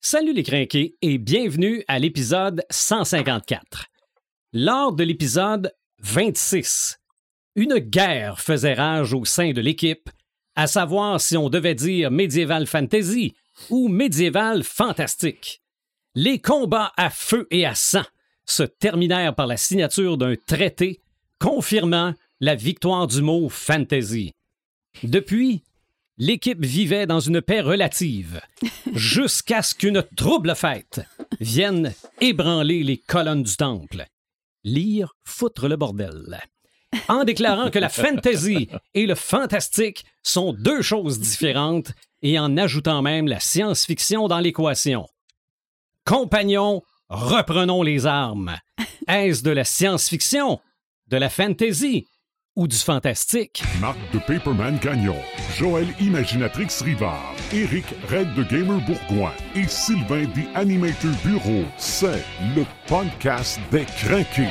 Salut les crinqués et bienvenue à l'épisode 154. Lors de l'épisode 26, une guerre faisait rage au sein de l'équipe, à savoir si on devait dire médiéval fantasy ou médiéval fantastique. Les combats à feu et à sang se terminèrent par la signature d'un traité confirmant la victoire du mot fantasy. Depuis, l'équipe vivait dans une paix relative, jusqu'à ce qu'une trouble fête vienne ébranler les colonnes du temple. Lire foutre le bordel. En déclarant que la fantasy et le fantastique sont deux choses différentes et en ajoutant même la science-fiction dans l'équation. Compagnons, reprenons les armes. Est-ce de la science-fiction, de la fantasy ou du fantastique? Marc de Paperman Gagnon, Joël Imaginatrix Rivard, Éric Red de Gamer Bourgoin et Sylvain des Animator Bureau, c'est le podcast des crinqués.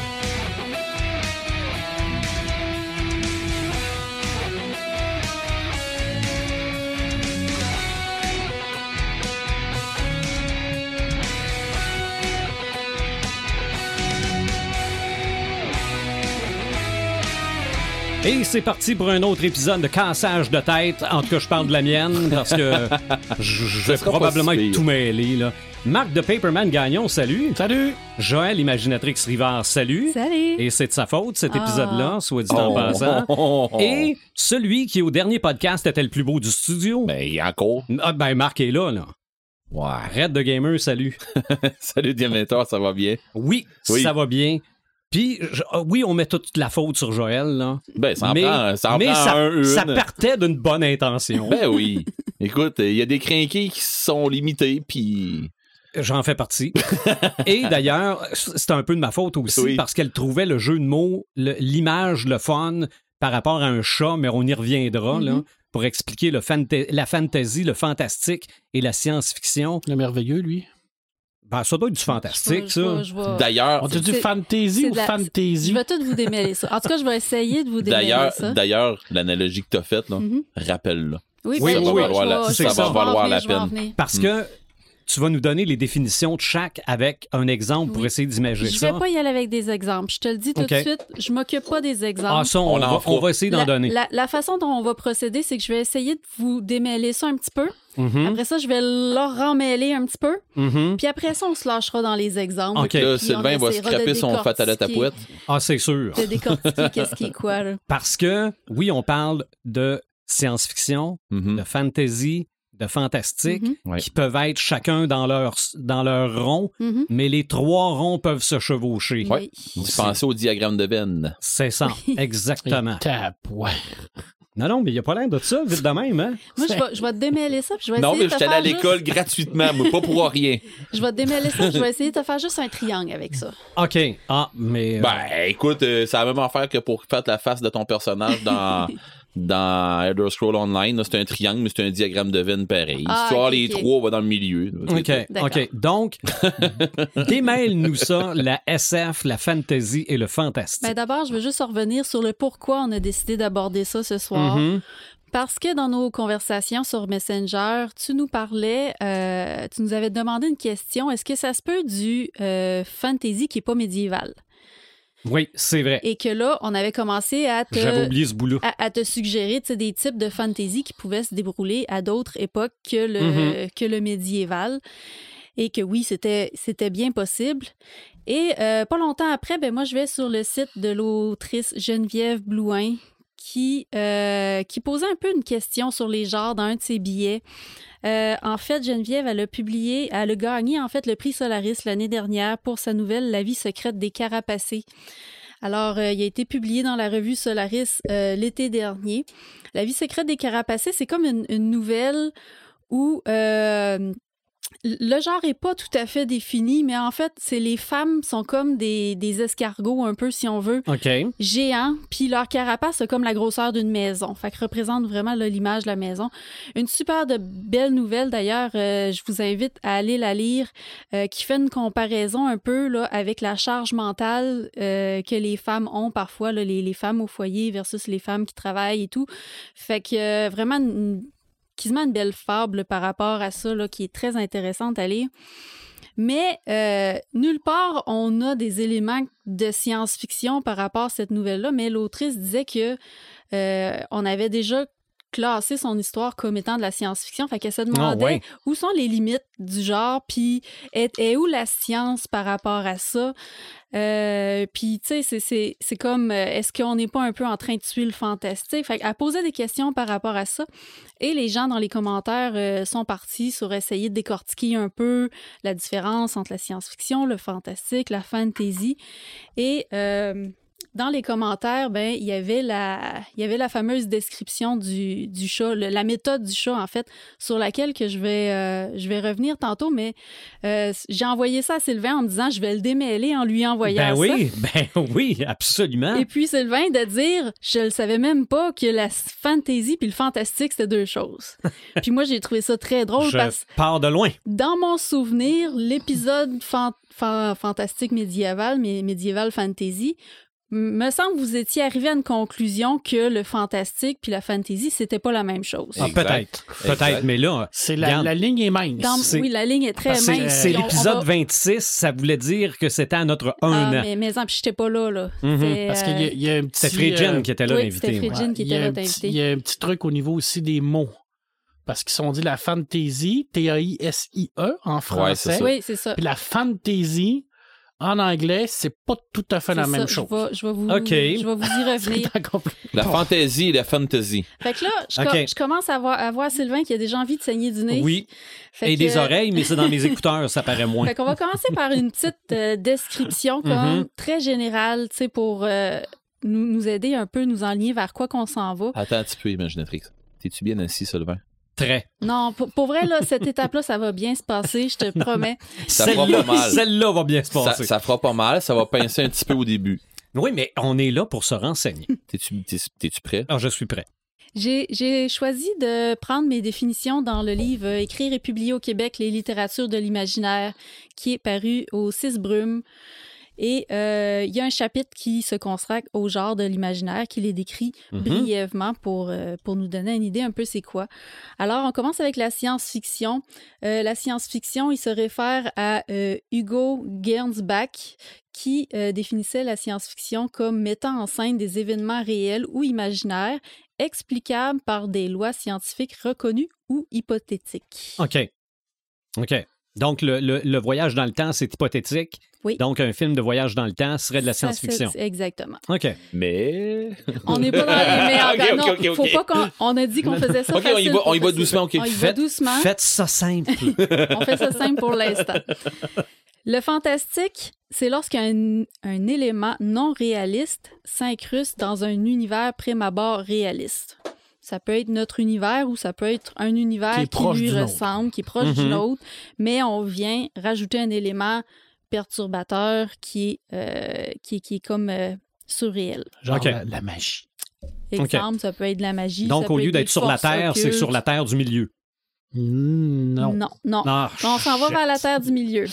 Et c'est parti pour un autre épisode de cassage de tête. En tout cas, je parle de la mienne parce que je vais probablement être tout mêlé, là. Marc de Paperman Gagnon, salut. Salut. Joël Imaginatrix Rivard, salut. Salut. Et c'est de sa faute, cet épisode-là, soit dit en passant. Et celui qui, au dernier podcast, était le plus beau du studio. Ben, il y a encore. Ah, ben, Marc est là, là. Ouais. Red de Gamer, salut. Salut, Diamantor, ça va bien? Oui, ça va bien. Puis, oui, on met toute la faute sur Joël, là. Ben, ça en prend ça partait d'une bonne intention. Ben oui. Écoute, il y a des crinqués qui sont limités, puis... J'en fais partie. Et d'ailleurs, c'est un peu de ma faute aussi, parce qu'elle trouvait le jeu de mots, l'image, le fun, par rapport à un chat, mais on y reviendra, là, pour expliquer la fantasy, le fantastique et la science-fiction. Le merveilleux, lui. Ben, ça doit être du fantastique, ça. D'ailleurs... On dit du fantasy ou fantasy? Je vais tout vous démêler ça. En tout cas, je vais essayer de vous démêler ça. D'ailleurs, l'analogie que tu as faite, là, rappelle-la. Oui, ça va valoir la peine. Parce que tu vas nous donner les définitions de chaque avec un exemple pour essayer d'imaginer ça. Je vais pas y aller avec des exemples. Je te le dis tout de suite, je m'occupe pas des exemples. Ah, ça, on va essayer d'en donner. La façon dont on va procéder, c'est que je vais essayer de vous démêler ça un petit peu. Après ça, je vais leur remêler un petit peu. Puis après ça, on se lâchera dans les exemples. OK. Là, Sylvain va scraper son fatal à ta poète. Ah, c'est sûr. De décortiquer qu'est-ce qui est quoi, là. Parce que, oui, on parle de science-fiction, de fantasy, de fantastique, qui peuvent être chacun dans leur rond, mais les trois ronds peuvent se chevaucher. Oui. Pensez au diagramme de Venn. C'est ça, exactement. Ouais. Non, mais il n'y a pas l'air de ça, vite de même, hein? Moi, je vais te démêler ça, puis je vais essayer Non, mais de je suis allé à l'école gratuitement, moi, pas pour rien. Je vais te démêler ça, je vais essayer de te faire juste un triangle avec ça. OK. Ah, mais... Ben, écoute, c'est la même affaire que pour faire la face de ton personnage dans Elder Scrolls Online. Là, c'est un triangle, mais c'est un diagramme de Venn pareil. Les trois, on va dans le milieu. OK. Donc, démêle-nous ça, la SF, la fantasy et le fantastique. Ben d'abord, je veux juste revenir sur le pourquoi on a décidé d'aborder ça ce soir. Parce que dans nos conversations sur Messenger, tu nous parlais, tu nous avais demandé une question. Est-ce que ça se peut du fantasy qui n'est pas médiéval? Oui, c'est vrai. Et que là, on avait commencé à J'avais oublié ce bout-là. À te suggérer des types de fantasy qui pouvaient se dérouler à d'autres époques que le médiéval. Et que oui, c'était bien possible. Et pas longtemps après, moi, je vais sur le site de l'autrice Geneviève Blouin qui posait un peu une question sur les genres dans un de ses billets. En fait, Geneviève, elle a gagné en fait le prix Solaris l'année dernière pour sa nouvelle La vie secrète des carapacés. Alors, il a été publié dans la revue Solaris l'été dernier. La vie secrète des carapacés, c'est comme une nouvelle où le genre est pas tout à fait défini, mais en fait, les femmes sont comme des escargots un peu, si on veut, géants, puis leur carapace a comme la grosseur d'une maison. Fait que représente vraiment là, l'image de la maison. Une super belle nouvelle, d'ailleurs, je vous invite à aller la lire, qui fait une comparaison un peu là, avec la charge mentale que les femmes ont parfois, là, les femmes au foyer versus les femmes qui travaillent et tout. Fait que vraiment quasiment une belle fable par rapport à ça, là, qui est très intéressante à lire. Mais nulle part, on a des éléments de science-fiction par rapport à cette nouvelle-là, mais l'autrice disait que on avait déjà classé son histoire comme étant de la science-fiction. Fait qu'elle se demandait où sont les limites du genre, puis est où la science par rapport à ça. Puis, tu sais, c'est comme, est-ce qu'on n'est pas un peu en train de tuer le fantastique? Fait qu'elle posait des questions par rapport à ça. Et les gens dans les commentaires sont partis sur essayer de décortiquer un peu la différence entre la science-fiction, le fantastique, la fantasy. Et dans les commentaires, ben il y avait la fameuse description du chat, la méthode du chat, en fait, sur laquelle que je vais revenir tantôt, mais j'ai envoyé ça à Sylvain en me disant je vais le démêler en lui envoyant ça. Ben oui, absolument. Et puis Sylvain de dire je le savais même pas que la fantasy puis le fantastique c'était deux choses. Puis moi j'ai trouvé ça très drôle parce que pars de loin. Dans mon souvenir, l'épisode fantastique médiéval, mais médiéval fantasy, me semble que vous étiez arrivé à une conclusion que le fantastique puis la fantasy, c'était pas la même chose. Ah, peut-être, mais là... C'est la ligne est mince. Oui, la ligne est très mince. C'est l'épisode 26, ça voulait dire que c'était à notre 1 an. Mais j'étais pas là. Parce qu'il y a un petit... C'était Fridjin qui était là, l'invité. C'était Fridjin qui était là, l'invité. Il y a un petit truc au niveau aussi des mots. Parce qu'ils sont dit la fantasy, T-A-I-S-I-E en français. Oui, c'est ça. Puis la fantasy... En anglais, c'est pas tout à fait la même chose. Je vais vous y revenir. La fantaisie et la fantasy. Fait que là, je commence à voir Sylvain qui a déjà envie de saigner du nez. Oui. Et des oreilles, mais c'est dans mes écouteurs, ça paraît moins. Fait qu'on va commencer par une petite description comme très générale, tu sais, pour nous aider un peu, nous enligner vers quoi qu'on s'en va. Attends un petit peu, Imaginatrix. T'es-tu bien assis, Sylvain? Très. Non, pour vrai, là, cette étape-là, ça va bien se passer, je te promets. Ça fera pas mal. Celle-là va bien se passer. Ça fera pas mal, ça va pincer un petit peu au début. Oui, mais on est là pour se renseigner. T'es-tu prêt? Ah, je suis prêt. J'ai choisi de prendre mes définitions dans le livre « Écrire et publier au Québec les littératures de l'imaginaire » qui est paru au 6 Brumes. Et il y a un chapitre qui se consacre au genre de l'imaginaire, qui les décrit brièvement pour nous donner une idée un peu c'est quoi. Alors, on commence avec la science-fiction. La science-fiction, il se réfère à Hugo Gernsback, qui définissait la science-fiction comme mettant en scène des événements réels ou imaginaires explicables par des lois scientifiques reconnues ou hypothétiques. OK. Donc, le voyage dans le temps, c'est hypothétique. Oui. Donc, un film de voyage dans le temps serait de la science-fiction. Exactement. OK. Mais... On n'est pas dans les... Mais non, faut pas qu'on... On a dit qu'on faisait ça facile. On y va doucement. On y va doucement. Faites ça simple. On fait ça simple pour l'instant. Le fantastique, c'est lorsqu'un élément non réaliste s'incruste dans un univers prime abord réaliste. Ça peut être notre univers ou ça peut être un univers qui lui ressemble, qui est proche du nôtre, mais on vient rajouter un élément perturbateur qui est comme surréel. Genre la magie. Exemple, ça peut être de la magie. Donc, au lieu d'être sur la Terre, c'est sur la Terre du milieu. Non. On s'en va vers la Terre du milieu.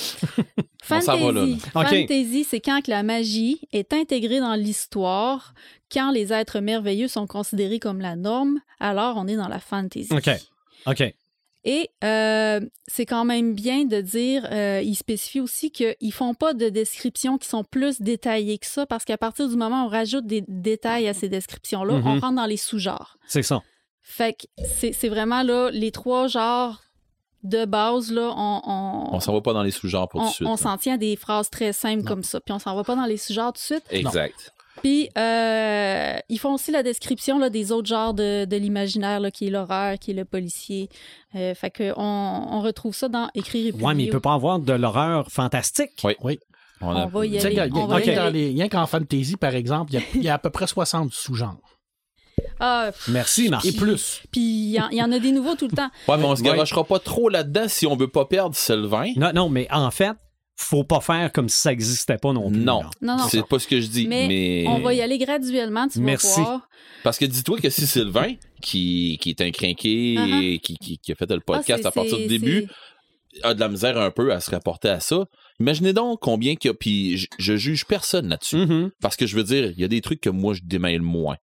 Fantasy, c'est quand que la magie est intégrée dans l'histoire, quand les êtres merveilleux sont considérés comme la norme, alors on est dans la fantasy. OK. Et c'est quand même bien de dire, il spécifie aussi qu'ils font pas de descriptions qui sont plus détaillées que ça, parce qu'à partir du moment où on rajoute des détails à ces descriptions-là, on rentre dans les sous-genres. C'est ça. Fait que c'est vraiment là, les trois genres de base, là, on s'en va pas dans les sous-genres pour tout de suite. On s'en tient à des phrases très simples comme ça, puis on s'en va pas dans les sous-genres tout de suite. Exact. Puis, ils font aussi la description là, des autres genres de l'imaginaire, là, qui est l'horreur, qui est le policier. Fait qu'on retrouve ça dans Écrire et publier. Oui, mais il ne peut pas avoir de l'horreur fantastique. Oui. On va y aller. Rien qu'en fantasy, par exemple, il y a à peu près 60 sous-genres. Merci, Marc. Et plus. Puis, il y en a des nouveaux tout le temps. Ouais, mais on se garochera pas trop là-dedans si on veut pas perdre Sylvain. Non, mais en fait, faut pas faire comme si ça n'existait pas non plus. Non, c'est pas ce que je dis. Mais on va y aller graduellement, tu vas voir. Parce que dis-toi que si Sylvain, qui est un crinqué et qui a fait le podcast à partir du début, a de la misère un peu à se rapporter à ça, imaginez donc combien qu'il y a, puis je juge personne là-dessus. Parce que je veux dire, il y a des trucs que moi, je démêle moins.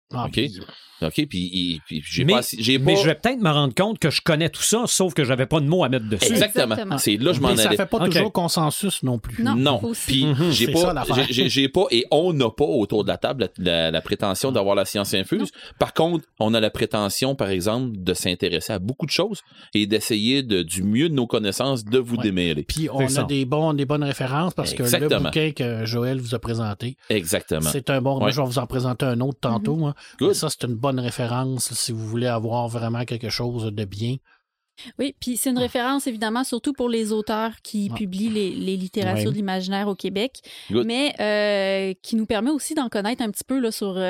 OK, puis j'ai mais, pas... Mais je vais peut-être me rendre compte que je connais tout ça, sauf que j'avais pas de mots à mettre dessus. Exactement. C'est là je m'en allais. Ça fait pas toujours consensus non plus. Non. Puis j'ai pas, et on n'a pas autour de la table la prétention d'avoir la science infuse. Par contre, on a la prétention, par exemple, de s'intéresser à beaucoup de choses et d'essayer du mieux de nos connaissances de vous démêler. Puis on a des bonnes références parce que le bouquin que Joël vous a présenté, c'est un bon... Moi, je vais vous en présenter un autre tantôt. Ça, c'est une bonne référence si vous voulez avoir vraiment quelque chose de bien. Oui, puis c'est une référence, évidemment, surtout pour les auteurs qui publient les littératures de l'imaginaire au Québec, mais qui nous permet aussi d'en connaître un petit peu là, sur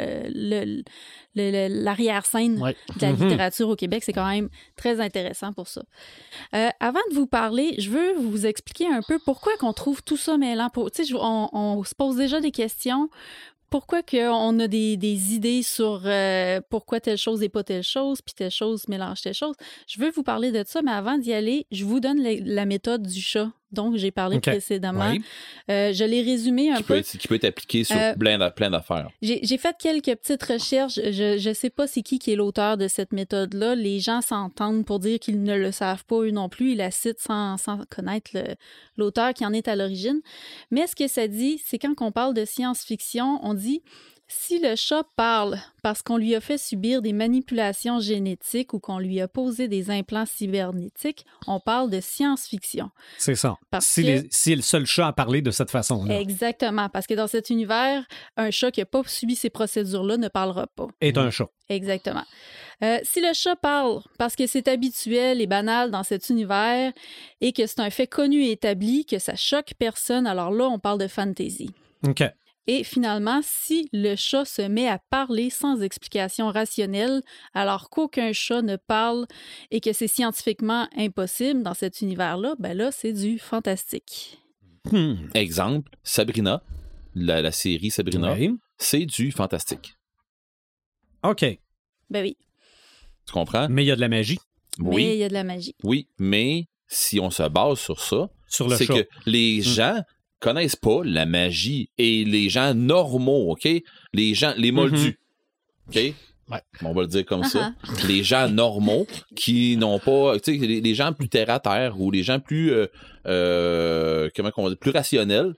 l'arrière-scène de la littérature au Québec. C'est quand même très intéressant pour ça. Avant de vous parler, je veux vous expliquer un peu pourquoi qu'on trouve tout ça mêlant. On se pose déjà des questions. Pourquoi qu'on a des idées sur pourquoi telle chose n'est pas telle chose, puis telle chose mélange telle chose. Je veux vous parler de ça, mais avant d'y aller, je vous donne la méthode du chat dont j'ai parlé précédemment. Je l'ai résumé un peu. Qui peut être appliqué sur plein d'affaires. J'ai fait quelques petites recherches. Je ne sais pas c'est qui est l'auteur de cette méthode-là. Les gens s'entendent pour dire qu'ils ne le savent pas, eux non plus. Ils la citent sans connaître l'auteur qui en est à l'origine. Mais ce que ça dit, c'est quand on parle de science-fiction, on dit... Si le chat parle parce qu'on lui a fait subir des manipulations génétiques ou qu'on lui a posé des implants cybernétiques, on parle de science-fiction. C'est ça. Si le seul chat a parlé de cette façon-là. Exactement, parce que dans cet univers, un chat qui n'a pas subi ces procédures-là ne parlera pas. Est un chat. Exactement. Si le chat parle parce que c'est habituel et banal dans cet univers et que c'est un fait connu et établi, que ça choque personne, alors là, on parle de fantasy. OK. Et finalement, si le chat se met à parler sans explication rationnelle, alors qu'aucun chat ne parle et que c'est scientifiquement impossible dans cet univers-là, ben là, c'est du fantastique. Exemple, Sabrina, la série Sabrina, c'est du fantastique. OK. Ben oui. Tu comprends? Mais il y a de la magie. Oui. Mais il y a de la magie. Oui, mais si on se base sur ça, c'est chat. que les gens connaissent pas la magie et les gens normaux, OK? Les moldus, OK? On va le dire comme ça. Les gens normaux qui n'ont pas... Tu sais, les gens plus terre-à-terre ou les gens plus... comment on dit? Plus rationnels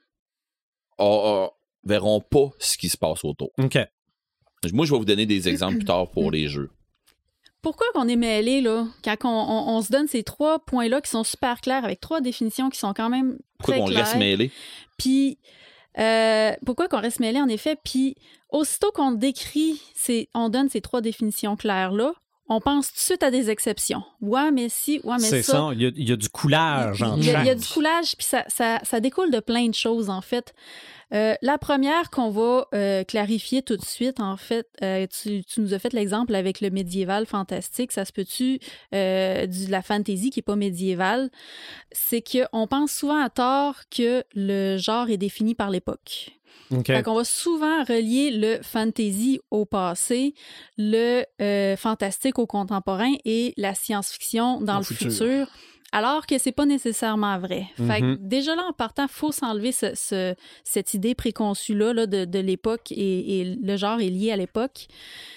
verront pas ce qui se passe autour. OK. Moi, je vais vous donner des exemples plus tard pour les jeux. Pourquoi qu'on est mêlé, là, quand on se donne ces 3 points-là qui sont super clairs, avec 3 définitions qui sont quand même très pourquoi claires. Pourquoi qu'on reste mêlé? Puis, pourquoi qu'on reste mêlé, en effet? Puis, aussitôt qu'on décrit, on donne ces 3 définitions claires-là, on pense tout de suite à des exceptions. Ouais, mais si, ouais, mais ça. C'est ça. Il y a du coulage en chaque. Il y a du coulage, puis ça découle de plein de choses, en fait. La première qu'on va clarifier tout de suite, en fait, tu nous as fait l'exemple avec le médiéval fantastique. Ça se peut-tu de la fantasy qui n'est pas médiévale? C'est qu'on pense souvent à tort que le genre est défini par l'époque. Okay. Fait qu'on va souvent relier le fantasy au passé, le fantastique au contemporain et la science-fiction dans le futur. Alors que c'est pas nécessairement vrai. Fait que déjà là, en partant, il faut s'enlever cette idée préconçue-là de l'époque et le genre est lié à l'époque.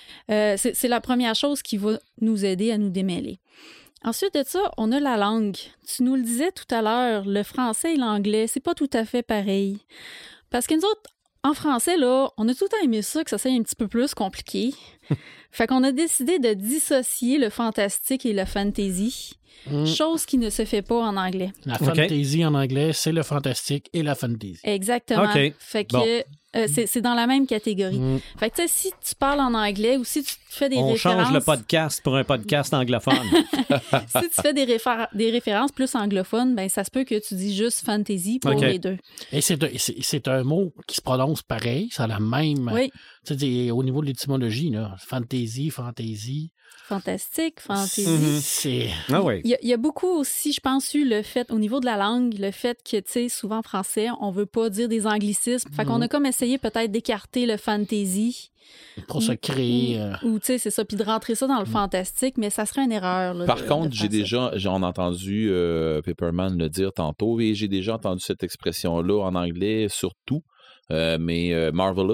C'est la première chose qui va nous aider à nous démêler. Ensuite de ça, on a la langue. Tu nous le disais tout à l'heure, le français et l'anglais, c'est pas tout à fait pareil. Parce que nous autres, en français, là, on a tout le temps aimé ça, que ça soit un petit peu plus compliqué. Fait qu'on a décidé de dissocier le fantastique et la fantasy. Chose qui ne se fait pas en anglais. La fantasy en anglais, c'est le fantastique et la fantasy. Exactement. Fait que c'est dans la même catégorie. Fait que tu sais, si tu parles en anglais ou si tu fais des références... On change le podcast pour un podcast anglophone. Si tu fais des références plus anglophones, ben ça se peut que tu dis juste fantasy pour les deux. Et c'est un mot qui se prononce pareil, ça a la même... Oui. Tu sais, au niveau de l'étymologie, là, fantasy. Fantastique, fantasy. C'est... Ah oui. Il y a beaucoup aussi, je pense, le fait, au niveau de la langue, le fait que, tu sais, souvent en français, on veut pas dire des anglicismes. Fait qu'on a comme essayé peut-être d'écarter le fantasy. Pour se créer... Ou, tu sais, c'est ça, puis de rentrer ça dans le fantastique, mais ça serait une erreur. Là, Par contre, j'en ai entendu Pepperman le dire tantôt, et j'ai déjà entendu cette expression-là en anglais surtout, mais Marvelous.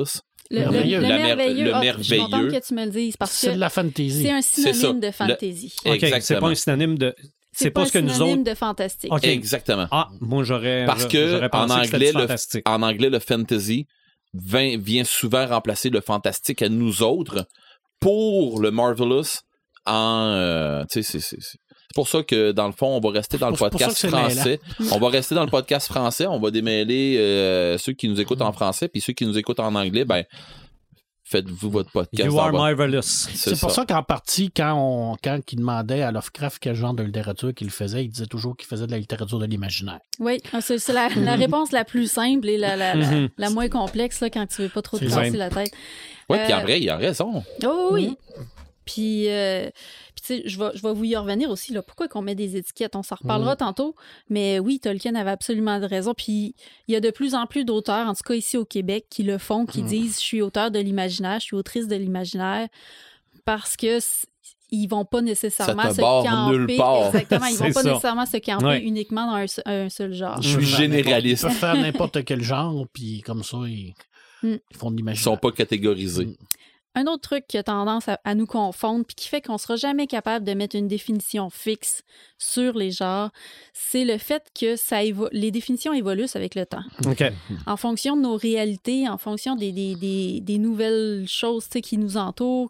Le merveilleux. Je suis contente merveilleux. que tu me le dises parce C'est que de la fantasy. c'est un synonyme de fantasy. OK, c'est pas un synonyme de... C'est pas ce que nous autres... C'est un synonyme de fantastique. Okay. Exactement. Ah, moi, j'aurais Parce que fantastique. en anglais, le fantasy vient souvent remplacer le fantastique à nous autres pour le marvelous en... c'est pour ça que, dans le fond, on va rester dans le podcast français. On va rester dans le podcast français. On va démêler ceux qui nous écoutent en français, puis ceux qui nous écoutent en anglais, ben faites-vous votre podcast. You are marvelous. C'est pour ça qu'en partie, quand il demandait à Lovecraft quel genre de littérature qu'il faisait, il disait toujours qu'il faisait de la littérature de l'imaginaire. Oui, c'est la réponse la plus simple et la moins complexe là, quand tu veux pas trop te casser la tête. Oui, puis en vrai, il a raison. Oh oui. Puis, tu sais, je vais vous y revenir aussi, là, pourquoi qu'on met des étiquettes. On s'en reparlera tantôt, mais oui, Tolkien avait absolument de raison. Puis, il y a de plus en plus d'auteurs, en tout cas ici au Québec, qui le font, qui disent « je suis auteur de l'imaginaire, je suis autrice de l'imaginaire », parce que ils vont pas nécessairement se camper. Exactement, ils vont pas nécessairement se camper uniquement dans un seul genre. Je suis généraliste. Ils peuvent faire n'importe quel genre, puis comme ça, ils font de l'imaginaire. Ils sont pas catégorisés. Un autre truc qui a tendance à nous confondre puis qui fait qu'on ne sera jamais capable de mettre une définition fixe sur les genres, c'est le fait que les définitions évoluent avec le temps. Okay. En fonction de nos réalités, en fonction des nouvelles choses qui nous entourent,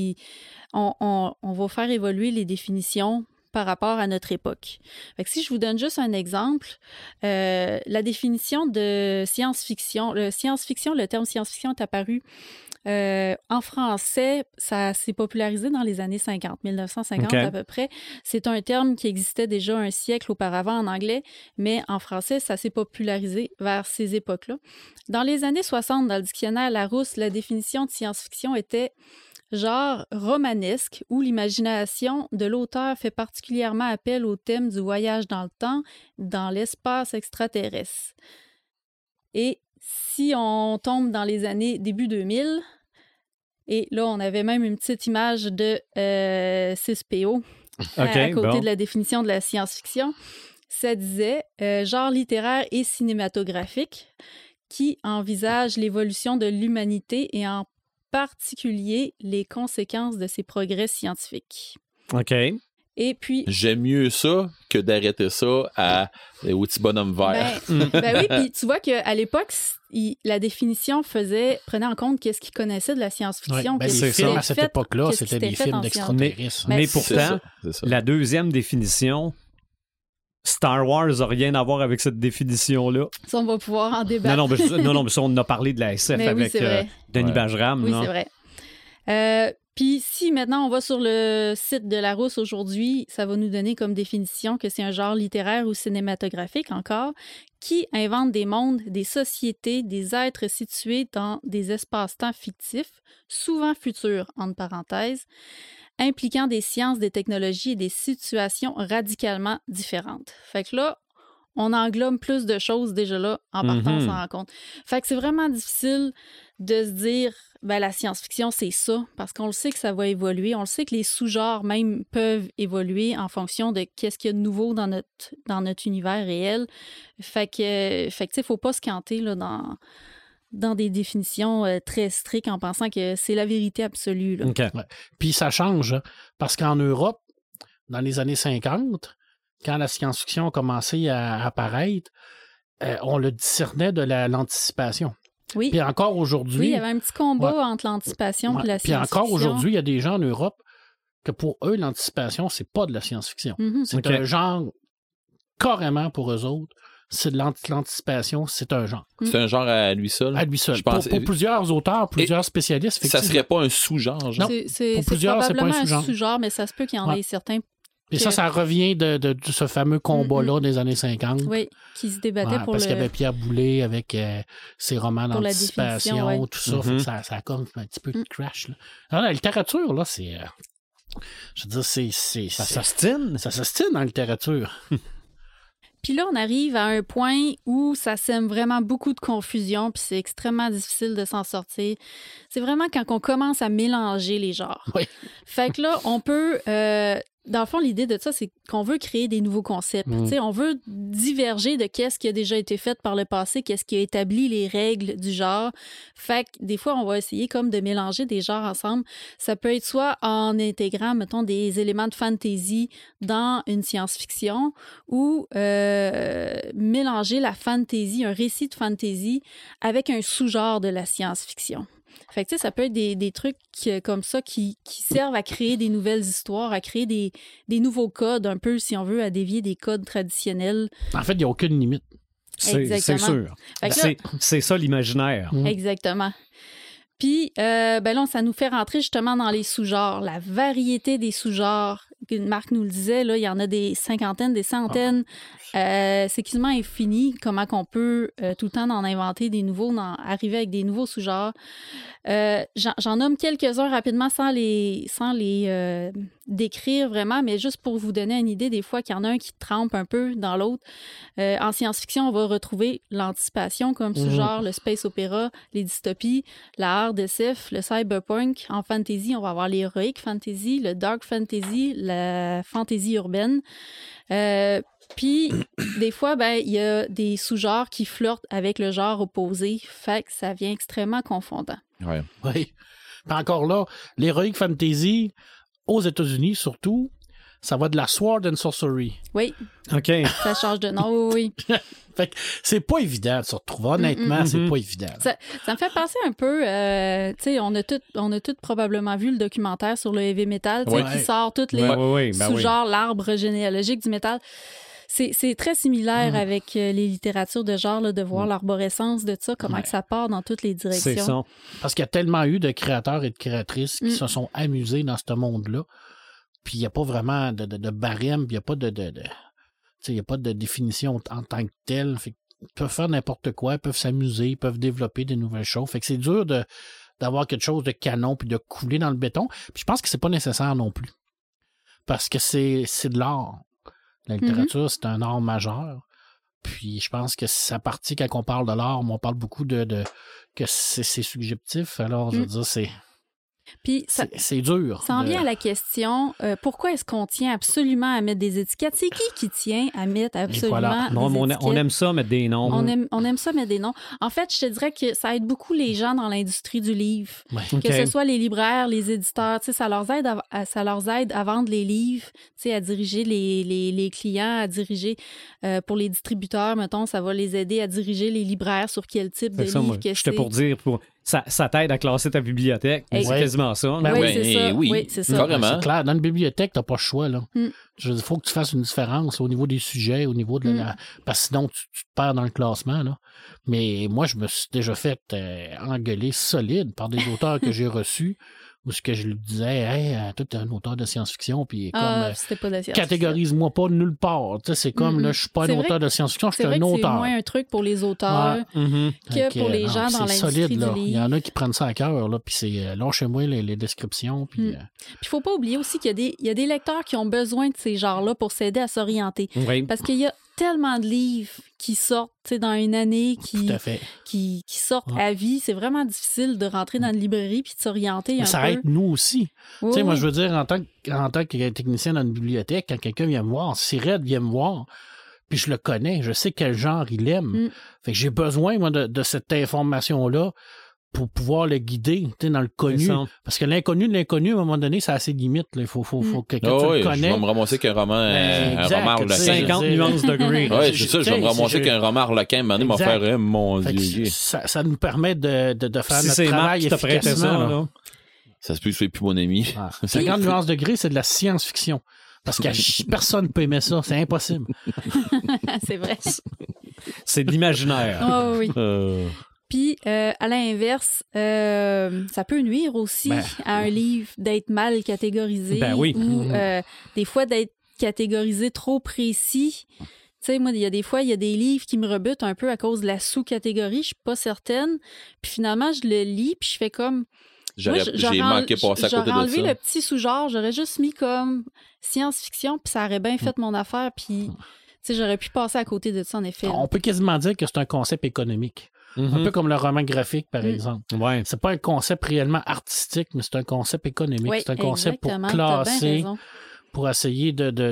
on va faire évoluer les définitions par rapport à notre époque. Fait que si je vous donne juste un exemple, la définition de science-fiction, le terme science-fiction est apparu en français, ça s'est popularisé dans les années 50, 1950 à peu près. C'est un terme qui existait déjà un siècle auparavant en anglais, mais en français, ça s'est popularisé vers ces époques-là. Dans les années 60, dans le dictionnaire Larousse, la définition de science-fiction était genre romanesque, où l'imagination de l'auteur fait particulièrement appel au thème du voyage dans le temps, dans l'espace extraterrestre. Et si on tombe dans les années début 2000, et là, on avait même une petite image de 6PO à côté de la définition de la science-fiction. Ça disait genre littéraire et cinématographique qui envisage l'évolution de l'humanité et en particulier les conséquences de ses progrès scientifiques. OK. Et puis... J'aime mieux ça que d'arrêter ça au petit bonhomme vert. Ben oui, puis tu vois qu'à l'époque, la définition prenait en compte qu'est-ce qu'ils connaissaient de la science-fiction. Les films à cette époque-là, c'était des films d'extraterrestres. Mais pourtant, la deuxième définition... Star Wars n'a rien à voir avec cette définition-là. Ça, on va pouvoir en débattre. Non, mais ça, on a parlé de la SF avec Denis Bajram. Oui, c'est vrai. Puis si maintenant on va sur le site de Larousse aujourd'hui, ça va nous donner comme définition que c'est un genre littéraire ou cinématographique encore, qui invente des mondes, des sociétés, des êtres situés dans des espaces-temps fictifs, souvent futurs, entre parenthèses, impliquant des sciences, des technologies et des situations radicalement différentes. Fait que là, on englobe plus de choses déjà là en partant sans rencontre. Fait que c'est vraiment difficile de se dire la science-fiction, c'est ça, parce qu'on le sait que ça va évoluer. On le sait que les sous-genres même peuvent évoluer en fonction de qu'est-ce qu'il y a de nouveau dans notre univers réel. Fait que tu sais, faut pas se canter là, dans des définitions très strictes en pensant que c'est la vérité absolue. Là. Okay. Ouais. Puis ça change, parce qu'en Europe, dans les années 50, quand la science-fiction a commencé à apparaître, on le discernait de l'anticipation. Oui. Puis encore aujourd'hui... Oui, il y avait un petit combat entre l'anticipation et la science-fiction. Puis encore aujourd'hui, il y a des gens en Europe que pour eux, l'anticipation, c'est pas de la science-fiction. C'est un genre, carrément pour eux autres, c'est de l'anticipation, c'est un genre. C'est un genre à lui seul? À lui seul. Pour plusieurs auteurs, plusieurs spécialistes. Ça serait pas un sous-genre? Non, pour plusieurs, c'est pas un sous-genre, mais ça se peut qu'il y en ait certains. Et ça revient de ce fameux combat-là des années 50. Oui, qui se débattait pour parce qu'il y avait Pierre Boulay avec ses romans d'anticipation, tout ça. Ça a comme un petit peu de crash. Là. Alors, la littérature, là, c'est... je veux dire, ça s'ostine. Ça s'ostine dans la littérature. Puis là, on arrive à un point où ça sème vraiment beaucoup de confusion, puis c'est extrêmement difficile de s'en sortir. C'est vraiment quand on commence à mélanger les genres. Oui. Fait que là, on peut dans le fond, l'idée de ça, c'est qu'on veut créer des nouveaux concepts. On veut diverger de qu'est-ce qui a déjà été fait par le passé, qu'est-ce qui a établi les règles du genre. Fait que des fois, on va essayer comme de mélanger des genres ensemble. Ça peut être soit en intégrant, mettons, des éléments de fantasy dans une science-fiction ou mélanger la fantasy, un récit de fantasy avec un sous-genre de la science-fiction. Fait que, tu sais, ça peut être des trucs comme ça qui servent à créer des nouvelles histoires, à créer des nouveaux codes, un peu, si on veut, à dévier des codes traditionnels. En fait, il n'y a aucune limite. C'est sûr. C'est ça l'imaginaire. Exactement. Puis, ben là, ça nous fait rentrer justement dans les sous-genres, la variété des sous-genres. Marc nous le disait, là, il y en a des cinquantaines, des centaines. C'est quasiment infini comment qu'on peut tout le temps en inventer des nouveaux, arriver avec des nouveaux sous-genres. J'en nomme quelques-uns rapidement sans les décrire vraiment, mais juste pour vous donner une idée, des fois qu'il y en a un qui trempe un peu dans l'autre. En science-fiction, on va retrouver l'anticipation comme sous-genre, le space opéra, les dystopies, la hard SF, le cyberpunk. En fantasy, on va avoir l'heroic fantasy, le dark fantasy, la fantasy urbaine. Puis, des fois, ben, il y a des sous-genres qui flirtent avec le genre opposé. Fait que ça devient extrêmement confondant. Ouais. Oui. Puis encore là, l'heroic fantasy, aux États-Unis surtout, ça va de la sword and sorcery. Oui. OK. Ça change de nom, oui. Fait que c'est pas évident de se retrouver. Honnêtement, c'est pas évident. Ça me fait penser un peu, tu sais, on a tous probablement vu le documentaire sur le heavy metal, qui sort tous les sous-genres, l'arbre généalogique du métal. C'est très similaire avec les littératures de genre, là, de voir l'arborescence de ça, comment que ça part dans toutes les directions. C'est ça. Parce qu'il y a tellement eu de créateurs et de créatrices qui se sont amusés dans ce monde-là. Puis il n'y a pas vraiment de barème, puis il n'y a pas il y a pas de définition en tant que telle. Fait qu'ils peuvent faire n'importe quoi, ils peuvent s'amuser, ils peuvent développer des nouvelles choses. Fait que c'est dur d'avoir quelque chose de canon puis de couler dans le béton. Puis je pense que c'est pas nécessaire non plus. Parce que c'est de l'art. La littérature, c'est un art majeur. Puis je pense que ça partit quand on parle de l'art, on parle beaucoup que c'est subjectif. Alors, je veux dire, Puis c'est dur. Ça en vient à la question, pourquoi est-ce qu'on tient absolument à mettre des étiquettes? C'est qui tient à mettre absolument des étiquettes? On aime ça mettre des noms. On aime ça mettre des noms. En fait, je te dirais que ça aide beaucoup les gens dans l'industrie du livre. Ouais. Que ce soit les libraires, les éditeurs, ça leur aide à vendre les livres, à diriger les clients, à diriger pour les distributeurs, mettons, ça va les aider à diriger les libraires sur quel type de livre que c'est. J'étais pour dire... Ça t'aide à classer ta bibliothèque. C'est quasiment ça. Ben oui, c'est ça. Oui, c'est ça. Carrément. C'est clair. Dans une bibliothèque, t'as pas le choix. Il faut que tu fasses une différence au niveau des sujets, au niveau de parce que sinon, tu te perds dans le classement. Là. Mais moi, je me suis déjà fait engueuler solide par des auteurs que j'ai reçus où ce que je lui disais, hey, toi, t'es un auteur de science-fiction, puis catégorise-moi pas nulle part. C'est comme, là, je suis pas un auteur de science-fiction, je suis un auteur. C'est moins un truc pour les auteurs que pour les gens dans l'industrie solide, du livre. Il y en a qui prennent ça à cœur, là, puis c'est lâchez-moi les descriptions. Puis il faut pas oublier aussi qu'il y a des lecteurs qui ont besoin de ces genres-là pour s'aider à s'orienter. Oui. Parce qu'il y a tellement de livres qui sortent dans une année, qui sortent à vie. C'est vraiment difficile de rentrer dans une librairie puis de s'orienter un peu. Ça aide nous aussi. Oui. Moi, je veux dire, en tant que technicien dans une bibliothèque, quand quelqu'un vient me voir, si Red vient me voir, puis je le connais, je sais quel genre il aime. Fait que j'ai besoin, moi, de cette information-là pour pouvoir le guider dans le connu. Parce que l'inconnu, à un moment donné, ça a ses limites. Il faut que quelqu'un tu le connais. Je vais me ramasser qu'un roman, un roman harlequin. 50 nuances de gris. Oui, c'est ça. Je vais me ramasser qu'un roman harlequin. Un moment donné, m'a faire mon Dieu. Ça nous permet de faire si notre travail efficacement. Ça se peut que je sois plus mon ami. 50 nuances de gris, c'est de la science-fiction. Parce que personne ne peut aimer ça. C'est impossible. C'est vrai. C'est de l'imaginaire. Oh, oui. Puis, à l'inverse, ça peut nuire aussi à un livre d'être mal catégorisé ou des fois d'être catégorisé trop précis. Tu sais, moi, il y a des livres qui me rebutent un peu à cause de la sous-catégorie. Je suis pas certaine. Puis finalement, je le lis, puis je fais comme... J'ai manqué passer à côté de ça. J'aurais enlevé le petit sous-genre. J'aurais juste mis comme science-fiction, puis ça aurait bien fait mon affaire. Puis, tu sais, j'aurais pu passer à côté de ça, en effet. On peut quasiment dire que c'est un concept économique. Un peu comme le roman graphique, par exemple. Ouais. C'est pas un concept réellement artistique, mais c'est un concept économique. C'est un concept pour pour essayer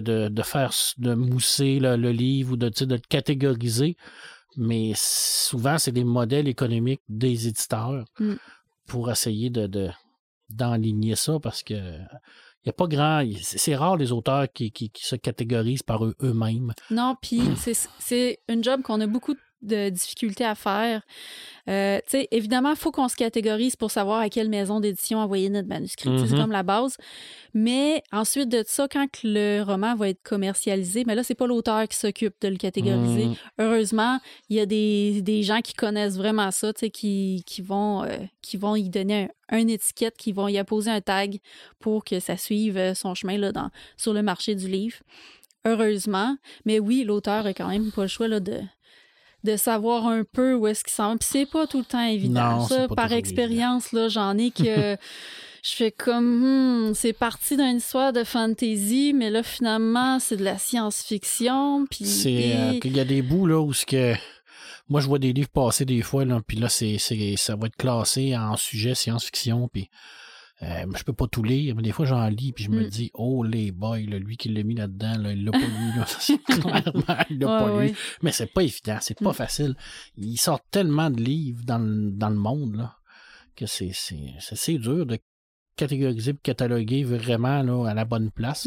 de mousser le livre ou de le catégoriser. Mais souvent, c'est des modèles économiques des éditeurs pour essayer d'enligner ça parce que il n'y a pas grand... C'est rare les auteurs qui se catégorisent par eux-mêmes. Non, puis c'est une job qu'on a beaucoup de difficultés à faire. Évidemment, il faut qu'on se catégorise pour savoir à quelle maison d'édition envoyer notre manuscrit. C'est comme la base. Mais ensuite de ça, quand le roman va être commercialisé, mais là, c'est pas l'auteur qui s'occupe de le catégoriser. Heureusement, il y a des gens qui connaissent vraiment ça, qui vont y donner une étiquette, qui vont y apposer un tag pour que ça suive son chemin là, sur le marché du livre. Heureusement. Mais oui, l'auteur a quand même pas le choix là, de savoir un peu où est-ce qu'il s'en va. Puis c'est pas tout le temps évident. Non, ça, par expérience, là, j'en ai que je fais comme c'est parti d'une histoire de fantasy, mais là, finalement, c'est de la science-fiction. Puis qu'il y a des bouts là où ce que. Moi, je vois des livres passer des fois, là, puis là, ça va être classé en sujet science-fiction, puis je peux pas tout lire, mais des fois, j'en lis, puis je me dis, oh, les boys, là, lui qui l'a mis là-dedans, là, il l'a pas lu, là. Clairement, il l'a pas lu. Mais c'est pas évident, c'est pas facile. Il sort tellement de livres dans le monde, là, que c'est dur de catégoriser et cataloguer vraiment là, à la bonne place.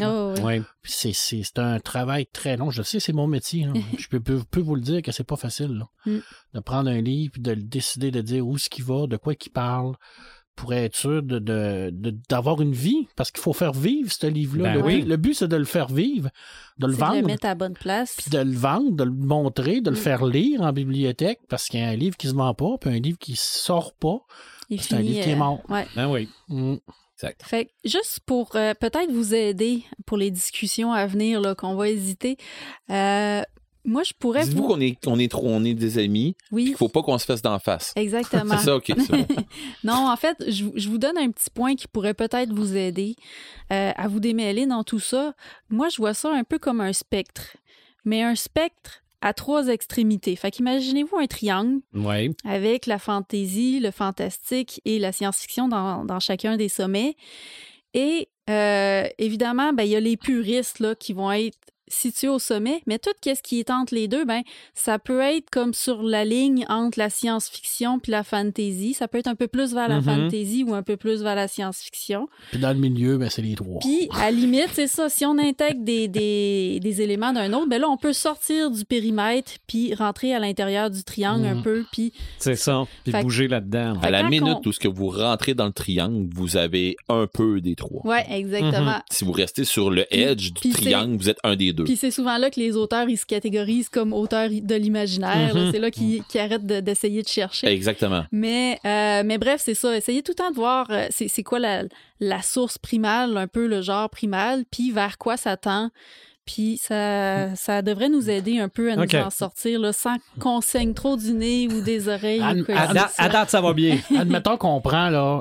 C'est un travail très long. Je sais, c'est mon métier. Là. Je peux vous le dire que c'est pas facile là. De prendre un livre et de le décider, de dire où est-ce qu'il va, de quoi il parle, pour être sûr d'avoir une vie, parce qu'il faut faire vivre ce livre-là. Le but, c'est de le faire vivre, de le vendre. De le mettre à la bonne place. Puis de le vendre, de le montrer, de le faire lire en bibliothèque, parce qu'il y a un livre qui se vend pas, puis un livre qui sort pas. C'est un livre qui est mort. Ben oui. Exact. Fait que juste pour peut-être vous aider pour les discussions à venir là, qu'on va hésiter, moi, je pourrais Dites-vous qu'on est des amis, qu'il ne faut pas qu'on se fasse d'en face. Exactement. C'est ça, OK, c'est bon. Non, en fait, je vous donne un petit point qui pourrait peut-être vous aider à vous démêler dans tout ça. Moi, je vois ça un peu comme un spectre, mais un spectre à 3 extrémités. Fait qu'imaginez-vous un triangle avec la fantaisie, le fantastique et la science-fiction dans chacun des sommets. Et évidemment, il y a les puristes là, qui vont être situé au sommet, mais tout ce qui est entre les deux, ça peut être comme sur la ligne entre la science-fiction puis la fantasy. Ça peut être un peu plus vers la fantasy ou un peu plus vers la science-fiction. Puis dans le milieu, c'est les 3. Puis, à la limite, c'est ça. Si on intègre des éléments d'un autre, là, on peut sortir du périmètre puis rentrer à l'intérieur du triangle un peu. Puis c'est ça. Puis bouger là-dedans. À la minute où ce que vous rentrez dans le triangle, vous avez un peu des 3. Oui, exactement. Si vous restez sur le edge du triangle, vous êtes un des 2. Puis c'est souvent là que les auteurs, ils se catégorisent comme auteurs de l'imaginaire. C'est là qu'ils arrêtent d'essayer de chercher. Exactement. Mais bref, c'est ça. Essayez tout le temps de voir c'est quoi la source primale, un peu le genre primal, puis vers quoi ça tend. Puis ça devrait nous aider un peu à nous en sortir là, sans qu'on saigne trop du nez ou des oreilles. À date, ça va bien. Admettons qu'on prend, là,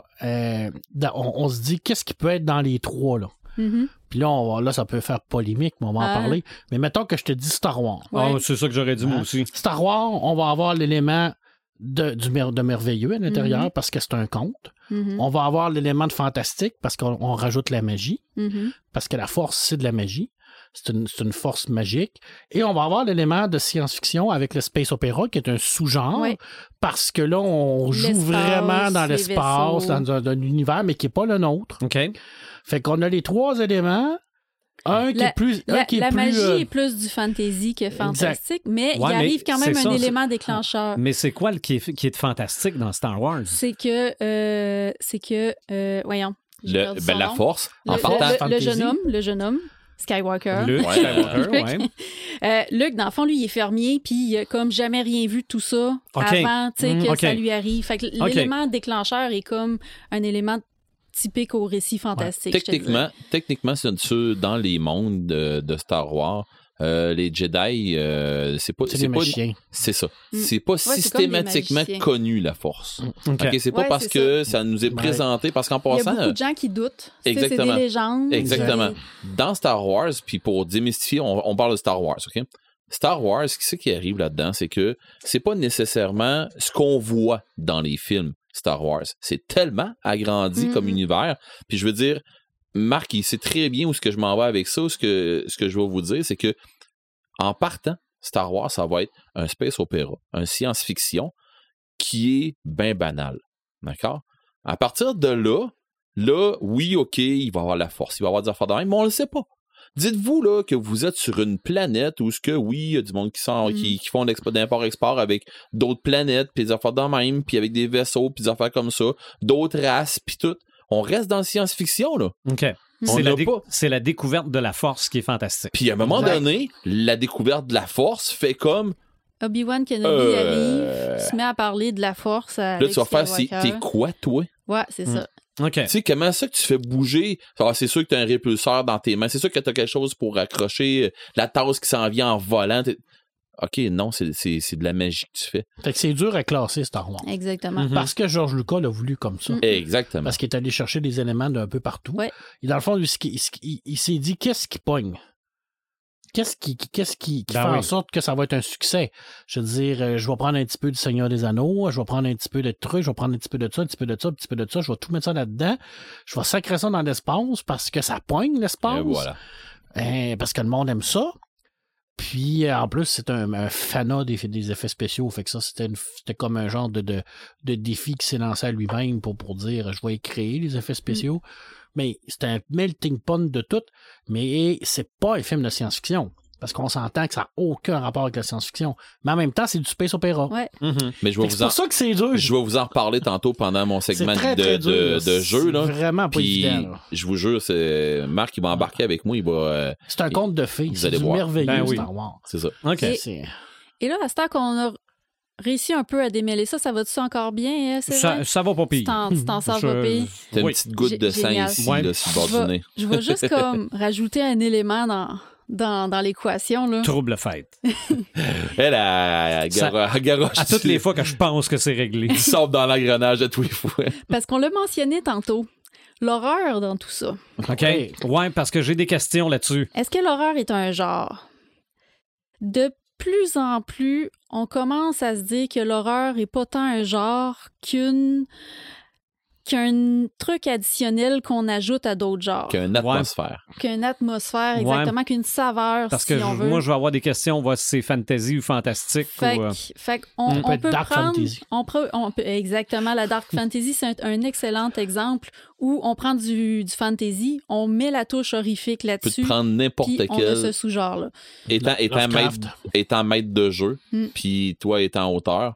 on se dit, qu'est-ce qui peut être dans les 3, là? Puis là, ça peut faire polémique, mais on va en parler. Mais mettons que je te dis Star Wars. C'est ça que j'aurais dit moi aussi. Star Wars, on va avoir l'élément de merveilleux à l'intérieur parce que c'est un conte. On va avoir l'élément de fantastique parce qu'on rajoute la magie. Parce que la force, c'est de la magie. C'est une force magique. Et on va avoir l'élément de science-fiction avec le space opéra, qui est un sous-genre, parce que là, on joue vraiment dans l'espace, dans un univers, mais qui n'est pas le nôtre. Fait qu'on a les 3 éléments. La magie est plus du fantasy que fantastique, mais il arrive quand même un élément déclencheur. Mais c'est quoi qui est de fantastique dans Star Wars? C'est que voyons. La force, en partant le jeune homme. Skywalker. Luke, Luke, dans le fond, lui, il est fermier, puis il a comme jamais rien vu de tout ça avant que ça lui arrive. Fait que l'élément déclencheur est comme un élément typique au récit fantastique. Techniquement, c'est ceux dans les mondes de Star Wars. Les Jedi, c'est pas magiciens. C'est ça. C'est pas systématiquement connu, la force. C'est pas parce que ça nous est présenté, parce qu'en passant... Il y a beaucoup de gens qui doutent. Exactement. C'est des légendes. Exactement. Dans Star Wars, puis pour démystifier, on parle de Star Wars, OK? Star Wars, ce qui arrive là-dedans, c'est que c'est pas nécessairement ce qu'on voit dans les films Star Wars. C'est tellement agrandi comme univers. Puis je veux dire, Marc, il sait très bien où ce que je m'en vais avec ça, ce que je vais vous dire, c'est que en partant, Star Wars, ça va être un space opéra, un science-fiction qui est bien banal. D'accord? À partir de là, oui, OK, il va y avoir la force, il va y avoir des affaires de même, mais on le sait pas. Dites-vous là que vous êtes sur une planète où oui, il y a du monde qui font d'import-export avec d'autres planètes, puis des affaires de même, puis avec des vaisseaux, puis des affaires comme ça, d'autres races, puis tout. On reste dans la science-fiction, là. OK. C'est la découverte de la force qui est fantastique. Puis à un moment donné, la découverte de la force fait comme... Obi-Wan Kenobi arrive, se met à parler de la force à là, tu vas faire, t'es quoi, toi? Ouais, c'est ça. Okay. Tu sais, comment ça que tu fais bouger? Alors, c'est sûr que tu as un répulseur dans tes mains. C'est sûr que tu as quelque chose pour accrocher la tasse qui s'en vient en volant. OK, non, c'est de la magie que tu fais. Fait que c'est dur à classer, Star Wars. Exactement. Parce que George Lucas l'a voulu comme ça. Exactement. Parce qu'il est allé chercher des éléments d'un peu partout. Ouais. Et dans le fond, il s'est dit, qu'est-ce qui pogne? Qu'est-ce qui fait en sorte que ça va être un succès? Je veux dire, je vais prendre un petit peu du Seigneur des Anneaux, je vais prendre un petit peu de trucs, je vais prendre un petit peu de ça, un petit peu de ça, un petit peu de ça, je vais tout mettre ça là-dedans. Je vais sacrer ça dans l'espace parce que ça pogne l'espace. Et voilà. Parce que le monde aime ça. Puis, en plus, c'est un fanat des effets spéciaux. Fait que ça, c'était comme un genre de défi qui s'est lancé à lui-même pour dire, je vais créer les effets spéciaux. Mais c'est un melting pot de tout. Mais c'est pas un film de science-fiction. Parce qu'on s'entend que ça n'a aucun rapport avec la science-fiction. Mais en même temps, c'est du space opéra. Ouais. Mais c'est pour ça que c'est dur. Je vais vous en reparler tantôt pendant mon segment très dur, de jeu. Là. C'est vraiment pas évident. Là. Je vous jure, Marc, il va embarquer avec moi. C'est un conte de fées. C'est du merveilleux Star Wars. C'est ça. OK. Et là, à ce temps qu'on a réussi un peu à démêler ça va-tu encore bien? Ça va pas pire. Tu t'en sors pas pire? T'as une petite goutte de sang ici, là, sur le bord du nez. Je vais juste comme rajouter un élément dans l'équation. Là. Trouble fête. Elle a garoche. À toutes les fois que je pense que c'est réglé. Il sort dans l'engrenage de tous les fois. Parce qu'on l'a mentionné tantôt. L'horreur dans tout ça. OK. Ouais, parce que j'ai des questions là-dessus. Est-ce que l'horreur est un genre? De plus en plus, on commence à se dire que l'horreur est pas tant un genre qu'un truc additionnel qu'on ajoute à d'autres genres. Qu'une atmosphère. Qu'une atmosphère, exactement, qu'une saveur, parce si que on veut. Moi, je vais avoir des questions, on va si c'est fantasy ou fantastique. Fait qu'on peut dark prendre... fantasy. Exactement, la dark fantasy, c'est un excellent exemple où on prend du fantasy, on met la touche horrifique là-dessus. Tu peux prendre n'importe quel... on a ce sous-genre-là. Étant maître de jeu, puis toi étant auteur,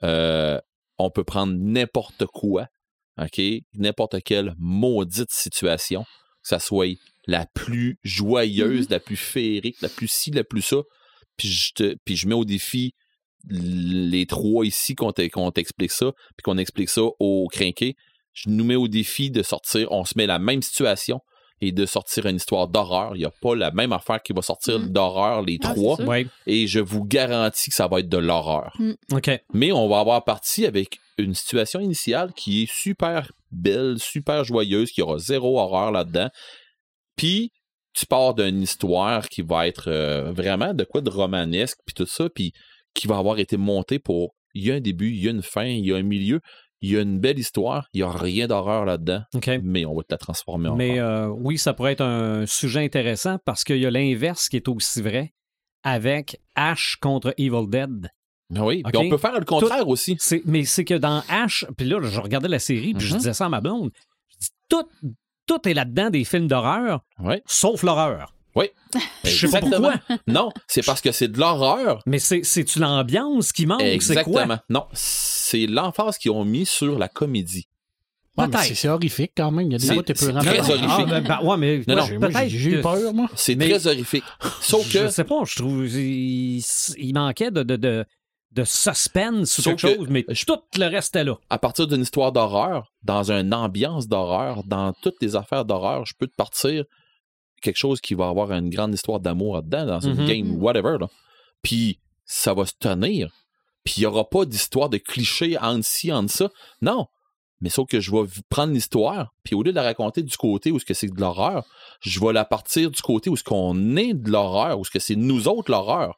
on peut prendre n'importe quoi. OK? N'importe quelle maudite situation, que ça soit la plus joyeuse, la plus féerique, la plus ci, la plus ça, puis je mets au défi les trois ici qu'on t'explique ça, puis qu'on explique ça au crinqué. Je nous mets au défi de sortir, on se met la même situation et de sortir une histoire d'horreur. Il n'y a pas la même affaire qui va sortir d'horreur, les trois. Et je vous garantis que ça va être de l'horreur. OK. Mais on va avoir parti avec une situation initiale qui est super belle, super joyeuse, qui aura zéro horreur là-dedans. Puis, tu pars d'une histoire qui va être vraiment de quoi de romanesque, puis tout ça, puis qui va avoir été montée pour... Il y a un début, il y a une fin, il y a un milieu, il y a une belle histoire, il n'y a rien d'horreur là-dedans, mais on va te la transformer en horreur. Mais oui, ça pourrait être un sujet intéressant parce qu'il y a l'inverse qui est aussi vrai avec Ash contre Evil Dead. Oui, puis on peut faire le contraire aussi. Mais c'est que dans Ash, puis là, je regardais la série, puis je disais ça à ma blonde, je dis, tout est là-dedans des films d'horreur, sauf l'horreur. Oui. Je sais pas pourquoi. Non, c'est parce que c'est de l'horreur. Mais c'est-tu l'ambiance qui manque? Exactement. C'est quoi? Non, c'est l'emphase qu'ils ont mis sur la comédie. C'est horrifique quand même. Il y a des mots, t'es peu très horrifique. J'ai eu peur, moi. C'est très horrifique. Sauf que... Je sais pas, je trouve il manquait de suspense ou quelque chose, mais tout le reste est là. À partir d'une histoire d'horreur, dans une ambiance d'horreur, dans toutes les affaires d'horreur, je peux te partir quelque chose qui va avoir une grande histoire d'amour là-dedans, dans une game, whatever. Là. Puis ça va se tenir. Puis il n'y aura pas d'histoire de cliché entre ci, entre ça. Non. Mais sauf que je vais prendre l'histoire, puis au lieu de la raconter du côté où c'est de l'horreur, je vais la partir du côté où qu'on est de l'horreur, où c'est nous autres l'horreur.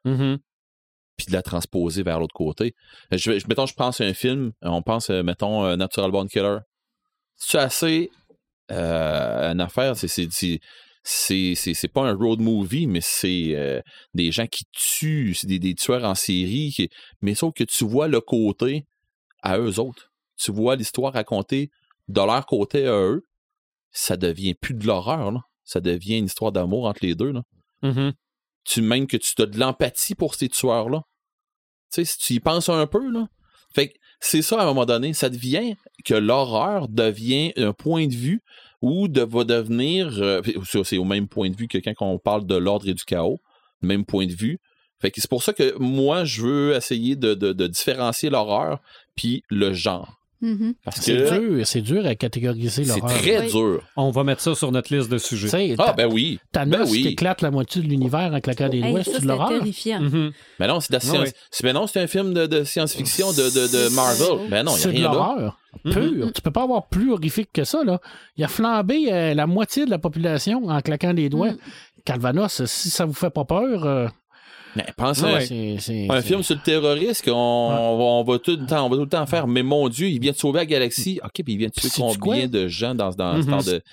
Puis de la transposer vers l'autre côté. Mettons, je pense à un film, on pense, mettons, Natural Born Killer. C'est assez une affaire, c'est pas un road movie, mais c'est des gens qui tuent, c'est des tueurs en série, mais sauf que tu vois le côté à eux autres. Tu vois l'histoire racontée de leur côté à eux. Ça devient plus de l'horreur, là. Ça devient une histoire d'amour entre les deux, là. Même que tu as de l'empathie pour ces tueurs-là. Tu sais, si tu y penses un peu, là. Fait que c'est ça, à un moment donné, ça devient que l'horreur devient un point de vue ou va devenir... c'est au même point de vue que quand on parle de l'ordre et du chaos. Même point de vue. Fait que c'est pour ça que moi, je veux essayer de différencier l'horreur puis le genre. Parce que c'est dur à catégoriser l'horreur. C'est très dur. On va mettre ça sur notre liste de sujets. Ben oui. Thanos qui éclate la moitié de l'univers en claquant des doigts, c'est de l'horreur. C'est terrifiant. Mais non, c'est de la science. Ben non, c'est un film de science-fiction de Marvel. Ben non, il n'y a rien là. C'est de l'horreur pure. Tu peux pas avoir plus horrifique que ça, là. Il a flambé la moitié de la population en claquant des doigts. Calvanos, si ça vous fait pas peur... Mais pensez un film sur le terrorisme, on va tout le temps faire, mais mon Dieu, il vient de sauver la galaxie. OK, puis il vient de tuer combien de gens dans ce temps de...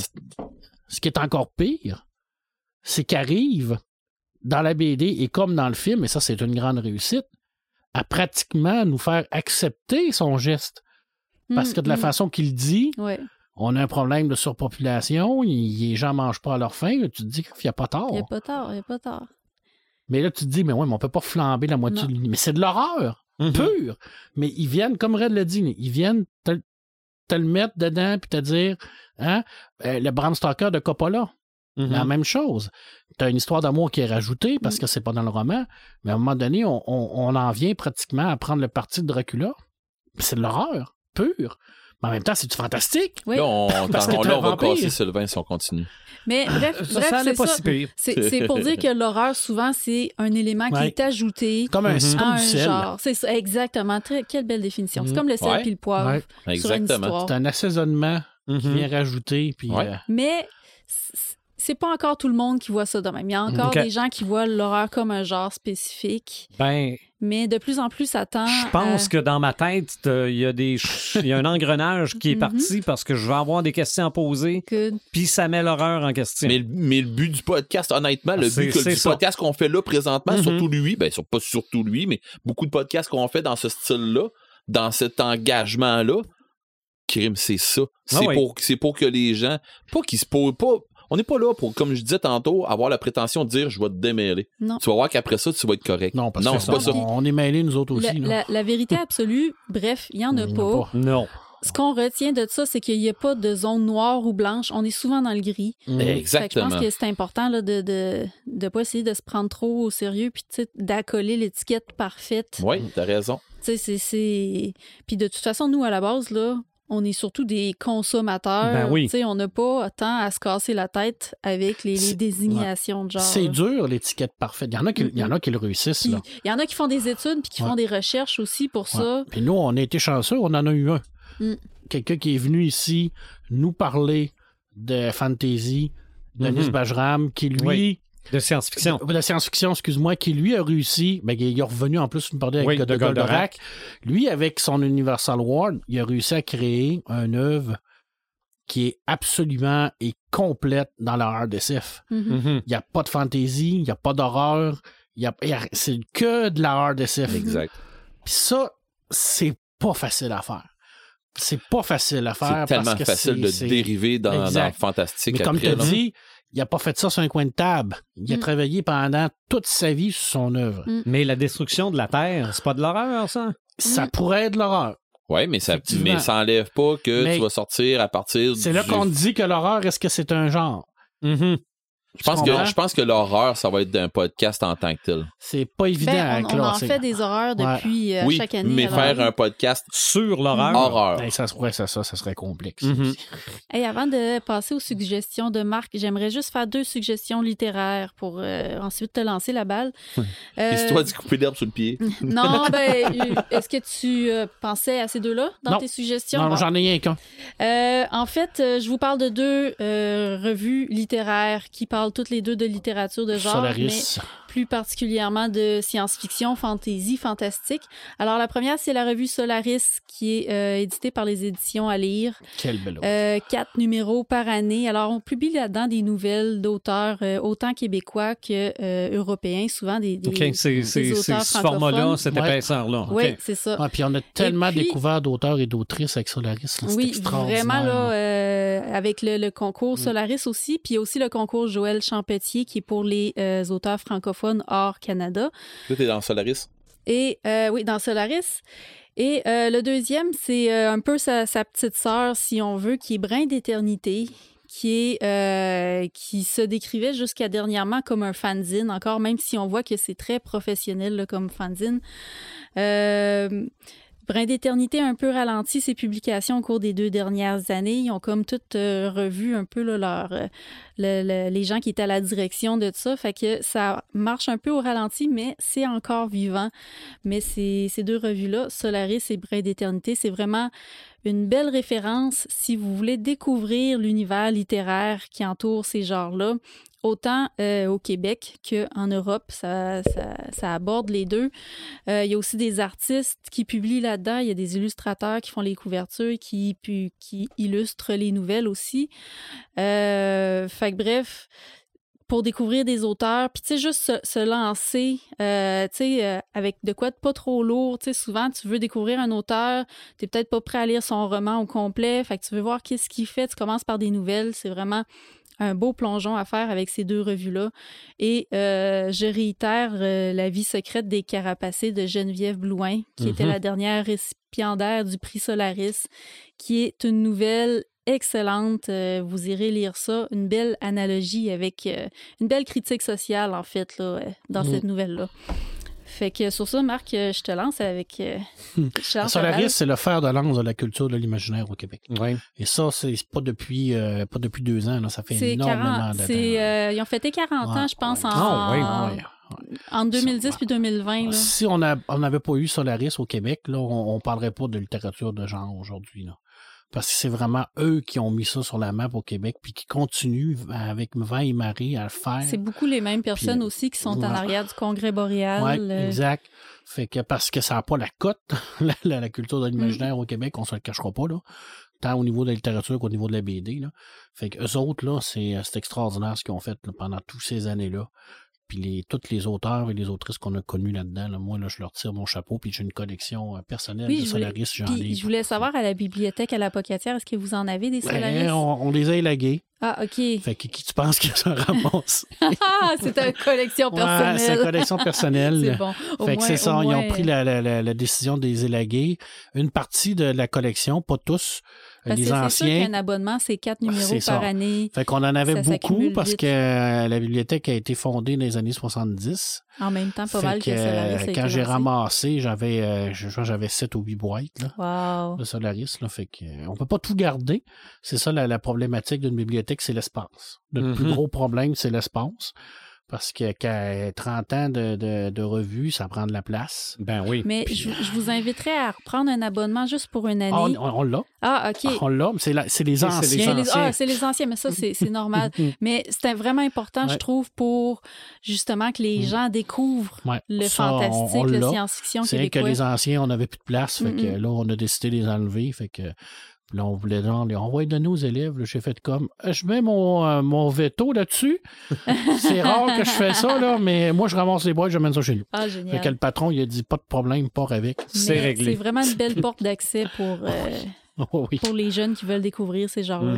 Ce qui est encore pire, c'est qu'arrive dans la BD et comme dans le film, et ça c'est une grande réussite, à pratiquement nous faire accepter son geste. Parce que de la façon qu'il dit... On a un problème de surpopulation, les gens ne mangent pas à leur faim, tu te dis qu'il n'y a pas tort. Il n'y a pas tort. Mais là, tu te dis, mais ouais, mais on peut pas flamber la moitié de l'univers. Mais c'est de l'horreur pure. Mais ils viennent, comme Red l'a dit, ils viennent te le mettre dedans puis te dire, le Bram Stoker de Coppola, la même chose. Tu as une histoire d'amour qui est rajoutée parce que c'est pas dans le roman, mais à un moment donné, on en vient pratiquement à prendre le parti de Dracula. C'est de l'horreur pure. Mais en même temps, c'est du fantastique. Oui. Là, on va casser Sylvain si on continue. Mais bref, c'est pas si pire. C'est pour dire que l'horreur, souvent, c'est un élément qui est ajouté comme un sel. Genre. C'est ça, exactement. Quelle belle définition. C'est comme le sel puis le poivre sur une histoire. C'est un assaisonnement qui vient rajouter. Puis, Mais c'est pas encore tout le monde qui voit ça de même. Il y a encore des gens qui voient l'horreur comme un genre spécifique. Mais de plus en plus, ça tend. Je pense que dans ma tête, il y a un engrenage qui est parti parce que je vais avoir des questions à poser. Puis ça met l'horreur en question. Mais le but du podcast, honnêtement, du podcast qu'on fait là présentement, surtout lui, pas surtout lui, mais beaucoup de podcasts qu'on fait dans ce style-là, dans cet engagement-là, crime, c'est ça. C'est pour que les gens, pas qu'ils se posent pas. On n'est pas là pour, comme je disais tantôt, avoir la prétention de dire « je vais te démêler ». Tu vas voir qu'après ça, tu vas être correct. Non, parce que c'est pas ça. On est mêlés, nous autres aussi. La vérité absolue, bref, il n'y en a pas. Non. Ce qu'on retient de ça, c'est qu'il n'y a pas de zone noire ou blanche. On est souvent dans le gris. Exactement. Je pense que c'est important là, de ne pas essayer de se prendre trop au sérieux puis d'accoler l'étiquette parfaite. Oui, t'as raison. Puis de toute façon, nous, à la base, là, on est surtout des consommateurs. On n'a pas tant à se casser la tête avec les désignations de genre. C'est dur, l'étiquette parfaite. Il y en a qui le réussissent. Il y en a qui font des études puis qui font des recherches aussi pour ça. Puis nous, on a été chanceux, on en a eu un. Quelqu'un qui est venu ici nous parler de fantasy, Denis Bajram, qui lui... De science-fiction. De science-fiction, excuse-moi, qui lui a réussi, il est revenu en plus nous parler avec de Goldorak. Lui, avec son Universal World, il a réussi à créer une œuvre qui est absolument et complète dans l'horreur d'SF. Il n'y a pas de fantasy, il n'y a pas d'horreur, c'est que de l'horreur d'SF. Exact. Puis ça, c'est pas facile à faire. C'est pas facile à faire. C'est tellement facile de dériver dans le fantastique. Mais comme tu as dit, il n'a pas fait ça sur un coin de table. Il a travaillé pendant toute sa vie sur son œuvre. Mais la destruction de la Terre, c'est pas de l'horreur, ça? Ça pourrait être de l'horreur. Oui, mais ça n'enlève pas que tu vas sortir à partir C'est là qu'on dit que l'horreur, est-ce que c'est un genre? Je pense que l'horreur, ça va être d'un podcast en tant que tel. C'est pas évident à classer. On en fait des horreurs depuis chaque année. Mais faire un podcast sur l'horreur. Horreur. Ça serait complexe. Avant de passer aux suggestions de Marc, j'aimerais juste faire 2 suggestions littéraires pour ensuite te lancer la balle. Histoire de couper l'herbe sur le pied. Non, est-ce que tu pensais à ces 2-là dans tes suggestions? Non, j'en ai rien qu'un. En fait, je vous parle de 2 revues littéraires qui parlent parlent toutes les deux de littérature de genre, Solaris. Mais plus particulièrement de science-fiction, fantasy, fantastique. Alors, la première, c'est la revue Solaris, qui est éditée par les éditions à lire. Quelle belle revue. 4 numéros par année. Alors, on publie là-dedans des nouvelles d'auteurs autant québécois que européens, souvent des auteurs francophones. Ce format-là, cette épaisseur-là. Oui, c'est ça. Puis on a tellement découvert d'auteurs et d'autrices avec Solaris. Oui, vraiment, là, avec le concours Solaris aussi. Puis il y a aussi le concours Joël Champetier qui est pour les auteurs francophones hors Canada. Là, t'es dans Solaris? Et oui, dans Solaris. Et le deuxième, c'est un peu sa petite sœur, si on veut, qui est Brin d'éternité, qui se décrivait jusqu'à dernièrement comme un fanzine, encore même si on voit que c'est très professionnel là, comme fanzine. Brin d'éternité a un peu ralenti ses publications au cours des 2 dernières années. Ils ont comme toutes revu un peu là, les gens qui étaient à la direction de ça. Fait que ça marche un peu au ralenti, mais c'est encore vivant. Mais ces 2 revues-là, Solaris et Brin d'éternité, c'est vraiment une belle référence si vous voulez découvrir l'univers littéraire qui entoure ces genres-là. Autant au Québec qu'en Europe, ça aborde les deux. Il y a aussi des artistes qui publient là-dedans. Il y a des illustrateurs qui font les couvertures, qui illustrent les nouvelles aussi. Fait que bref, pour découvrir des auteurs, puis tu sais, juste se lancer, avec de quoi de pas trop lourd. Tu sais, souvent, tu veux découvrir un auteur, t'es peut-être pas prêt à lire son roman au complet, fait que tu veux voir qu'est-ce qu'il fait. Tu commences par des nouvelles. C'est vraiment un beau plongeon à faire avec ces 2 revues-là. Et je réitère La vie secrète des Carapacés de Geneviève Blouin, qui était la dernière récipiendaire du prix Solaris, qui est une nouvelle excellente. Vous irez lire ça. Une belle analogie avec une belle critique sociale, en fait, là, dans cette nouvelle-là. Fait que sur ça, Marc, je te lance avec Solaris, c'est le fer de lance de la culture de l'imaginaire au Québec. Oui. Et ça, c'est pas depuis 2 ans. Là, ça fait énormément de temps. Ils ont fêté 40 ans, je pense, en 2010 puis 2020. Là. Si on n'avait pas eu Solaris au Québec, là, on ne parlerait pas de littérature de genre aujourd'hui. Là. Parce que c'est vraiment eux qui ont mis ça sur la map au Québec puis qui continuent avec vent et marée à le faire. C'est beaucoup les mêmes personnes aussi qui sont en arrière du Congrès boréal. Oui, exact. Fait que parce que ça n'a pas la cote, la culture de l'imaginaire au Québec, on ne se le cachera pas, là. Tant au niveau de la littérature qu'au niveau de la BD. Là. Fait qu'eux autres, là, c'est extraordinaire ce qu'ils ont fait là, pendant toutes ces années-là. Puis tous les auteurs et les autrices qu'on a connus là-dedans, là, moi, là, je leur tire mon chapeau, puis j'ai une collection personnelle de Solaris. Je voulais savoir, à la bibliothèque, à l'Apocatière, est-ce que vous en avez des Solaris? On les a élagués. Ah, OK. Fait que qui tu penses que ça ramasse? C'est une collection personnelle. Ouais, c'est une collection personnelle. C'est bon. Fait que c'est ça, ils ont pris la décision de les élaguer. Une partie de la collection, pas tous. Parce les que anciens. C'est sûr qu'un abonnement, c'est 4 numéros par année. Fait qu'on en avait beaucoup parce que la bibliothèque a été fondée dans les années 70. En même temps, pas mal que Solaris. Quand j'ai ramassé, j'avais 7 ou 8 boîtes là, de Solaris. Là, fait que, on peut pas tout garder. C'est ça la problématique d'une bibliothèque, c'est l'espace. Le plus gros problème, c'est l'espace. Parce que 30 ans de revues, ça prend de la place. Ben oui. Mais je vous inviterais à reprendre un abonnement juste pour une année. On l'a. Ah, OK. On l'a, mais c'est les anciens. C'est les anciens, mais ça, c'est normal. Mais c'était vraiment important, je trouve, pour justement que les gens découvrent le fantastique, le science-fiction québécois. C'est que les anciens, on n'avait plus de place. Fait que là, on a décidé de les enlever. Fait que... Là, on voulait les envoyer de nos élèves. J'ai fait comme, je mets mon veto là-dessus. C'est rare que je fais ça, là, mais moi, je ramasse les boîtes, je mène ça chez nous. Ah, génial. Fait que le patron, il a dit, pas de problème, part avec. C'est réglé. C'est vraiment une belle porte d'accès pour les jeunes qui veulent découvrir ces genres-là.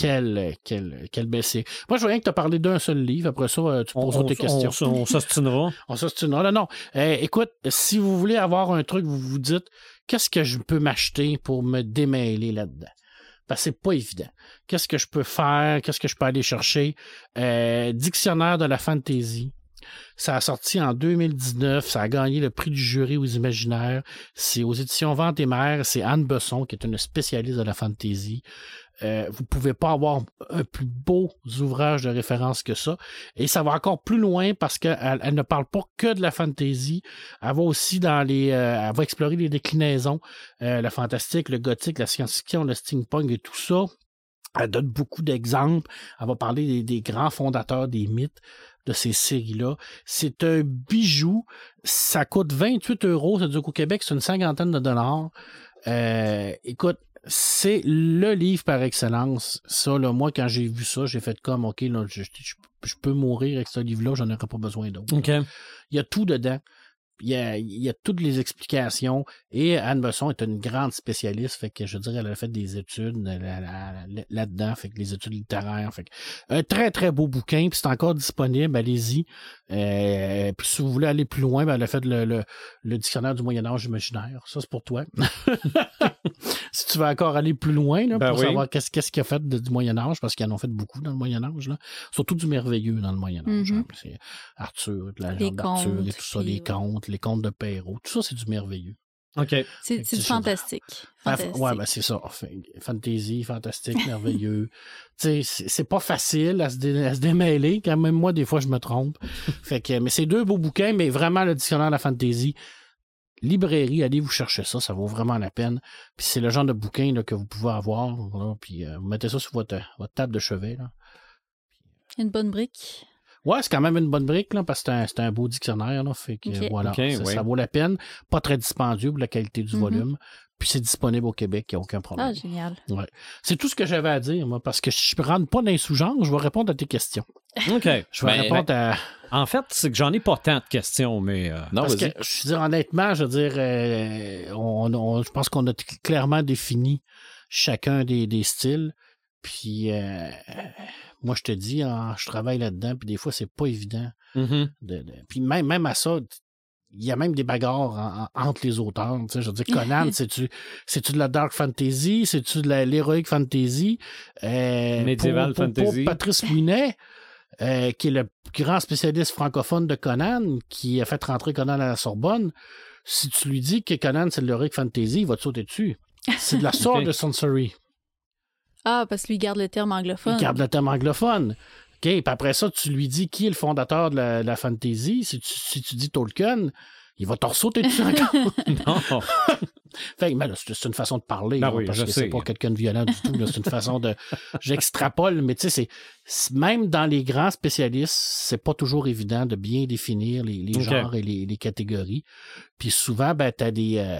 Quel baissier. Moi, je veux rien que tu as parlé d'un seul livre. Après ça, tu poseras tes questions. On s'ostinera. On s'ostinera. Non. Écoute, si vous voulez avoir un truc, vous vous dites, qu'est-ce que je peux m'acheter pour me démêler là-dedans? Parce que c'est pas évident. Qu'est-ce que je peux faire? Qu'est-ce que je peux aller chercher? Dictionnaire de la fantasy. Ça a sorti en 2019. Ça a gagné le prix du jury aux imaginaires. C'est aux éditions Vente et Mères. C'est Anne Besson, qui est une spécialiste de la fantasy. Vous pouvez pas avoir un plus beau ouvrage de référence que ça. Et ça va encore plus loin parce qu'elle ne parle pas que de la fantasy. Elle va aussi elle va explorer les déclinaisons, le fantastique, le gothique, la science-fiction, le steampunk et tout ça. Elle donne beaucoup d'exemples. Elle va parler des grands fondateurs des mythes de ces séries-là. C'est un bijou. Ça coûte 28 €. C'est-à-dire qu'au Québec, c'est une 50aine de dollars. Écoute, c'est le livre par excellence. Ça, là, moi, quand j'ai vu ça, j'ai fait comme, OK, là, je peux mourir avec ce livre-là, j'en aurais pas besoin d'autre. Okay. Il y a tout dedans. Il y a toutes les explications. Et Anne Besson est une grande spécialiste. Fait que je dirais, elle a fait des études là-dedans. Fait que les études littéraires. Fait que un très, très beau bouquin. Puis c'est encore disponible. Allez-y. Puis si vous voulez aller plus loin, ben, elle a fait le dictionnaire du Moyen-Âge imaginaire. Ça, c'est pour toi. Si tu veux encore aller plus loin, là, pour savoir qu'est-ce qu'il a fait du Moyen-Âge, parce qu'ils en ont fait beaucoup dans le Moyen-Âge. Là. Surtout du merveilleux dans le Moyen-Âge. Hein. C'est Arthur, la légende d'Arthur et tout ça, les contes de Perrault. Tout ça, c'est du merveilleux. OK. C'est du fantastique. Ouais, ben c'est ça. Fantasy, fantastique, merveilleux. Tu sais, c'est pas facile à se démêler. Quand même, moi, des fois, je me trompe. Mais c'est 2 beaux bouquins, mais vraiment, le dictionnaire de la fantasy, librairie, allez vous chercher ça vaut vraiment la peine. Puis c'est le genre de bouquin là, que vous pouvez avoir. Là, puis vous mettez ça sur votre table de chevet. Là. Une bonne brique. Ouais, c'est quand même une bonne brique, là, parce que c'est un beau dictionnaire. Là, fait que, voilà, ça vaut la peine. Pas très dispendieux pour la qualité du volume. Puis c'est disponible au Québec, il n'y a aucun problème. Ah, génial. Ouais. C'est tout ce que j'avais à dire, moi, parce que je ne rentre pas dans les sous-genres, je vais répondre à tes questions. OK. Je vais répondre à... En fait, c'est que j'en ai pas tant de questions, mais... Non, parce que, je veux dire, honnêtement, je veux dire, je pense qu'on a clairement défini chacun des styles. Puis, moi, je te dis, je travaille là-dedans, puis des fois, c'est pas évident. Puis même à ça... Il y a même des bagarres entre les auteurs. Tu sais, je veux dire, Conan, c'est-tu de la dark fantasy? C'est-tu de l'heroic fantasy? Medieval fantasy. Pour Patrice Ouinet, qui est le grand spécialiste francophone de Conan, qui a fait rentrer Conan à la Sorbonne, si tu lui dis que Conan, c'est de l'heroic fantasy, il va te sauter dessus. C'est de la Sword of Sorcery. Ah, parce que lui garde le terme anglophone. Il garde le terme anglophone. OK, puis après ça, tu lui dis qui est le fondateur de la fantasy. Si tu dis Tolkien, il va t'en sauter dessus encore. Non. Fait que, c'est une façon de parler, oui, parce que c'est pas quelqu'un de violent du tout. Là, c'est une façon de... J'extrapole, mais tu sais, même dans les grands spécialistes, c'est pas toujours évident de bien définir les genres et les catégories. Puis souvent, ben, t'as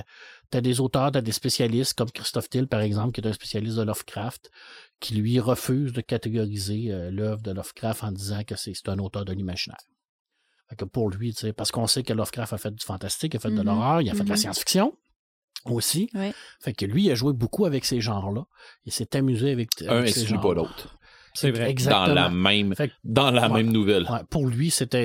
des auteurs, t'as des spécialistes comme Christophe Thiel, par exemple, qui est un spécialiste de Lovecraft, qui lui refuse de catégoriser l'œuvre de Lovecraft en disant que c'est un auteur de l'imaginaire. Fait que pour lui, tu sais, parce qu'on sait que Lovecraft a fait du fantastique, il a fait de l'horreur, il a fait de la science-fiction aussi. Oui. Fait que lui, il a joué beaucoup avec ces genres-là. Il s'est amusé avec ces genres. Un exclut pas l'autre. C'est vrai. Exactement. Dans la même nouvelle. Ouais, pour lui, c'était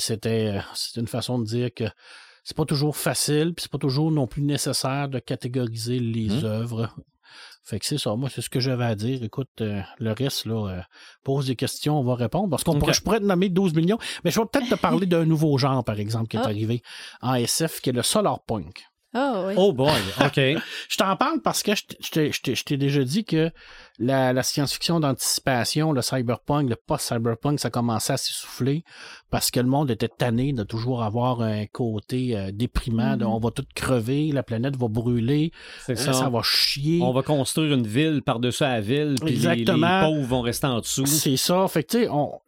une façon de dire que c'est pas toujours facile, puis c'est pas toujours non plus nécessaire de catégoriser les œuvres. Fait que c'est ça. Moi, c'est ce que j'avais à dire. Écoute, le reste, là, pose des questions, on va répondre. Parce je pourrais te nommer 12 millions, mais je vais peut-être te parler d'un nouveau genre, par exemple, qui est arrivé en SF, qui est le solarpunk. Oh, oui. Oh boy, OK. Je t'en parle parce que je t'ai déjà dit que la science-fiction d'anticipation, le cyberpunk, le post-cyberpunk, ça commençait à s'essouffler parce que le monde était tanné de toujours avoir un côté déprimant, de on va tout crever, la planète va brûler, ça va chier. On va construire une ville par-dessus la ville, puis les pauvres vont rester en dessous. C'est ça. Fait que, tu sais,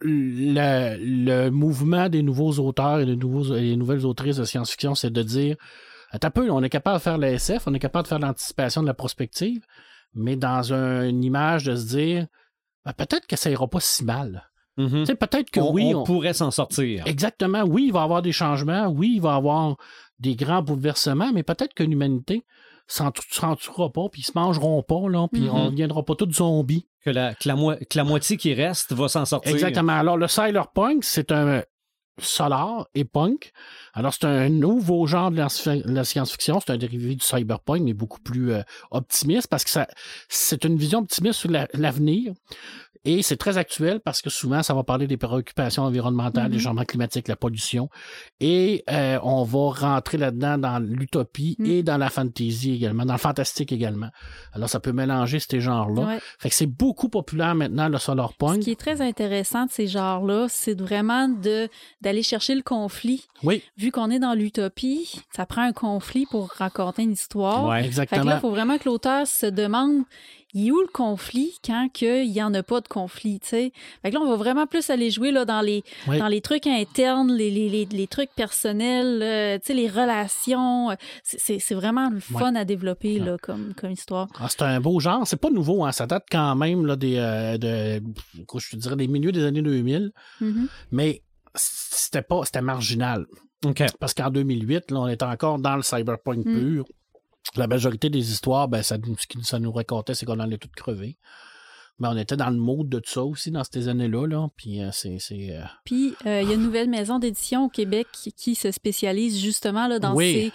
le mouvement des nouveaux auteurs et des nouvelles autrices de science-fiction, c'est de dire attends un peu, on est capable de faire la SF, on est capable de faire l'anticipation de la prospective, mais dans une image de se dire peut-être que ça ira pas si mal. Tu sais, peut-être que on pourrait s'en sortir. Exactement. Oui, il va y avoir des changements. Oui, il va y avoir des grands bouleversements, mais peut-être que l'humanité s'en tuera pas, puis ils se mangeront pas, là, puis on ne deviendra pas tous zombies. Que la moitié qui reste va s'en sortir. Exactement. Alors, le cyberpunk, c'est un solar et punk. Alors, c'est un nouveau genre de la science-fiction. C'est un dérivé du cyberpunk, mais beaucoup plus optimiste parce que c'est une vision optimiste sur l'avenir. Et c'est très actuel parce que souvent, ça va parler des préoccupations environnementales, des changements climatiques, la pollution. Et on va rentrer là-dedans dans l'utopie et dans la fantasy également, dans le fantastique également. Alors, ça peut mélanger ces genres-là. Ouais. Fait que c'est beaucoup populaire maintenant, le solarpunk. Ce qui est très intéressant de ces genres-là, c'est vraiment d'aller chercher le conflit. Oui. Vu qu'on est dans l'utopie, ça prend un conflit pour raconter une histoire. Oui, exactement. Fait que là, il faut vraiment que l'auteur se demande il est où le conflit quand il n'y en a pas de conflit, tu sais? Fait que là, on va vraiment plus aller jouer là, dans les trucs internes, les trucs personnels, tu sais, les relations. C'est vraiment le fun à développer là, comme histoire. C'est un beau genre. C'est pas nouveau, hein. Ça date quand même là, je te dirais des milieux des années 2000. Mm-hmm. Mais c'était marginal. Okay. Parce qu'en 2008, là, on était encore dans le cyberpunk pur. La majorité des histoires, ce que ça nous racontait, c'est qu'on allait tout crever. Mais on était dans le mode de tout ça aussi dans ces années-là. Là. Puis Puis il y a une nouvelle maison d'édition au Québec qui se spécialise justement là, dans ces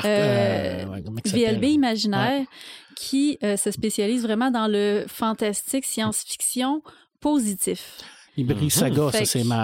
VLB imaginaires qui se spécialise vraiment dans le fantastique science-fiction positif. Ibris Saga, ça c'est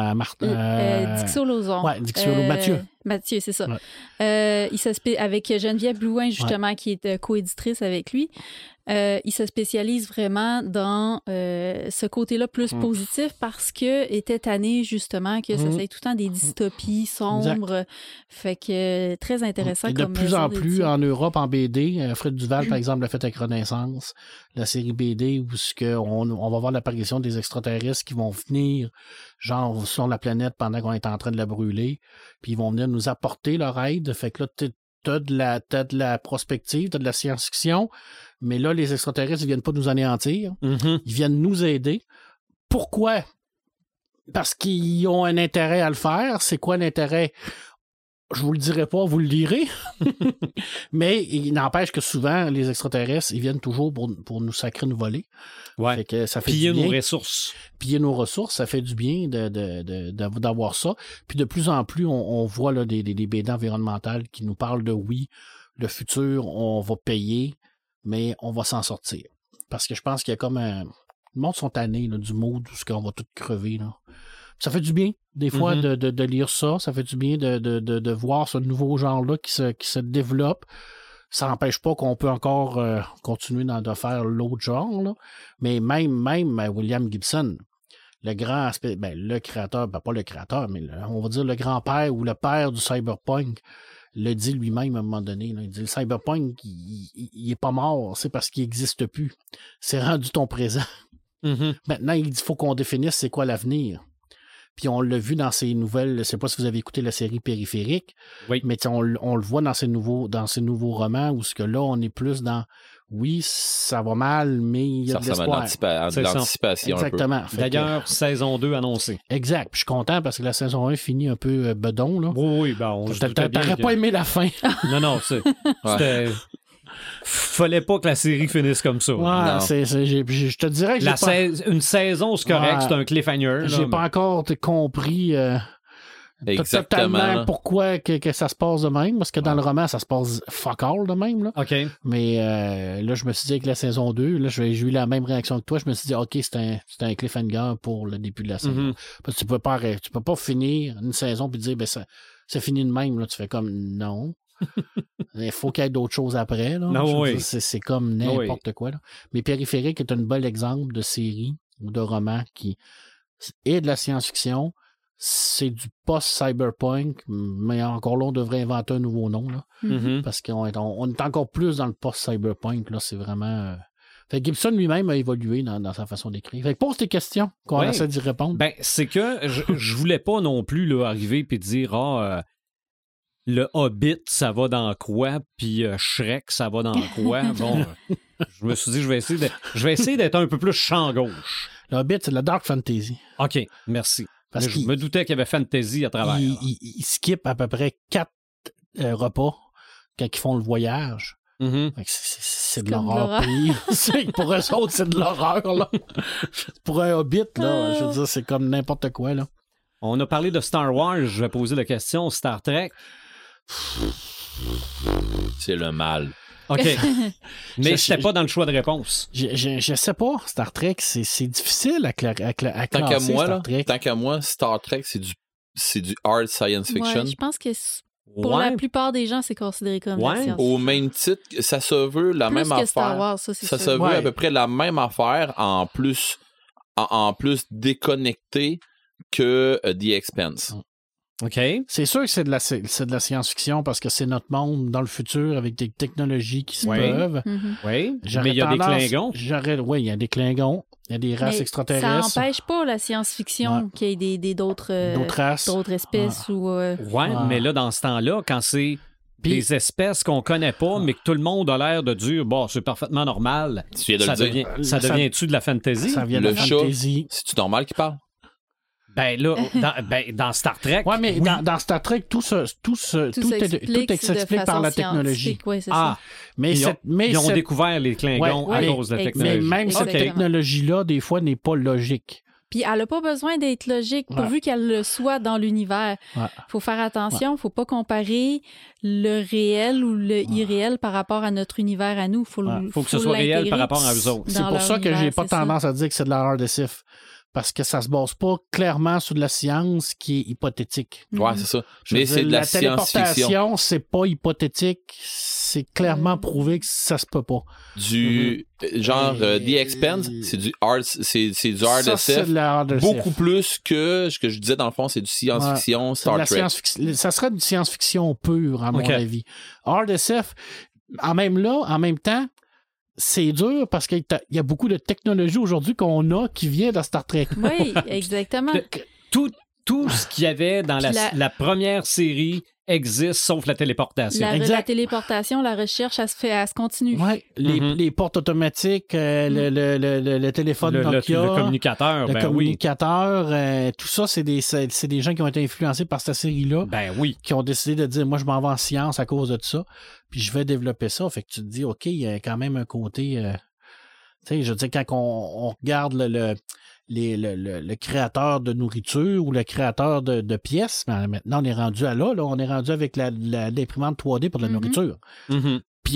Dixo Lozon. Oui, Dixo Mathieu. Mathieu, c'est ça. Ouais. Avec Geneviève Blouin, justement, qui est co-éditrice avec lui. Il se spécialise vraiment dans ce côté-là plus positif parce que était tanné, justement, que ça soit tout le temps des dystopies sombres. Exact. Fait que très intéressant. Et de plus en plus, en Europe, en BD, Fred Duval, par exemple, l'a fait avec Renaissance, la série BD, où on va voir l'apparition des extraterrestres qui vont venir, genre, sur la planète pendant qu'on est en train de la brûler, puis ils vont venir nous apporter leur aide. Fait que là, t'as de la prospective, t'as de la science-fiction, mais là, les extraterrestres, ils viennent pas nous anéantir. Mm-hmm. Ils viennent nous aider. Pourquoi? Parce qu'ils ont un intérêt à le faire. C'est quoi l'intérêt? Je vous le dirai pas, vous le lirez. Mais il n'empêche que souvent, les extraterrestres, ils viennent toujours pour nous sacrer, nous voler. Ouais. Fait que ça fait piller du bien. Nos ressources. Piller nos ressources, ça fait du bien d'avoir ça. Puis de plus en plus, on voit là, des BD environnementales qui nous parlent de le futur, on va payer, mais on va s'en sortir. Parce que je pense qu'il y a comme le monde sont tannés du mode où on va tout crever. Là. Ça fait du bien, des fois, de lire ça. Ça fait du bien de voir ce nouveau genre-là qui se développe. Ça n'empêche pas qu'on peut encore continuer de faire l'autre genre. Là. Mais même William Gibson, le grand aspect, le créateur, pas le créateur, mais on va dire le grand-père ou le père du cyberpunk, le dit lui-même à un moment donné. Là, il dit le cyberpunk, il est pas mort, c'est parce qu'il n'existe plus. C'est rendu ton présent. Mm-hmm. Maintenant, il dit faut qu'on définisse c'est quoi l'avenir. Puis on l'a vu dans ces nouvelles, je ne sais pas si vous avez écouté la série Périphérique, oui. Mais on le voit dans ces nouveaux romans où ce que là, on est plus dans ça va mal, mais il y a de l'espoir. De l'anticipation. Exactement. D'ailleurs, saison 2 annoncée. Exact. Puis je suis content parce que la saison 1 finit un peu bedon. Là. Oui, t'aurais pas aimé la fin. Non, c'était... Fallait pas que la série finisse comme ça. Ouais, je te dirais que une saison, c'est correct, c'est un cliffhanger. J'ai pas encore compris totalement pourquoi que ça se passe de même, parce que dans le roman, ça se passe fuck all de même. Là. OK. Mais là, je me suis dit avec la saison 2, là, j'ai eu la même réaction que toi. Je me suis dit, OK, c'est un cliffhanger pour le début de la saison. Parce que tu peux pas finir une saison et dire, c'est fini de même. Là. Tu fais comme, non. Il faut qu'il y ait d'autres choses après. Là. C'est comme n'importe quoi. Là. Mais Périphérique est un bel exemple de série ou de roman qui est de la science-fiction. C'est du post-cyberpunk, mais encore là, on devrait inventer un nouveau nom. Là, parce qu'on est encore plus dans le post-cyberpunk. Là, c'est vraiment... Fait que Gibson lui-même a évolué dans sa façon d'écrire. Fait que pose tes questions qu'on essaie d'y répondre. C'est que je voulais pas non plus là, arriver et dire le Hobbit, ça va dans quoi? Puis Shrek, ça va dans quoi? Bon, je me suis dit, je vais essayer d'être un peu plus champ gauche. Le Hobbit, c'est de la dark fantasy. OK, merci. Je me doutais qu'il y avait fantasy à travers. Il skip à peu près 4 repas quand ils font le voyage. C'est de l'horreur. Pour eux autres, c'est de l'horreur. Là. Pour un Hobbit, là, je veux dire, c'est comme n'importe quoi. Là. On a parlé de Star Wars. Je vais poser la question. Star Trek... C'est le mal. OK. Mais je n'étais pas dans le choix de réponse. Je sais pas. Star Trek, c'est difficile à classer. Tant qu'à moi, Star Trek, c'est du hard science fiction. Ouais, je pense que pour la plupart des gens, c'est considéré comme la science. Au même titre, ça se veut la même affaire. Star Wars, ça se veut à peu près la même affaire en plus déconnecté que The Expanse. OK. C'est sûr que c'est de la science-fiction parce que c'est notre monde dans le futur avec des technologies qui se peuvent. Oui, mais il y a des Klingons. Oui, il y a des Klingons. Il y a des races extraterrestres. Ça n'empêche pas la science-fiction qu'il y ait d'autres races. D'autres espèces. Mais là, dans ce temps-là, quand c'est des espèces qu'on connaît pas, mais que tout le monde a l'air de dire c'est parfaitement normal, ça devient-tu de la fantasy? Ça vient de la fantasy. C'est-tu normal qu'il parle? Ben là, dans Star Trek. Oui, mais dans Star Trek, tout s'explique par la technologie. Oui, c'est ça. Mais ils ont découvert les Klingons à cause de la technologie. Mais même cette technologie-là, des fois, n'est pas logique. Puis elle n'a pas besoin d'être logique pourvu qu'elle le soit dans l'univers. Il faut faire attention, il ne faut pas comparer le réel ou le irréel par rapport à notre univers à nous. Il faut que ce soit réel par rapport à eux autres. C'est pour ça que j'ai pas tendance à dire que c'est de l'horreur de sci-fi. Parce que ça se base pas clairement sur de la science qui est hypothétique. Ouais, c'est ça. Mais c'est de la science-fiction. La téléportation, c'est pas hypothétique. C'est clairement prouvé que ça se peut pas. Genre The Expanse, c'est du hard SF. Beaucoup plus que ce que je disais dans le fond, c'est du science-fiction, Star Trek. Ça serait du science-fiction pure, à mon avis. Hard SF, en même temps, c'est dur parce qu'il y a beaucoup de technologies aujourd'hui qu'on a qui vient de Star Trek. Oui, exactement. Tout ce qu'il y avait dans la première série existe, sauf la téléportation. La téléportation, la recherche, elle se continue. Oui, les portes automatiques, le téléphone Nokia. Le communicateur, communicateur, tout ça, c'est des gens qui ont été influencés par cette série-là. Ben oui. Qui ont décidé de dire, moi, je m'en vais en science à cause de ça, puis je vais développer ça. Fait que tu te dis, OK, il y a quand même un côté... tu sais, je veux dire, quand on regarde le créateur de nourriture ou le créateur de pièces, maintenant on est rendu on est rendu avec l'imprimante 3D pour de la nourriture. Puis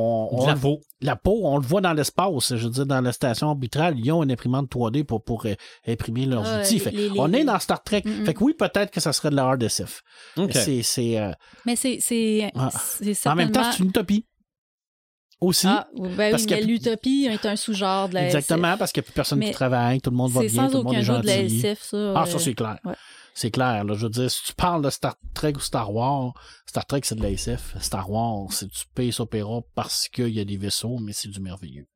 la peau, on le voit dans l'espace, je veux dire, dans la station orbitale, ils ont une imprimante 3D pour imprimer leurs outils. On est dans Star Trek. Fait que oui, peut-être que ça serait de la hard SF. Okay. Mais c'est certainement... En même temps, c'est une utopie. Aussi. Parce que l'utopie est un sous-genre de la SF. Exactement, parce qu'il n'y a plus personne qui travaille, tout le monde va bien, tout le monde est gentil. C'est sans aucun doute de la SF, ça. Ça, c'est clair. Ouais. C'est clair. Là, je veux dire, si tu parles de Star Trek ou Star Wars, Star Trek, c'est de la SF. Star Wars, c'est du space opéra parce qu'il y a des vaisseaux, mais c'est du merveilleux.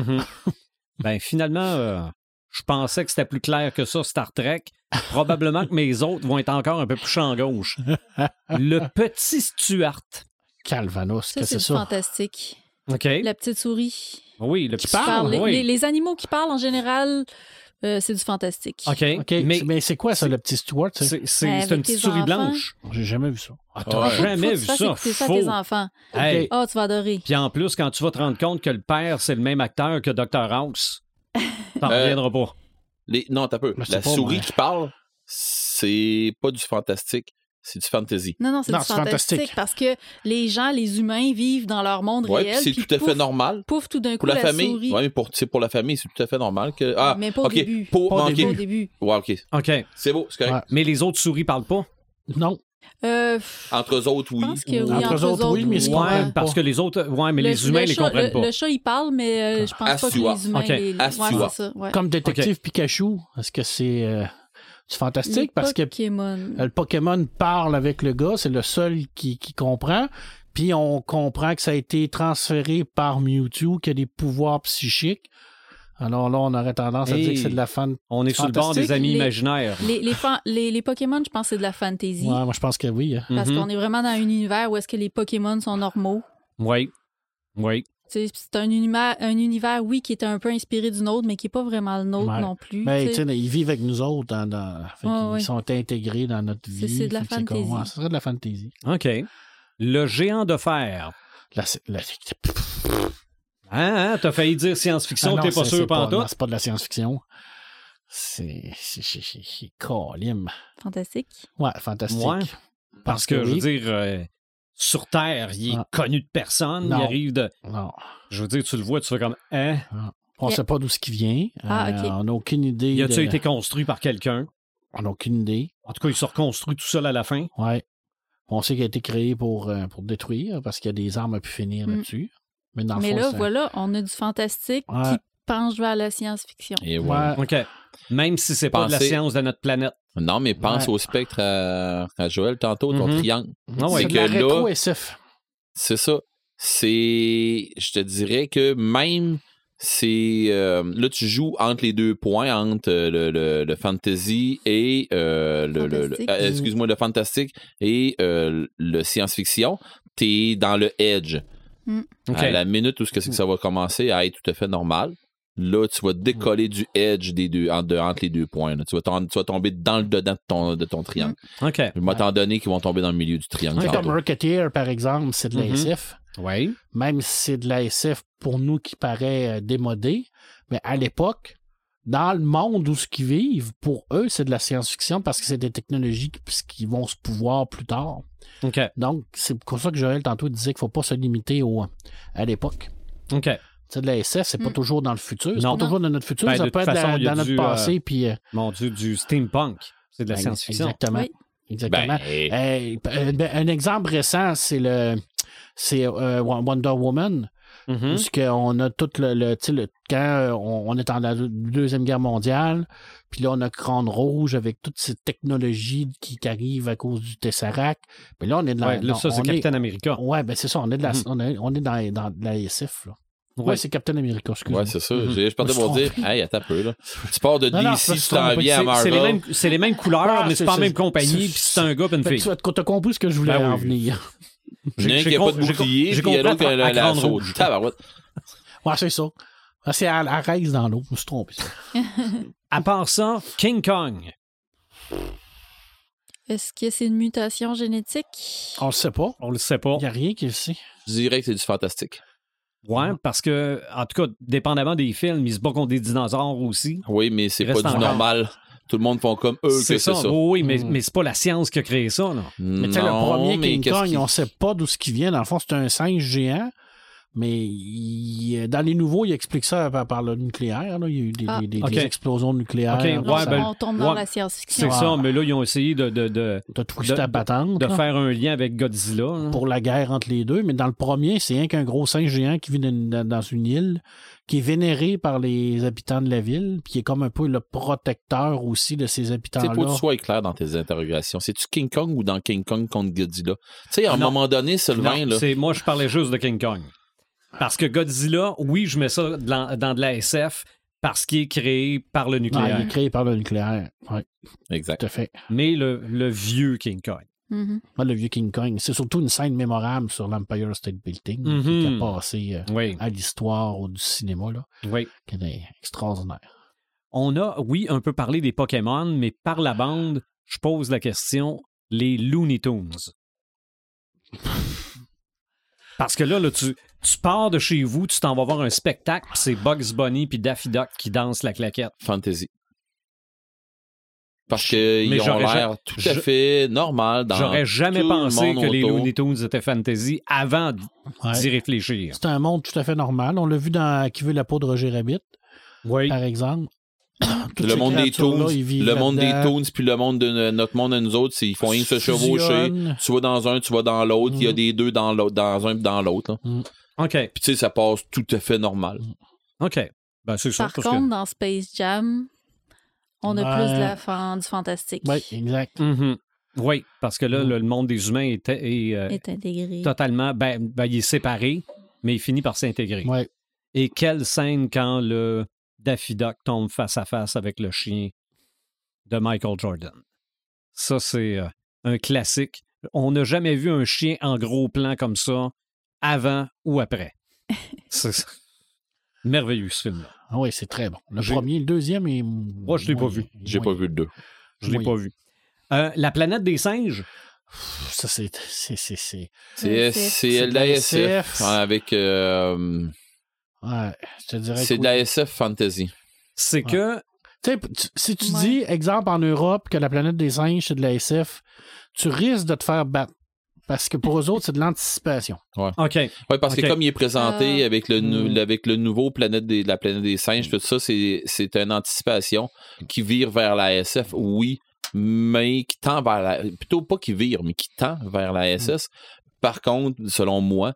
Ben, finalement, je pensais que c'était plus clair que ça, Star Trek. Probablement que mes autres vont être encore un peu plus champ gauche. Le petit Stuart. Calvanos, qu'est-ce que c'est ça? C'est fantastique. Okay. La petite souris. Oui, le qui parle. Les animaux qui parlent, en général, c'est du fantastique. OK. Mais c'est quoi ça, le petit Stuart? C'est une petite souris blanche. J'ai jamais vu ça. T'as jamais vu ça? C'est ça tes enfants. Hey. Tu vas adorer. Puis en plus, quand tu vas te rendre compte que le père, c'est le même acteur que Dr. House, t'en reviendras pas. Non, t'as peu. La souris qui parle, c'est pas du fantastique. C'est du fantasy. Non, c'est du fantastique parce que les gens, les humains, vivent dans leur monde réel. C'est tout à fait normal. Pouf, tout d'un coup, pour la famille. Oui, mais pour la famille, c'est tout à fait normal que. Mais pas au début. Pas au début. Ouais, OK. C'est beau, c'est correct. Ouais. Mais les autres souris parlent pas? Non. Entre eux autres, oui. Je pense que oui. Entre eux autres, oui, mais parce que les autres, mais les humains les comprennent pas. Le chat, il parle, mais je pense pas que les humains... c'est ça. Comme Détective Pikachu, est-ce que c'est... C'est fantastique parce que le Pokémon parle avec le gars, c'est le seul qui comprend. Puis on comprend que ça a été transféré par Mewtwo, qui a des pouvoirs psychiques. Alors là, on aurait tendance à dire que c'est de la fantastique. On est sur le bord des amis imaginaires. Les Pokémon, je pense que c'est de la fantasy. Ouais, moi je pense que oui. Parce qu'on est vraiment dans un univers où est-ce que les Pokémon sont normaux. Oui. C'est un univers, oui, qui est un peu inspiré du nôtre, mais qui n'est pas vraiment le nôtre non plus. Mais ils vivent avec nous autres. Ils sont intégrés dans notre vie. C'est de la fantasy. Ça serait de la fantasy. OK. Le géant de fer. T'as failli dire science-fiction, t'es pas sûr pantoute? C'est pas de la science-fiction. C'est colim. Fantastique. Ouais, fantastique. Ouais. Parce que, je veux dire... sur Terre, il est connu de personne. Il arrive de... Non. Je veux dire, tu le vois, tu fais comme... On ne sait pas d'où ce qui vient. OK. On n'a aucune idée. Il a-tu été construit par quelqu'un? On n'a aucune idée. En tout cas, il se reconstruit tout seul à la fin. Oui. On sait qu'il a été créé pour détruire, parce qu'il y a des armes à pu finir là-dessus. Mais là, voilà, on a du fantastique qui penche vers la science-fiction. Et voilà. OK. Même si c'est pas de la science de notre planète. Non, mais pense au spectre à Joël tantôt, ton triangle. C'est que rétro SF. C'est ça. Je te dirais que même là, tu joues entre les 2 points, entre le fantasy et le fantastique et le science-fiction. T'es dans le edge. À la minute où c'est que ça va commencer à être tout à fait normal, là, tu vas décoller du edge des deux, entre les 2 points. Là. Tu vas tomber dans le dedans de ton triangle. Je vais t'en donner qui vont tomber dans le milieu du triangle. Comme Rocketeer, par exemple, c'est de la SF. Oui. Même si c'est de la SF pour nous qui paraît démodé, mais à l'époque, dans le monde où ce qu'ils vivent, pour eux, c'est de la science-fiction parce que c'est des technologies qui vont se pouvoir plus tard. Donc, c'est pour ça que Joël, tantôt, disait qu'il ne faut pas se limiter à l'époque. C'est de la SF, c'est pas toujours dans le futur. C'est pas toujours dans notre futur, ça peut être dans notre passé. Puis, mon Dieu, du steampunk. C'est de la science-fiction. Exactement. Oui. Exactement. Un exemple récent, c'est Wonder Woman. Parce qu'on a tout quand on est dans la Deuxième Guerre mondiale, puis là, on a Crâne Rouge avec toutes ces technologies qui arrivent à cause du Tesseract. Mais là, on est dans ça, c'est Captain America. Ouais, ben c'est ça, on est dans la SF, là. Ouais, c'est Captain America, excuse-moi. Ouais, c'est ça. Je partais pour dire, hey, attends un peu, là. Tu pars de DC, tu t'en viens à Marvel. C'est les mêmes couleurs, mais c'est pas la même compagnie, puis c'est un gars et une fille. Tu as compris ce que je voulais en venir. Il y en a qui n'a pas de bouclier, puis il y a l'autre qui a la sauce. Ouais, c'est ça. C'est à la raise dans l'eau. Je me suis trompé. À part ça, King Kong. Est-ce que c'est une mutation génétique? On le sait pas. On le sait pas. Il n'y a rien qui le sait. Je dirais que c'est du fantastique. Ouais, parce que, en tout cas, dépendamment des films, ils se battent contre des dinosaures aussi. Oui, mais c'est pas du normal. Tout le monde font comme eux c'est ça. Oui, mais c'est pas la science qui a créé ça. Là. Mais tu sais, le premier King Kong, on sait pas d'où ce qui vient. Dans le fond, c'est un singe géant. Mais dans les nouveaux, il explique ça par le nucléaire. Là. Il y a eu des explosions nucléaires. On tombe dans la science-fiction. C'est ça, mais là, ils ont essayé de twister la patente. De faire un lien avec Godzilla. Là. Pour la guerre entre les deux. Mais dans le premier, c'est rien qu'un gros singe géant qui vit dans une île, qui est vénéré par les habitants de la ville, puis qui est comme un peu le protecteur aussi de ces habitants-là. C'est pas que tu sois clair dans tes interrogations. C'est-tu King Kong ou dans King Kong contre Godzilla? Tu sais, à un moment donné, Sylvain... là... Moi, je parlais juste de King Kong. Parce que Godzilla, oui, je mets ça dans de la SF parce qu'il est créé par le nucléaire. Il est créé par le nucléaire, oui. Exact. Tout à fait. Mais le vieux King Kong. Le vieux King Kong, c'est surtout une scène mémorable sur l'Empire State Building qui a passé à l'histoire du cinéma, là, qui est extraordinaire. On a, oui, un peu parlé des Pokémon, mais par la bande, je pose la question, les Looney Tunes. Parce que là, tu pars de chez vous, tu t'en vas voir un spectacle, c'est Bugs Bunny puis Daffy Duck qui dansent la claquette. Fantasy. Parce qu'ils ont l'air tout à fait normal dans J'aurais jamais pensé que les Looney Tunes étaient fantasy avant d'y réfléchir. C'est un monde tout à fait normal. On l'a vu dans Qui veut la peau de Roger Rabbit, par exemple. Le monde des Toons, puis le monde de notre monde à nous autres, ils font rien que se chevaucher. Tu vas dans un, tu vas dans l'autre. Il y a des deux dans l'autre, dans un et dans l'autre. OK. Puis tu sais, ça passe tout à fait normal. OK. Ben, c'est ça. Par contre, dans Space Jam, on a plus du fantastique. Oui, exact. Oui, parce que là, le monde des humains est intégré. Totalement. Il est séparé, mais il finit par s'intégrer. Ouais. Et quelle scène quand le Daffy Duck tombe face à face avec le chien de Michael Jordan. Ça, c'est un classique. On n'a jamais vu un chien en gros plan comme ça avant ou après. C'est merveilleux, ce film-là. Ah oui, c'est très bon. Le premier, le deuxième est... Moi, je ne l'ai pas vu. J'ai pas vu le 2. Je ne l'ai pas vu. La planète des singes. Ça, c'est LASF avec... Ouais, je te dirais c'est de la SF fantasy. C'est que... Si tu dis, exemple, en Europe, que la planète des singes, c'est de la SF, tu risques de te faire battre. Parce que pour eux autres, c'est de l'anticipation. Ouais. OK. Ouais, parce que comme il est présenté avec le nouveau la planète des singes, tout ça, c'est une anticipation qui vire vers la SF, oui, mais qui tend vers plutôt pas qui vire, mais qui tend vers la SS. Par contre, selon moi,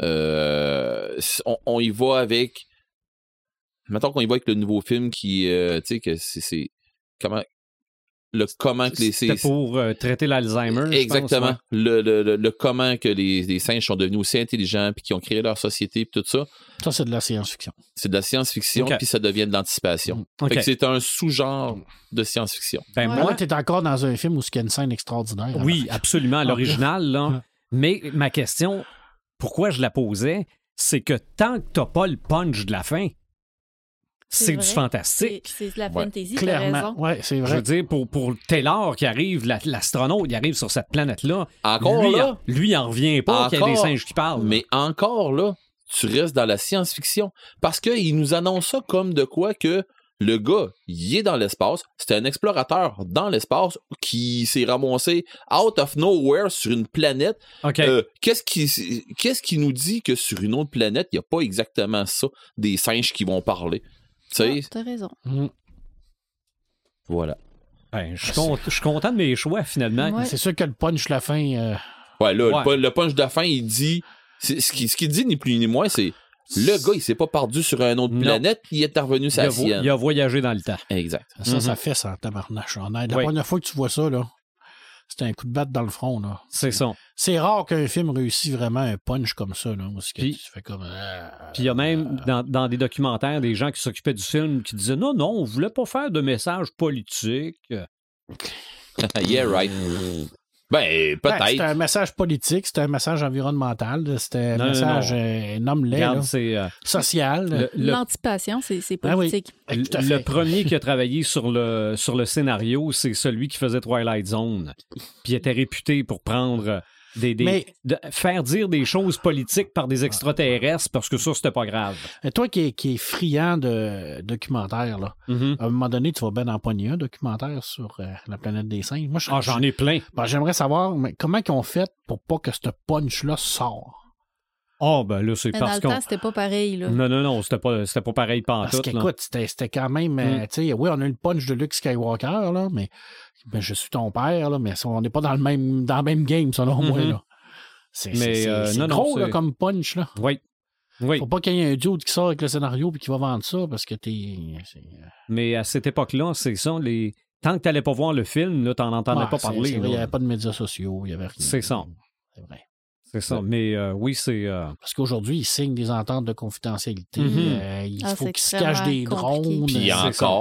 on y va avec... Mettons qu'on y va avec le nouveau film qui... tu sais, que c'est... Comment... le comment que les... C'était pour traiter l'Alzheimer. Exactement. Je pense, le comment que les singes sont devenus aussi intelligents puis qui ont créé leur société puis tout ça. Ça, c'est de la science-fiction. C'est de la science-fiction puis ça devient de l'anticipation. Fait que c'est un sous-genre de science-fiction. Ben moi, t'es encore dans un film où il y a une scène extraordinaire. Oui, absolument. L'original, là. Mais ma question, pourquoi je la posais, c'est que tant que t'as pas le punch de la fin, c'est du fantastique. C'est de la fantasy, clairement. T'as raison. Ouais, c'est vrai. Je veux dire, pour Taylor qui arrive, l'astronaute, il arrive sur cette planète-là. Encore lui, là? Lui, il en revient pas qu'il y a des singes qui parlent. Mais encore là, tu restes dans la science-fiction. Parce qu'il nous annonce ça comme de quoi que le gars, il est dans l'espace. C'était un explorateur dans l'espace qui s'est ramassé out of nowhere sur une planète. Okay. Qu'est-ce qui nous dit que sur une autre planète, il n'y a pas exactement ça, des singes qui vont parler? Tu sais? T'as raison. Voilà. Ben, je suis content de mes choix, finalement. Ouais. C'est sûr que le punch la fin... Ouais, là, le punch de la fin, il dit... Ce qu'il dit, ni plus ni moins, c'est... Le gars, il s'est pas perdu sur une autre planète, il est revenu sur la sienne. Il a voyagé dans le temps. Exact. Ça fait ça, tabarnache en aide. La première fois que tu vois ça, là, c'était un coup de batte dans le front, là. C'est ça. C'est rare qu'un film réussisse vraiment un punch comme ça, là. Puis tu fais comme... Puis il y a même, dans des documentaires, des gens qui s'occupaient du film qui disaient « Non, on voulait pas faire de message politique. » Yeah, right. Ben, peut-être. C'était un message politique, c'était un message environnemental, c'était un message nomme-les, social. L'anticipation, c'est politique. Oui. Le premier qui a travaillé sur le scénario, c'est celui qui faisait Twilight Zone. Puis il était réputé pour prendre faire dire des choses politiques par des extraterrestres parce que ça, c'était pas grave. Et toi qui es friand de documentaires, là, à un moment donné, tu vas bien empoigner un documentaire sur la planète des singes. Moi, j'en ai plein. J'aimerais savoir comment ils ont fait pour pas que ce punch-là sorte. Ben là, c'est parce que. Dans le temps, c'était pas pareil, là. Non, c'était pas pareil pantoute. Parce qu'écoute, c'était quand même. Tu sais, oui, on a une punch de Luke Skywalker, là, mais je suis ton père, là, mais on n'est pas dans le même game, selon moi, là. C'est gros, là, comme punch, là. Oui. Faut pas qu'il y ait un dude qui sort avec le scénario et qui va vendre ça parce que Mais à cette époque-là, c'est ça, tant que t'allais pas voir le film, là, t'en entendais pas parler. Il n'y avait pas de médias sociaux, il y avait rien. C'est ça. C'est vrai. C'est ça, mais oui, c'est... Parce qu'aujourd'hui, ils signent des ententes de confidentialité. Il faut qu'ils se cachent des drones. Puis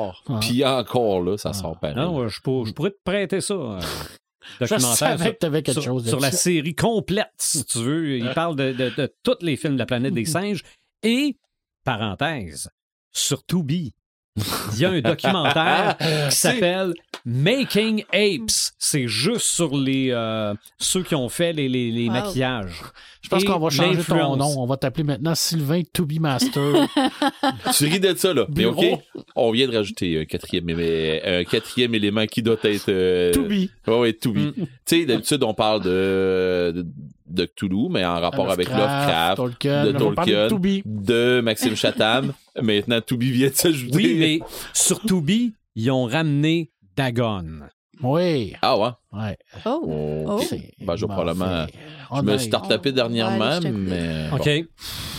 encore, là, ça sort pas. Non, je pourrais te prêter ça. Documentaire sur la série complète, si tu veux. Il parle de tous les films de la planète des singes. Et, parenthèse, sur Tubi, il y a un documentaire qui s'appelle Making Apes. C'est juste sur ceux qui ont fait les maquillages. Je pense qu'on va changer ton nom. On va t'appeler maintenant Sylvain Tubi Master. Tu ris de ça, là. Mais OK, on vient de rajouter un quatrième élément qui doit être... Tubi. Oui, Tubi. Tu sais, d'habitude, on parle de Cthulhu, mais en rapport avec Lovecraft, de Tolkien, de Maxime Chatham. Maintenant, Tubi vient de s'ajouter. Oui, mais sur Tubi, ils ont ramené Dagon. Oui. Ah ouais? Ouais. Oh. Ben, je vais probablement... Je me suis retapé dernièrement, mais... OK. Ouais,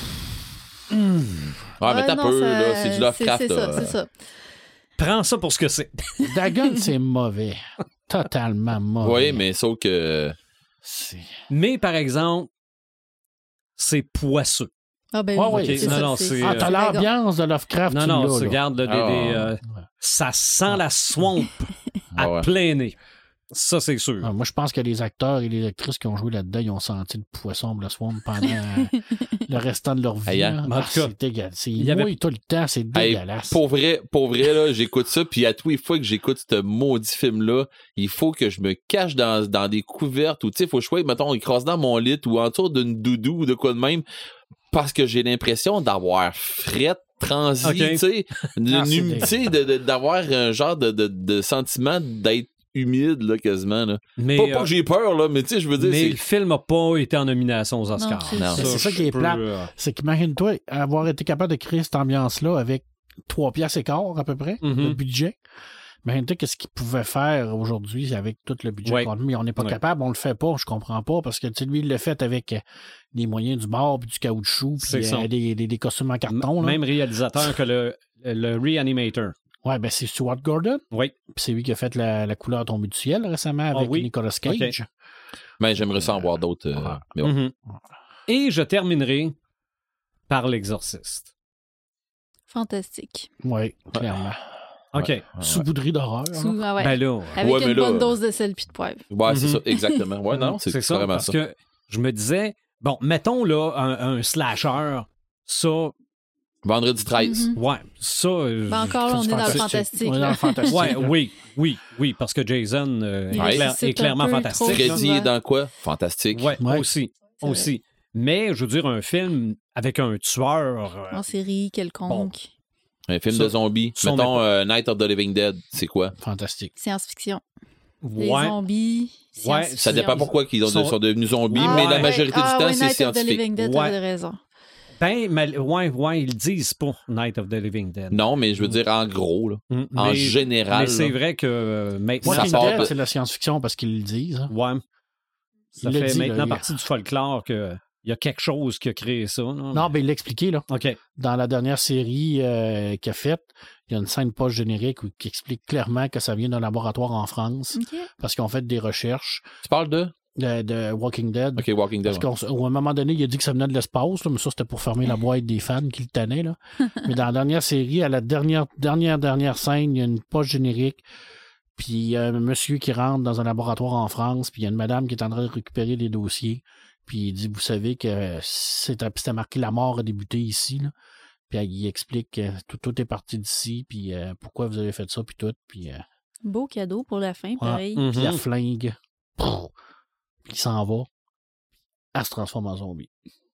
mais t'as peu, là. C'est du Lovecraft. C'est ça. Prends ça pour ce que c'est. Dagon, c'est mauvais. Totalement mauvais. Oui, mais sauf que... Mais, par exemple, c'est poisseux. Ah ben oui, t'as l'ambiance de Lovecraft. Non, regarde, ça sent la swamp à plein nez. Ça, c'est sûr. Moi, je pense que les acteurs et les actrices qui ont joué là-dedans, ils ont senti le poisson de la swamp pendant le restant de leur vie. C'est dégueulasse. C'est mouillé tout le temps, c'est dégueulasse. Pour vrai, là, j'écoute ça, puis à tous les fois que j'écoute ce maudit film-là, il faut que je me cache dans des couvertes ou, tu sais, il faut que je sois, mettons, écrasé dans mon lit ou autour d'une doudou ou de quoi de même, parce que j'ai l'impression d'avoir frette transi, tu sais, d'avoir un genre de sentiment d'être humide, là, quasiment. Là. Mais, pas que j'ai peur, là, mais tu sais, je veux dire... Mais le film n'a pas été en nomination aux Oscars. Non. C'est ça qui est plate. C'est qu'imagine-toi avoir été capable de créer cette ambiance-là avec 3 piastres et quart, à peu près, de budget. Imagine-toi qu'est-ce qu'ils pouvaient faire aujourd'hui avec tout le budget qu'on a mis. On n'est pas capable, on le fait pas, je comprends pas, parce que lui, il l'a fait avec des moyens du bord, puis du caoutchouc, puis des costumes en carton. Même réalisateur que le Reanimator. Ouais, ben c'est Stuart Gordon. Oui. Puis c'est lui qui a fait la couleur tombée du ciel récemment avec Nicolas Cage. Okay. Ben, j'aimerais ça en voir d'autres. Mais bon. Et je terminerai par L'Exorciste. Fantastique. Oui, clairement. OK. Sous-boudrie d'horreur. Ouais. Ben là, avec une bonne dose de sel puis de poivre. Ouais, c'est ça, exactement. Ouais, non, c'est ça, vraiment parce ça. que je me disais, bon, mettons là un slasher, ça... Vendredi 13. Ouais, ça... Ben encore, on est dans le fantastique. On est dans le fantastique. Ouais, oui, parce que Jason est clairement fantastique. Freddy est dans quoi? Fantastique. Ouais. Aussi. Mais, je veux dire, un film avec un tueur... en série quelconque. Bon. Un film de zombies. Mettons Night of the Living Dead, c'est quoi? Fantastique. Science-fiction. Ouais. Les zombies, science-fiction. Ça dépend pourquoi ils sont devenus zombies, mais la majorité du temps, c'est scientifique. Night of the Living Dead, t'avais raison. Ben, ils disent pas Night of the Living Dead. Non, mais je veux dire en gros, là. En général. Mais c'est vrai que maintenant... Walking Dead, c'est la science-fiction parce qu'ils le disent. Hein. Ouais. Ça fait maintenant partie du folklore qu'il y a quelque chose qui a créé ça. Là. Non, ben il l'a expliqué, là. OK. Dans la dernière série qu'il a faite, il y a une scène post-générique qui explique clairement que ça vient d'un laboratoire en France parce qu'ils ont fait des recherches. Tu parles de Walking Dead. OK, Walking Dead. Parce qu'à un moment donné, il a dit que ça venait de l'espace, là, mais ça, c'était pour fermer la boîte des fans qui le tenaient. Là. Mais dans la dernière série, à la dernière scène, il y a une post-générique, puis il y a un monsieur qui rentre dans un laboratoire en France, puis il y a une madame qui est en train de récupérer des dossiers, puis il dit, vous savez que c'était marqué « La mort a débuté ici », là. Puis il explique que tout est parti d'ici, puis pourquoi vous avez fait ça, puis tout. Puis, beau cadeau pour la fin, pareil. Puis la flingue. Puis il s'en va. Elle se transforme en zombie.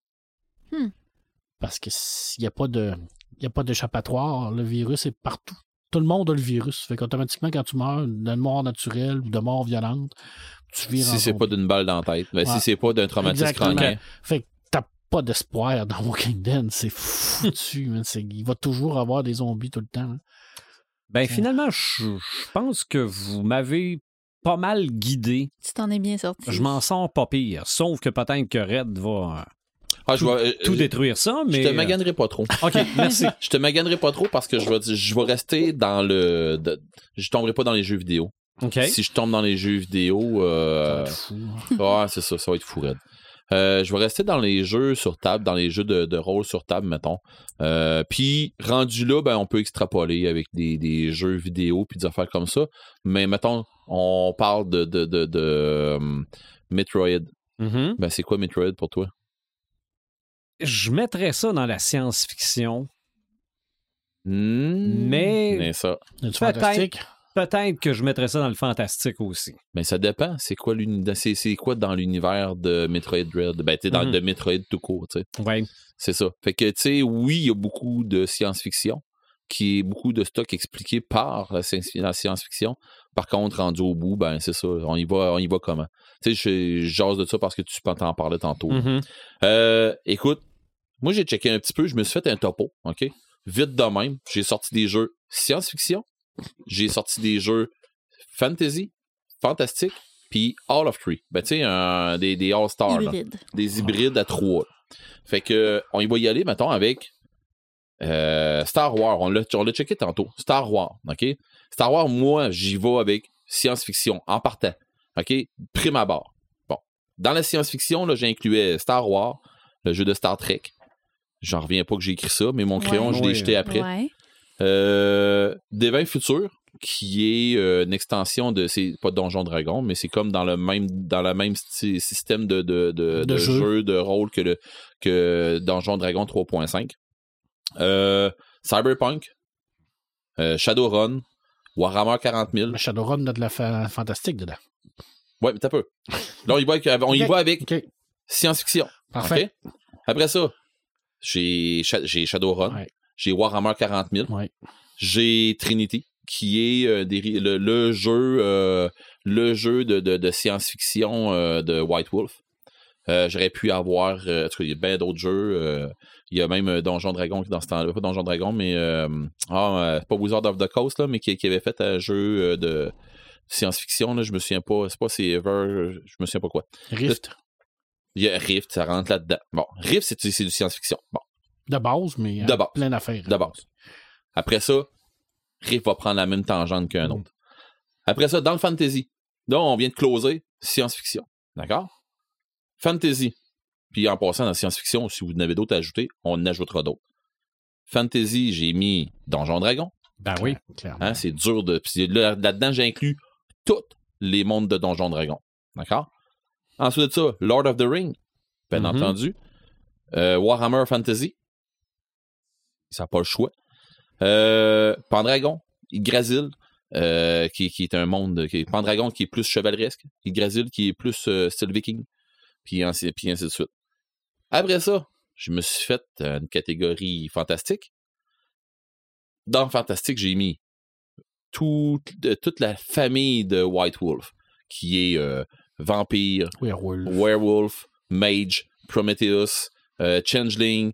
Parce que s'il n'y a pas d'échappatoire, le virus est partout. Tout le monde a le virus. Fait qu'automatiquement, quand tu meurs d'une mort naturelle ou de mort violente, tu vires en zombie. Si c'est pas d'une balle dans la tête. Ben, si c'est pas d'un traumatisme crânien. Fait que t'as pas d'espoir dans Walking Dead. C'est foutu. Il va toujours avoir des zombies tout le temps. Hein. Ben, finalement, je pense que vous m'avez pas mal guidé. Tu t'en es bien sorti. Je m'en sors pas pire. Sauf que peut-être que Red va tout détruire ça, mais... Je te maganerai pas trop. OK, merci. Je te maganerai pas trop parce que je vais rester dans je tomberai pas dans les jeux vidéo. Okay. Si je tombe dans les jeux vidéo... ça va être fou. Ouais, c'est ça va être fou, Red. Je vais rester dans les jeux sur table, dans les jeux de rôle sur table, mettons. Puis, rendu là, ben, on peut extrapoler avec des jeux vidéo puis des affaires comme ça. Mais, mettons, on parle de Metroid. Ben, c'est quoi Metroid pour toi? Je mettrais ça dans la science-fiction. Mais ça. Peut-être que je mettrais ça dans le fantastique aussi. Mais ça dépend. C'est quoi dans l'univers de Metroid Dread? Ben, tu sais, de Metroid tout court, tu sais. Ouais. C'est ça. Fait que, tu sais, oui, il y a beaucoup de science-fiction, qui est beaucoup de stock expliqué par la science-fiction. Par contre, rendu au bout, ben, c'est ça. On y va comment? Tu sais, je jase de ça parce que tu t'en parlais tantôt. Écoute, moi, j'ai checké un petit peu. Je me suis fait un topo, OK? Vite de même. J'ai sorti des jeux science-fiction. J'ai sorti des jeux fantasy, fantastique, puis All of Three. Ben, tu sais, des All-Stars. Des hybrides à 3. Fait que, on y va y aller, mettons, avec Star Wars. On l'a checké tantôt. Star Wars, OK? Star Wars, moi, j'y vais avec science-fiction, en partant. OK? Prime abord. Bon. Dans la science-fiction, là, j'incluais Star Wars, le jeu de Star Trek. J'en reviens pas que j'ai écrit ça, mais mon crayon, je l'ai jeté après. Ouais. Devin Futur, qui est une extension de... C'est pas Donjon Dragon, mais c'est comme dans le même système de jeu de rôle que Donjon Dragon 3.5. Cyberpunk, Shadowrun, Warhammer 40 000. Mais Shadowrun a de la fantastique dedans. Ouais, mais t'as peu. Là, on y va avec science-fiction. Parfait. Okay? Après ça, j'ai Shadowrun. Ouais. J'ai Warhammer 40 000. Ouais. J'ai Trinity, qui est le jeu de science-fiction de White Wolf. J'aurais pu avoir... en tout cas, il y a bien d'autres jeux. Il y a même Donjon Dragon dans ce temps-là. Pas Donjon Dragon, mais... c'est pas Wizard of the Coast, là, mais qui avait fait un jeu de science-fiction. Là, je me souviens pas. C'est Ever... Je me souviens pas quoi. Rift. Il y a Rift, ça rentre là-dedans. Bon, Rift, c'est du science-fiction. Bon. De base, mais de base. Plein d'affaires. De base. Après ça, Riff va prendre la même tangente qu'un autre. Après ça, dans le fantasy, là, on vient de closer science-fiction. D'accord? Fantasy. Puis en passant dans science-fiction, si vous en avez d'autres à ajouter, on en ajoutera d'autres. Fantasy, j'ai mis Donjon Dragon. Ben oui. Hein, c'est dur de. Puis là-dedans, j'inclus tous les mondes de Donjon Dragon. D'accord? Ensuite de ça, Lord of the Ring, bien entendu. Warhammer Fantasy. Ça n'a pas le choix. Pendragon, Yggdrasil, qui est un monde. Pendragon qui est plus chevaleresque. Yggdrasil qui est plus style viking. Puis ainsi de suite. Après ça, je me suis fait une catégorie fantastique. Dans fantastique, j'ai mis toute la famille de White Wolf, qui est vampire, werewolf, mage, Prometheus, changeling,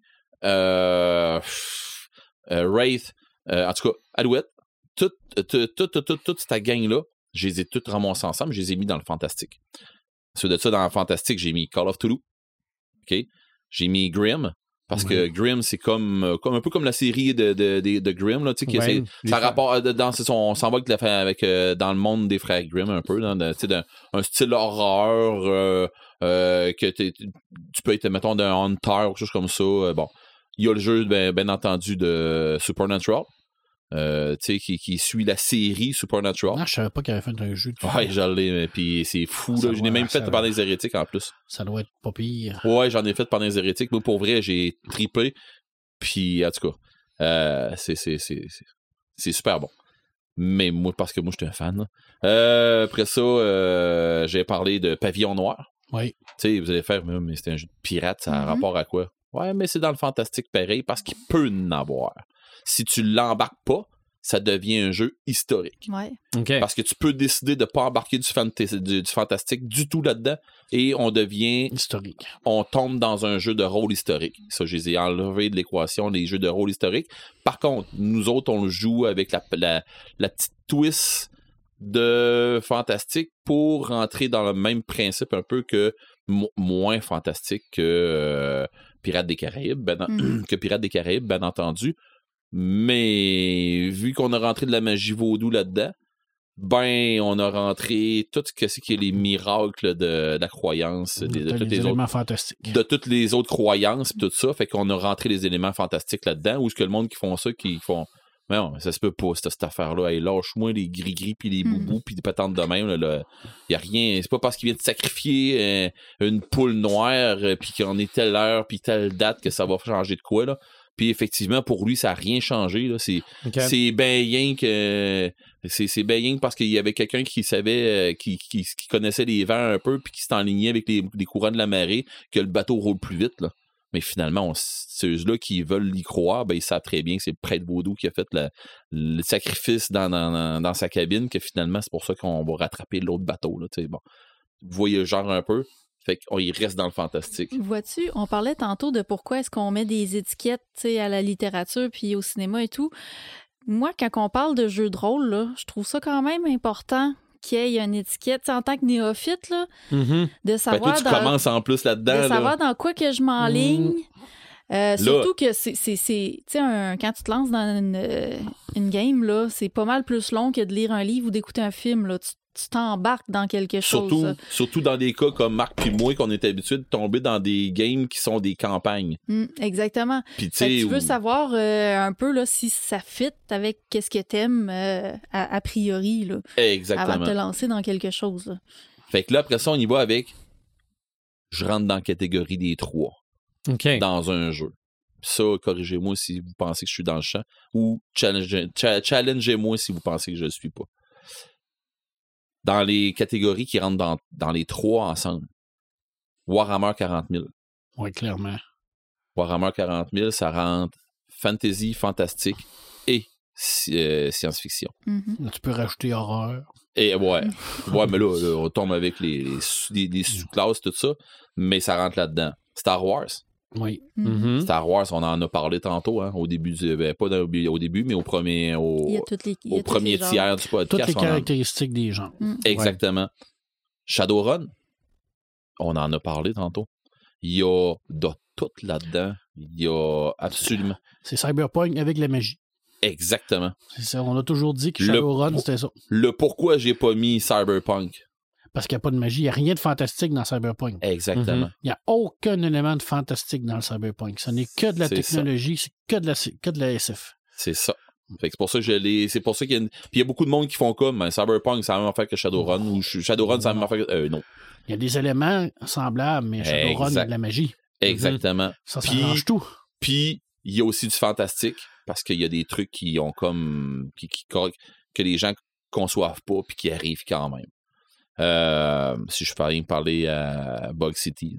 wraith, en tout cas, alouette. Toute cette gang-là, je les ai toutes ramassées ensemble, je les ai mis dans le fantastique. Ensuite de ça, dans le fantastique, j'ai mis Call of Cthulhu. OK? J'ai mis Grimm, parce que Grimm, c'est comme un peu comme la série de Grimm, là, tu sais, ça rapporte on s'en va avec dans le monde des frères Grimm un peu, un style horreur que tu peux être, mettons, d'un hunter ou quelque chose comme ça. Bon, il y a le jeu, bien entendu, de Supernatural. Qui suit la série Supernatural. Ah, je savais pas qu'il avait fait un jeu. Ouais, j'en ai, puis c'est fou. Là. Je l'ai même fait pendant les hérétiques en plus. Ça doit être pas pire. Ouais, j'en ai fait pendant les hérétiques. Moi, pour vrai, j'ai trippé. Puis, en tout cas, c'est super bon. Mais moi, parce que moi, j'étais un fan. Après ça, j'ai parlé de Pavillon Noir. Oui. Tu sais, vous allez faire, mais c'est un jeu de pirate, ça a rapport à quoi? Ouais, mais c'est dans le fantastique pareil, parce qu'il peut en avoir. Si tu l'embarques pas, ça devient un jeu historique. Ouais. Okay. Parce que tu peux décider de ne pas embarquer du fantastique du tout là-dedans et on devient... historique. On tombe dans un jeu de rôle historique. Ça, je les ai enlevés de l'équation, les jeux de rôle historique. Par contre, nous autres, on joue avec la petite twist de fantastique pour rentrer dans le même principe un peu que moins fantastique que Pirates des Caraïbes, bien entendu. Mais vu qu'on a rentré de la magie vaudou là-dedans, ben on a rentré tout ce qui est les miracles de la croyance, de tous les éléments autres, fantastiques. de toutes les autres croyances, tout ça, fait qu'on a rentré les éléments fantastiques là-dedans. Ou est-ce que le monde qui font ça, qui font, mais non, ça se peut pas cette affaire-là. Hey, lâche-moi les gris-gris puis les boubous puis des patentes de même. Y a rien. C'est pas parce qu'il vient de sacrifier une poule noire puis qu'on est telle heure puis telle date que ça va changer de quoi là. Puis effectivement, pour lui, ça n'a rien changé. Là. C'est bien rien que. C'est bien rien parce qu'il y avait quelqu'un qui savait, qui connaissait les vents un peu, puis qui s'est enligné avec les courants de la marée, que le bateau roule plus vite. Là. Mais finalement, ceux-là qui veulent y croire, ben, ils savent très bien que c'est le prêtre vaudou qui a fait le sacrifice dans sa cabine, que finalement, c'est pour ça qu'on va rattraper l'autre bateau. Là, bon. Vous voyez le genre un peu. Fait qu'il reste dans le fantastique. Vois-tu, on parlait tantôt de pourquoi est-ce qu'on met des étiquettes à la littérature puis au cinéma et tout. Moi, quand on parle de jeux de rôle, là, je trouve ça quand même important qu'il y ait une étiquette en tant que néophyte, là, de savoir... toi, tu commences en plus là-dedans. De savoir dans quoi que je m'enligne. Surtout que c'est quand tu te lances dans une game, là, c'est pas mal plus long que de lire un livre ou d'écouter un film. Là. Tu t'embarques dans quelque chose. Surtout dans des cas comme Marc puis moi, qu'on est habitué de tomber dans des games qui sont des campagnes. Exactement. Puis, tu veux savoir un peu là, si ça fit avec qu'est-ce que t'aimes a priori là, exactement. Avant de te lancer dans quelque chose. Là. Fait que là, après ça, on y va avec je rentre dans la catégorie des 3 dans un jeu. Ça, corrigez-moi si vous pensez que je suis dans le champ ou challengez-moi si vous pensez que je ne le suis pas. Dans les catégories qui rentrent dans les 3 ensemble. Warhammer 40 000. Oui, clairement. Warhammer 40 000, ça rentre fantasy, fantastique et science-fiction. Là, tu peux rajouter horreur. Et ouais, mais là, on tombe avec des sous-classes, tout ça, mais ça rentre là-dedans. Star Wars. Oui. Star Wars, on en a parlé tantôt, hein, au début, pas au début, mais au premier tiers du podcast. Toutes les caractéristiques des gens. Exactement. Shadowrun, on en a parlé tantôt. Il y a de tout là-dedans. Il y a absolument... C'est Cyberpunk avec la magie. Exactement. C'est ça, on a toujours dit que Shadowrun, c'était ça. Le pourquoi j'ai pas mis Cyberpunk. Parce qu'il n'y a pas de magie, il n'y a rien de fantastique dans Cyberpunk. Exactement. Il n'y a aucun élément de fantastique dans le Cyberpunk. Ce n'est que de la technologie, c'est que de la SF. C'est ça. Fait que c'est pour ça que c'est pour ça qu'il y a Puis il y a beaucoup de monde qui font comme Cyberpunk, c'est la même affaire que Shadowrun, ou Shadowrun, c'est la même affaire que... non. Il y a des éléments semblables, mais Shadowrun, il y a de la magie. Exactement. Ça change tout. Puis, il y a aussi du fantastique, parce qu'il y a des trucs qui ont comme... que les gens conçoivent pas, puis qui arrivent quand même. Si je fais rien parler à Bug City.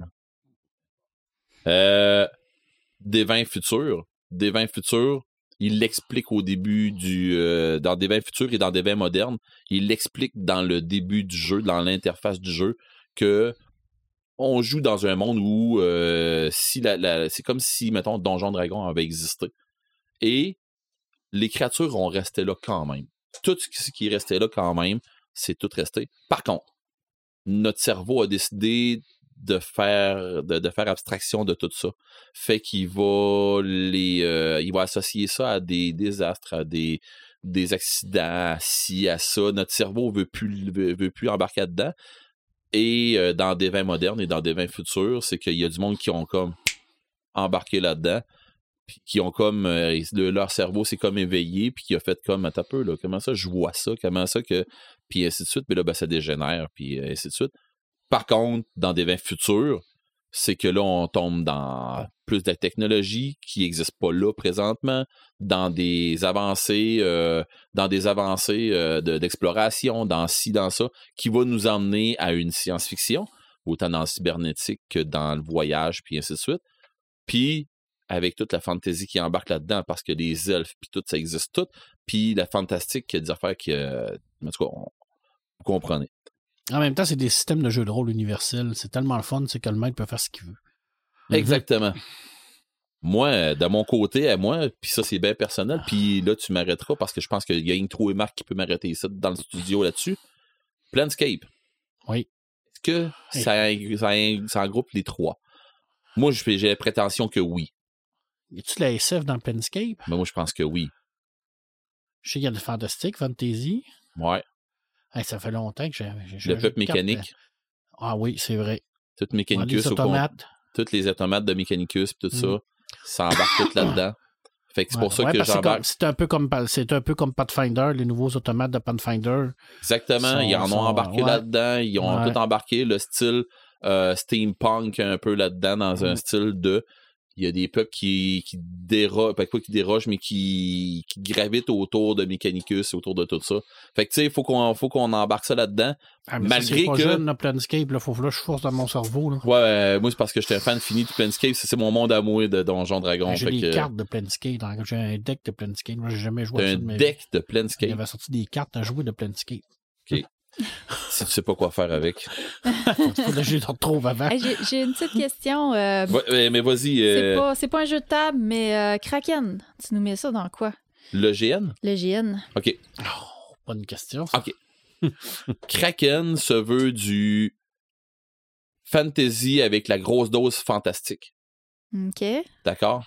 Des vins futurs, il l'explique au début dans des vins futurs et dans des vins modernes, il l'explique dans le début du jeu, dans l'interface du jeu, que on joue dans un monde où c'est comme si, mettons, Donjon Dragon avait existé. Et les créatures ont resté là quand même. Tout ce qui est resté là quand même, c'est tout resté. Par contre, notre cerveau a décidé de faire abstraction de tout ça. Fait qu'il va il va associer ça à des désastres, à des accidents, à ci, à ça. Notre cerveau veut plus embarquer dedans. Et dans des vins modernes et dans des vins futurs, c'est qu'il y a du monde qui ont comme embarqué là-dedans, puis qui ont comme leur cerveau s'est comme éveillé, puis qui a fait comme attends un peu là, comment ça je vois ça, comment ça que, puis ainsi de suite, mais là ben ça dégénère, puis ainsi de suite. Par contre, dans des vins futurs, c'est que là, on tombe dans plus de technologie qui n'existe pas là présentement, dans des avancées, d'exploration, dans ci, dans ça, qui va nous emmener à une science-fiction, autant dans le cybernétique que dans le voyage, puis ainsi de suite. Puis, avec toute la fantasy qui embarque là-dedans, parce que les elfes, puis tout, ça existe tout, puis la fantastique, il y a des affaires en tout cas, vous comprenez. En même temps, c'est des systèmes de jeux de rôle universels. C'est tellement le fun, c'est que le maître peut faire ce qu'il veut. Exactement. Moi, de mon côté, à moi, puis ça, c'est bien personnel, puis là, tu m'arrêteras parce que je pense qu'il y a une Trou et Marc qui peut m'arrêter ici dans le studio là-dessus. Planescape. Oui. Est-ce que ça regroupe les trois? Moi, j'ai la prétention que oui. Y a-tu la SF dans Planescape? Mais moi, je pense que oui. Je sais qu'il y a du fantastique, fantasy. Ouais. Hey, ça fait longtemps que j'ai le peuple mécanique. Ah oui, c'est vrai. Tout Mechanicus. Toutes les automates de Mechanicus et tout ça. Ça embarque tout là-dedans. Fait que c'est pour ça que j'embarque. C'est un peu comme Pathfinder, les nouveaux automates de Pathfinder. Exactement. Ils en ont embarqué là-dedans. Ils ont tout embarqué. Le style steampunk un peu là-dedans, dans un style de... Il y a des peuples qui dérogent, pas qui dérogent, mais qui gravitent autour de Mechanicus, autour de tout ça. Fait que tu sais, il faut qu'on embarque ça là-dedans. Malgré que. Jeune, le Planescape, là, faut que je force dans mon cerveau. Là. Ouais, moi c'est parce que j'étais un fan fini de Planescape, c'est mon monde amoureux de Donjon Dragon. J'ai des cartes de Planescape, j'ai un deck de Planescape. Moi, j'ai jamais joué à ça. Un deck de Planescape. Il avait sorti des cartes à jouer de Planescape. OK. Si tu sais pas quoi faire avec. Faut que je les retrouve avant. J'ai une petite question. Mais vas-y. C'est pas un jeu de table, mais Kraken, tu nous mets ça dans quoi? Le GN? Le GN. OK. Oh, bonne question. OK. Kraken se veut du fantasy avec la grosse dose fantastique. OK. D'accord?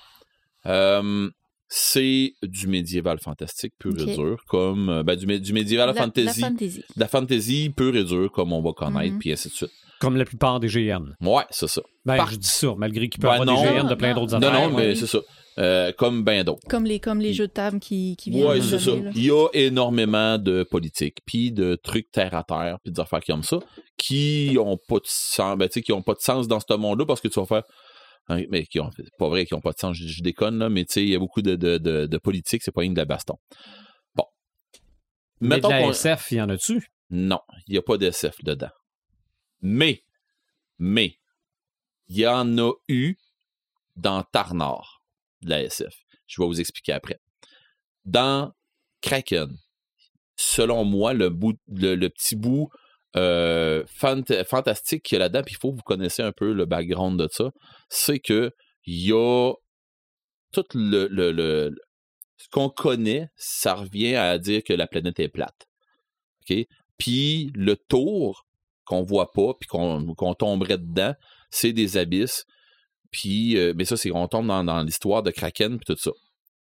C'est du médiéval fantastique pur et dur, comme du médiéval fantasy. La fantasy pur et dur, comme on va connaître, puis ainsi de suite. Comme la plupart des GN. Ouais, c'est ça. Je dis ça, malgré qu'il peut y avoir des GN de plein d'autres affaires. Non, mais c'est ça. Comme ben d'autres. Comme les jeux de table qui viennent. Ouais, c'est ça. Il y a énormément de politique, puis de trucs terre à terre, puis des affaires comme ça, qui ont pas de sens, qui ont pas de sens dans ce monde-là, parce que tu vas faire. Mais pas vrai qu'ils n'ont pas de sens, je déconne, là, mais tu sais, il y a beaucoup de politique, c'est pas rien de la baston. Bon. Mais de la SF, il y en a-tu? Non, il n'y a pas d'SF dedans. Mais, il y en a eu dans Tarnor, de la SF. Je vais vous expliquer après. Dans Kraken, selon moi, le petit bout fantastique qu'il y a là-dedans, puis il faut que vous connaissiez un peu le background de ça, c'est que il y a tout ce qu'on connaît, ça revient à dire que la planète est plate. OK? Puis le tour qu'on voit pas, puis qu'on tomberait dedans, c'est des abysses. Puis, mais ça, c'est qu'on tombe dans l'histoire de Kraken, puis tout ça.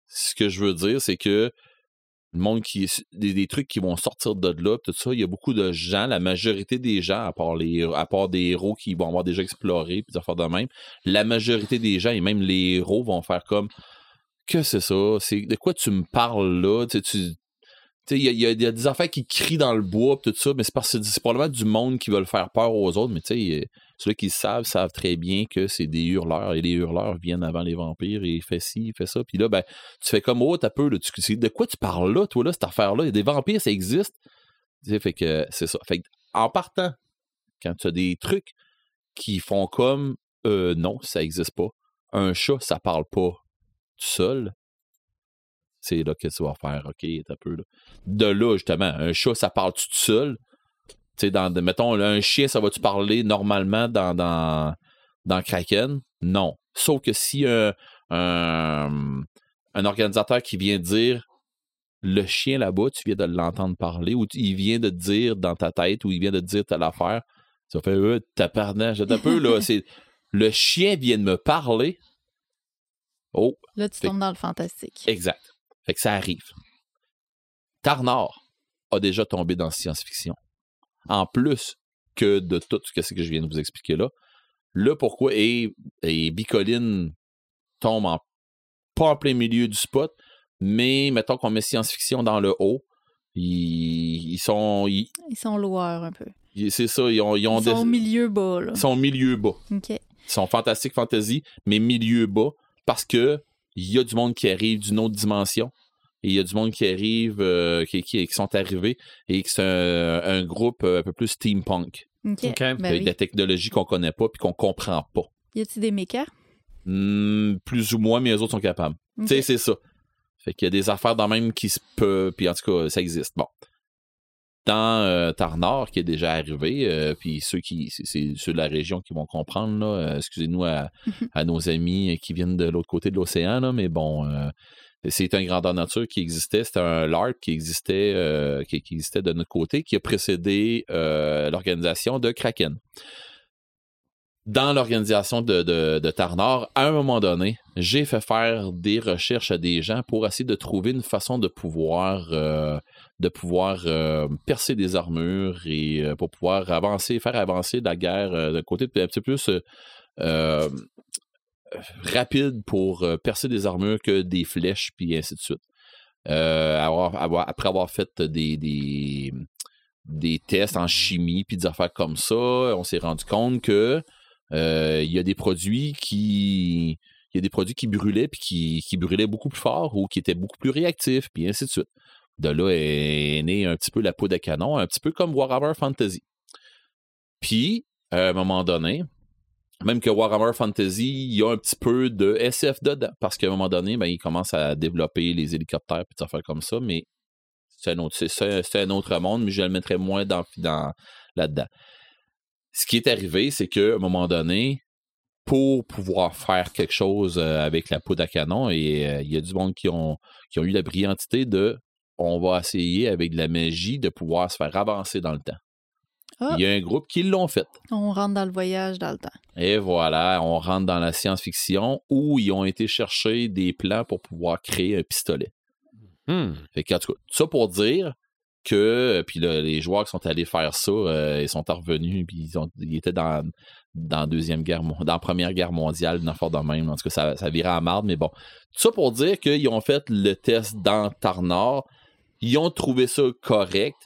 Ce que je veux dire, c'est que le monde des trucs qui vont sortir de là, tout ça, il y a beaucoup de gens, la majorité des gens, à part des héros qui vont avoir déjà exploré, puis des affaires de même, la majorité des gens, et même les héros, vont faire comme, que c'est ça? C'est de quoi tu me parles là? Il y a des affaires qui crient dans le bois, tout ça, mais c'est probablement du monde qui veut le faire peur aux autres, mais tu sais, ceux qui savent très bien que c'est des hurleurs, et les hurleurs viennent avant les vampires, et il fait ci, il fait ça, puis là, ben, tu fais comme, t'as peu, là, de quoi tu parles là, toi, là, cette affaire-là? Il y a des vampires, ça existe. Fait que c'est ça. Fait que, en partant, quand tu as des trucs qui font comme, non, ça existe pas. Un chat, ça parle pas tout seul. C'est là que tu vas faire, OK, t'as peu, là. De là, justement, un chat, ça parle tout seul. Tu sais, mettons, un chien, ça va-tu parler normalement dans Kraken? Non. Sauf que si un organisateur qui vient dire le chien là-bas, tu viens de l'entendre parler, ou il vient de te dire dans ta tête, ou il vient de te dire telle affaire, ça fait tabarnak, j'ai un peu, là, c'est le chien vient de me parler. Oh. Là, tu tombes dans le fantastique. Exact. Fait que ça arrive. Tarnor a déjà tombé dans science-fiction. En plus que de tout ce que je viens de vous expliquer là. Là, pourquoi et Bicoline tombe pas en plein milieu du spot, mais mettons qu'on met science-fiction dans le haut, ils sont loueurs un peu. C'est ça, ils sont au milieu bas, là. Ils sont au milieu bas. OK. Ils sont fantastique fantasy, mais milieu bas, parce que il y a du monde qui arrive d'une autre dimension. Et il y a du monde qui arrive, qui sont arrivés, et que c'est un groupe un peu plus steampunk. Okay. Ben avec de la technologie qu'on connaît pas puis qu'on comprend pas. Y a-t-il des mechas? Plus ou moins, mais les autres sont capables. Okay. Tu sais, c'est ça. Fait qu'il y a des affaires dans même qui se peuvent, puis en tout cas, ça existe. Bon. Dans Tarnor, qui est déjà arrivé, puis c'est ceux de la région qui vont comprendre, là, excusez-nous à nos amis qui viennent de l'autre côté de l'océan, là, mais bon, c'est un grandeur nature qui existait, c'était un LARP qui existait de notre côté, qui a précédé l'organisation de Kraken. Dans l'organisation de Tarnor, à un moment donné, j'ai fait faire des recherches à des gens pour essayer de trouver une façon de pouvoir percer des armures et pour pouvoir faire avancer la guerre d'un côté un petit peu plus rapide pour percer des armures que des flèches, puis ainsi de suite. Après avoir fait des tests en chimie, puis des affaires comme ça, on s'est rendu compte que il y a des produits qui brûlaient, puis qui brûlaient beaucoup plus fort ou qui étaient beaucoup plus réactifs, puis ainsi de suite. De là est née un petit peu la peau de canon, un petit peu comme Warhammer Fantasy. Puis, à un moment donné, même que Warhammer Fantasy, il y a un petit peu de SF dedans, parce qu'à un moment donné, ben, ils commencent à développer les hélicoptères et des affaires comme ça, mais c'est un autre monde, mais je le mettrais moins là-dedans. Ce qui est arrivé, c'est qu'à un moment donné, pour pouvoir faire quelque chose avec la poudre à canon, et il y a du monde qui ont eu la brillantité on va essayer avec de la magie de pouvoir se faire avancer dans le temps. Ah. Il y a un groupe qui l'ont fait. On rentre dans le voyage dans le temps. Et voilà, on rentre dans la science-fiction où ils ont été chercher des plans pour pouvoir créer un pistolet. Fait qu'en tout cas, ça pour dire que, puis là, les joueurs qui sont allés faire ça, ils sont revenus, puis ils étaient dans la Première Guerre mondiale, dans fort de même. En tout cas, ça virait à marde, mais bon. Tout ça pour dire qu'ils ont fait le test dans Tarnor. Ils ont trouvé ça correct,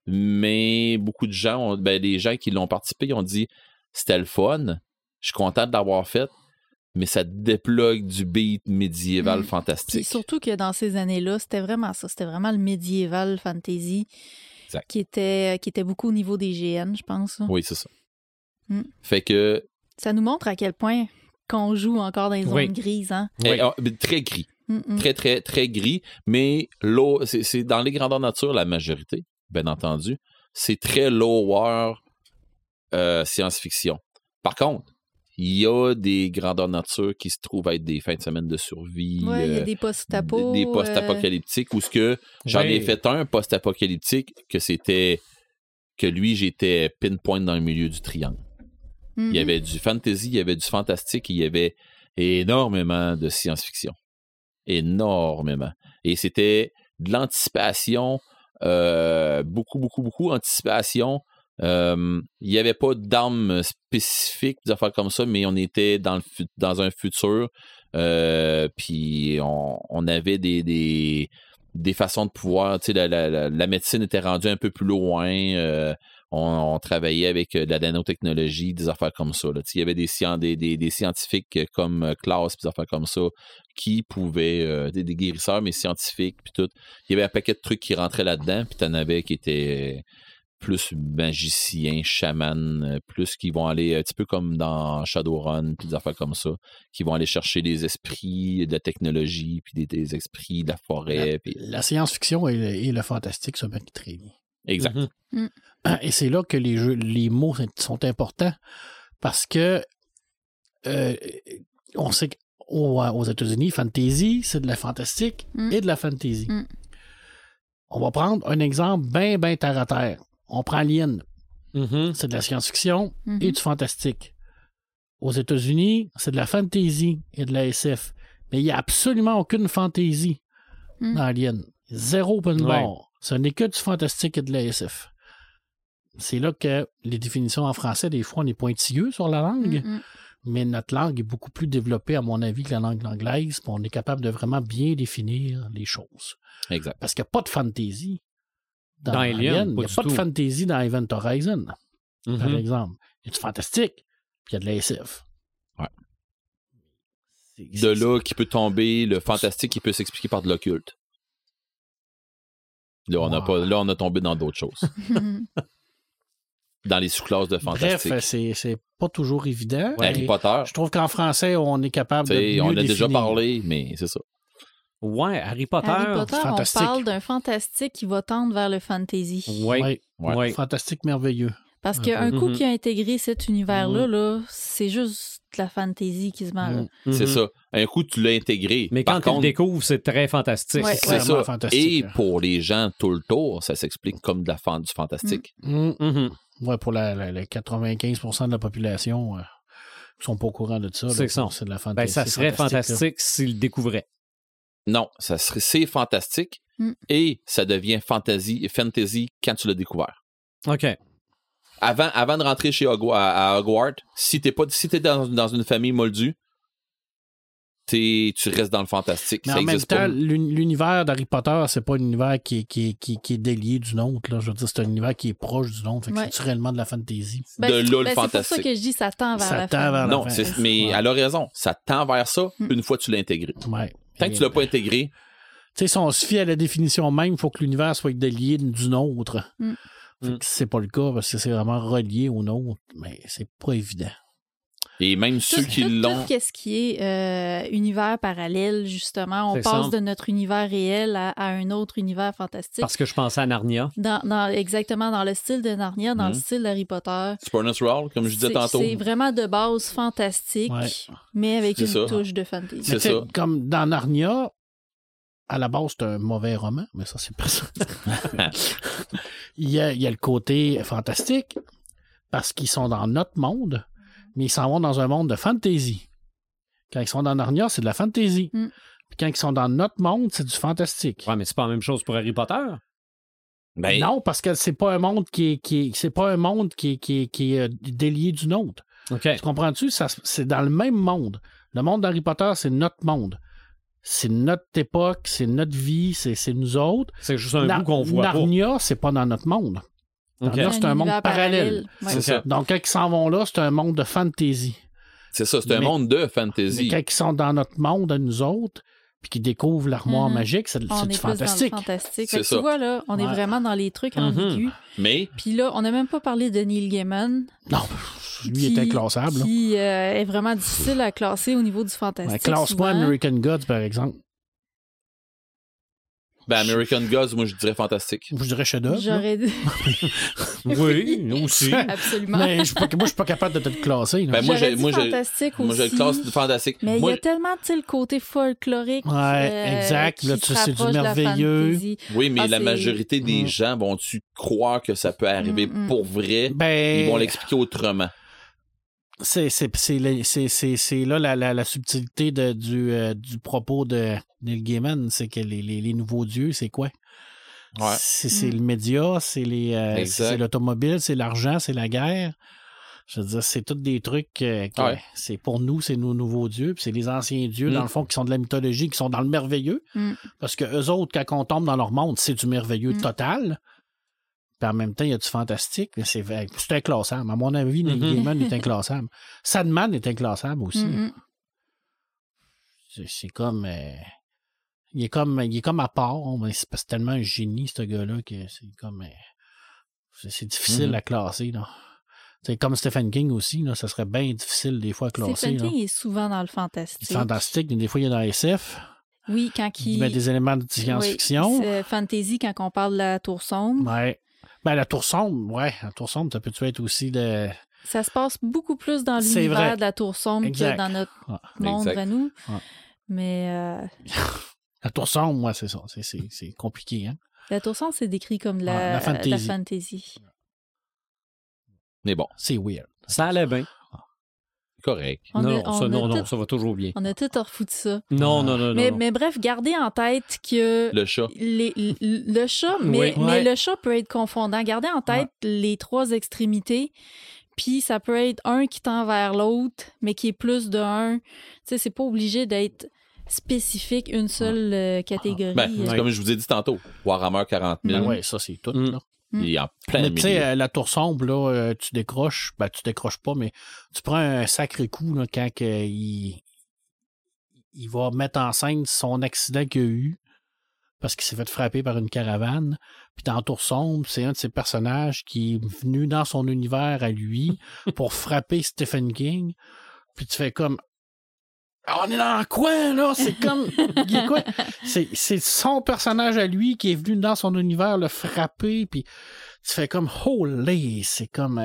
mais beaucoup de gens, les gens qui l'ont participé, ils ont dit c'était le fun, je suis content de l'avoir fait, mais ça déplogue du beat médiéval fantastique. Puis surtout que dans ces années-là, c'était vraiment ça. C'était vraiment le médiéval fantasy qui était beaucoup au niveau des GN, je pense. Oui, c'est ça. Fait que... Ça nous montre à quel point qu'on joue encore dans les zones grises. Hein? Très gris. Très, très, très gris. Mais là, c'est dans les grandeurs nature, la majorité, bien entendu, c'est très lower science-fiction. Par contre, il y a des grandeurs nature qui se trouvent être des fins de semaine de survie. Oui, il y a des post-apo. Des post-apocalyptiques où j'en ai fait un post-apocalyptique que lui, j'étais pinpoint dans le milieu du triangle. Il y avait du fantasy, il y avait du fantastique, il y avait énormément de science-fiction. Énormément. Et c'était de l'anticipation, beaucoup anticipation. Il n'y avait pas d'armes spécifiques, des affaires comme ça, mais on était dans un futur. Puis on avait des façons de pouvoir. Tu sais, la médecine était rendue un peu plus loin. On travaillait avec de la nanotechnologie, des affaires comme ça. Là. Il y avait des scientifiques comme Klaus, des affaires comme ça, qui pouvaient, des guérisseurs, mais scientifiques, puis tout. Il y avait un paquet de trucs qui rentraient là-dedans, puis t'en avais qui étaient plus magiciens, chamans, plus qui vont aller un petit peu comme dans Shadowrun, puis des affaires comme ça, qui vont aller chercher des esprits de la technologie, puis des esprits de la forêt. La science-fiction et le fantastique se mettent très bien. Exact. Mm-hmm. Et c'est là que les mots sont importants parce que on sait qu'aux États-Unis, fantasy, c'est de la fantastique et de la fantasy. On va prendre un exemple bien terre à terre. On prend Alien. C'est de la science-fiction et du fantastique. Aux États-Unis, c'est de la fantasy et de la SF. Mais il n'y a absolument aucune fantasy dans Alien. Zéro open bar. Ce n'est que du fantastique et de la SF. C'est là que les définitions en français, des fois, on est pointilleux sur la langue, mais notre langue est beaucoup plus développée, à mon avis, que la langue anglaise, puis on est capable de vraiment bien définir les choses. Exact. Parce qu'il n'y a pas de fantasy dans Alien. Il n'y a pas de fantasy dans Event Horizon, par exemple. Il y a du fantastique, puis il y a de la SF. Ouais. De là qui peut tomber, le fantastique qui peut s'expliquer par de l'occulte. Là, on a tombé dans d'autres choses. Dans les sous-classes de fantastique. Bref, c'est pas toujours évident. Ouais, Harry Potter. Je trouve qu'en français, on est capable de mieux on a définir. déjà parlé, mais c'est ça. Ouais, Harry Potter, on fantastique. parle d'un fantastique qui va tendre vers le fantasy. Oui. Fantastique merveilleux. Parce qu'un coup qui a intégré cet univers-là, là, c'est juste de la fantasy qui se mêle. C'est ça. Un coup, tu l'as intégré. Mais quand tu le découvres, c'est très fantastique. Ouais. C'est ça. Fantastique. Et pour les gens tout le tour, ça s'explique comme du fantastique. Ouais, pour la 95% de la population qui sont pas au courant de ça. C'est ça. C'est de la fantasy. Ben, ça serait fantastique s'ils le découvraient. Non, c'est fantastique et ça devient fantasy quand tu l'as découvert. OK. Avant de rentrer à Hogwarts, si t'es dans une famille moldue, tu restes dans le fantastique. Mais ça en même existe temps, pas. l'univers d'Harry Potter, c'est pas un univers qui est délié du nôtre. Là. Je veux dire, c'est un univers qui est proche du nôtre. C'est réellement de la fantasy. De là, le fantastique. C'est pour ça que je dis ça tend vers la fin. Non, mais elle a raison. Ça tend vers ça une fois que tu l'as intégré. Ouais. Tant que tu l'as pas intégré... Tu sais, si on se fie à la définition même, il faut que l'univers soit délié du nôtre. C'est pas le cas parce que c'est vraiment relié au nôtre, mais c'est pas évident. Et même ceux qui l'ont... Tout ce qui est univers parallèle, justement, on passe de notre univers réel à un autre univers fantastique. Parce que je pensais à Narnia. Exactement, dans le style de Narnia, dans le style d'Harry Potter. Supernatural, comme je disais tantôt. C'est vraiment de base fantastique, mais avec une touche de fantasy. C'est ça. Comme dans Narnia, à la base, c'est un mauvais roman, mais ça, c'est pas ça. il y a le côté fantastique, parce qu'ils sont dans notre monde, mais ils s'en vont dans un monde de fantasy. Quand ils sont dans Narnia, c'est de la fantasy. Puis quand ils sont dans notre monde, c'est du fantastique. Ouais, mais c'est pas la même chose pour Harry Potter. Ben... Non, parce que c'est pas un monde qui est délié du nôtre. Okay. Tu comprends-tu? C'est dans le même monde. Le monde d'Harry Potter, c'est notre monde. C'est notre époque, c'est notre vie, c'est nous autres. C'est juste un bout qu'on voit Narnia, c'est pas dans notre monde. Narnia, c'est un monde parallèle. Ouais. Ça. Donc, quand ils s'en vont là, c'est un monde de fantasy. C'est ça, c'est un monde de fantasy. Mais quand ils sont dans notre monde, à nous autres, puis qu'ils découvrent l'armoire magique, c'est du fantastique. C'est ça. Tu vois, là, on est vraiment dans les trucs ambigus. Mais... Puis là, on n'a même pas parlé de Neil Gaiman. Non, lui est inclassable. Qui est vraiment difficile à classer au niveau du fantastique. Classe-moi American Gods, par exemple. Ben, American Gods, moi, je dirais fantastique. Je dirais chef-d'œuvre. J'aurais dit. Oui, nous aussi. Absolument. Mais moi, je suis pas capable de te le classer. Ben, moi, fantastique aussi. Moi, je le classe fantastique. Mais il y a tellement, tu sais, le côté folklorique. Ouais, exact. Là, c'est du merveilleux. Oui, mais la majorité des gens vont-tu croire que ça peut arriver pour vrai? Ils vont l'expliquer autrement. C'est là la subtilité du propos de Neil Gaiman, c'est que les nouveaux dieux, c'est quoi? Ouais. C'est le média, c'est l'automobile, c'est l'argent, c'est la guerre. Je veux dire, c'est tous des trucs c'est pour nous, c'est nos nouveaux dieux, puis c'est les anciens dieux, dans le fond, qui sont de la mythologie, qui sont dans le merveilleux. Parce que eux autres, quand on tombe dans leur monde, c'est du merveilleux total. Puis en même temps, il y a du fantastique. C'est inclassable. À mon avis, Neil Gaiman est inclassable. Sandman est inclassable aussi. C'est comme... il est comme à part, mais c'est tellement un génie, ce gars-là, que c'est comme... c'est difficile à classer, là. C'est comme Stephen King aussi, là, ça serait bien difficile des fois à classer. Stephen King est souvent dans le fantastique. Fantastique, des fois il est dans la SF. Oui, quand il met des éléments de science-fiction. Oui, fantasy, quand on parle de la Tour Sombre. Ouais. Ben, la Tour Sombre, ça peut être aussi de... Ça se passe beaucoup plus dans l'univers de la Tour Sombre que dans notre monde à nous. Ouais. Mais... La Tour Sombre, c'est ça. C'est compliqué, hein? La Tour Sombre, c'est décrit comme la fantasy. Mais bon. C'est weird. Ça allait bien. Correct. Ça va toujours bien. On a tout refoutu ça. Non. Mais bref, gardez en tête que... Le chat. Le chat, mais le chat peut être confondant. Gardez en tête les trois extrémités, puis ça peut être un qui tend vers l'autre, mais qui est plus de un. Tu sais, c'est pas obligé d'être spécifique, une seule catégorie. C'est comme je vous ai dit tantôt, Warhammer 40 000. Oui, ça, c'est tout, là. Il y a plein de tu sais, la Tour Sombre, là, tu décroches, tu décroches pas, mais tu prends un sacré coup là, quand il va mettre en scène son accident qu'il a eu parce qu'il s'est fait frapper par une caravane. Puis dans Tour Sombre, c'est un de ses personnages qui est venu dans son univers à lui pour frapper Stephen King. Puis tu fais comme... On est dans quoi, là? C'est comme... C'est son personnage à lui qui est venu dans son univers le frapper, puis tu fais comme... Holy! C'est comme...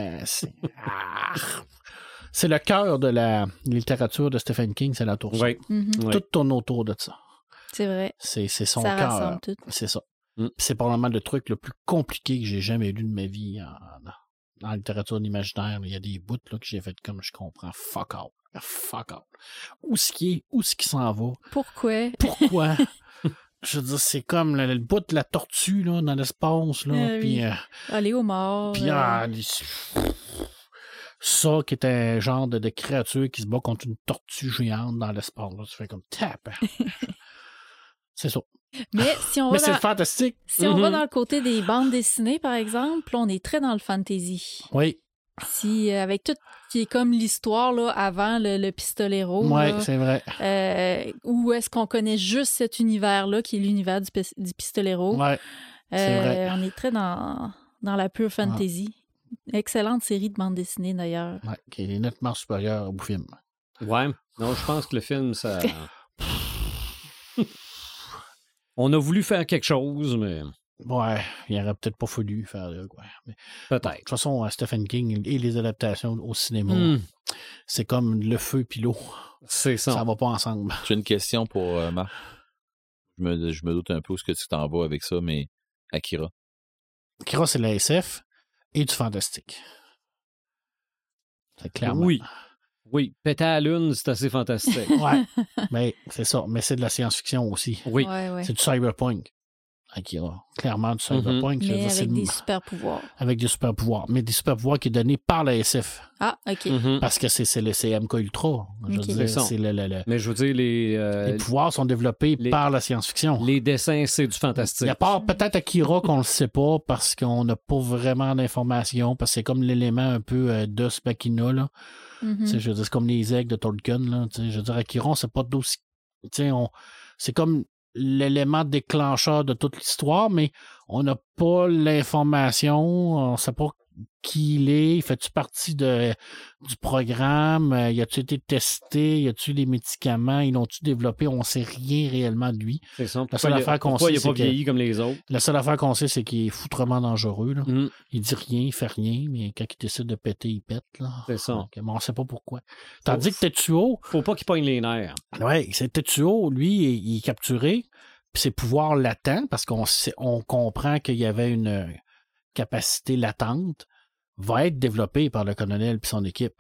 c'est le cœur de la littérature de Stephen King, c'est la Tour Sombre. Tout tourne autour de ça. C'est vrai. C'est son cœur. C'est ça. C'est probablement le truc le plus compliqué que j'ai jamais lu de ma vie dans la littérature d'imaginaire. Il y a des bouts là, que j'ai fait comme je comprends. Fuck out. Où est-ce qu'il s'en va? Pourquoi? Je veux dire, c'est comme le bout de la tortue là, dans l'espace. Puis, aller au mort. Puis, ça qui est un genre de créature qui se bat contre une tortue géante dans l'espace. Là. Tu fais comme tap. C'est ça. Mais si on va c'est fantastique. Si on va dans le côté des bandes dessinées, par exemple, on est très dans le fantasy. Oui. Si, avec tout qui est comme l'histoire là, avant le Pistolero. Oui, c'est vrai. Où est-ce qu'on connaît juste cet univers-là, qui est l'univers du Pistolero. Oui, c'est vrai. On est très dans la pure fantasy. Excellente série de bandes dessinées, d'ailleurs. Oui, qui est nettement supérieure au film. Ouais. Non, je pense que le film, ça... On a voulu faire quelque chose, mais... Ouais, il aurait peut-être pas fallu faire quoi. Mais peut-être. De toute façon, Stephen King et les adaptations au cinéma, c'est comme le feu puis l'eau. C'est ça. Ça va pas ensemble. J'ai une question pour Marc. Je me doute un peu où est-ce que tu t'en vas avec ça, mais Akira. Akira, c'est la SF et du fantastique. C'est clairement. Oui, péter à la lune, c'est assez fantastique. Ouais, mais c'est ça. Mais c'est de la science-fiction aussi. Oui. Ouais. C'est du cyberpunk. Akira. Clairement du cyberpunk. Mais avec des super-pouvoirs. Avec des super-pouvoirs. Mais des super-pouvoirs qui sont donnés par la SF. Ah, OK. Parce que c'est le MK Ultra. Je veux dire, c'est mais je veux dire, les pouvoirs sont développés par la science-fiction. Les dessins, c'est du fantastique. À part peut-être Akira qu'on le sait pas parce qu'on n'a pas vraiment d'informations, parce que c'est comme l'élément un peu d'os machina, là. Je veux dire, c'est comme les aigles de Tolkien, là. Je veux dire, Akira, on sait pas d'aussi... C'est comme l'élément déclencheur de toute l'histoire, mais on n'a pas l'information, on ne sait pas qui il est, fait-tu partie du programme, y a-tu été testé, y a-tu les médicaments, ils l'ont-tu développé, on ne sait rien réellement de lui. C'est ça. La seule affaire qu'on sait, il n'a pas vieilli comme les autres. La seule affaire qu'on sait, c'est qu'il est foutrement dangereux. Là. Il dit rien, il fait rien, mais quand il décide de péter, il pète. Là. C'est ça. Donc, on ne sait pas pourquoi. Tandis que Tetsuo... Faut pas qu'il pogne les nerfs. Oui, c'est Tetsuo, lui, il est capturé, puis ses pouvoirs latents, parce qu'on comprend qu'il y avait une capacité latente, va être développé par le colonel et son équipe.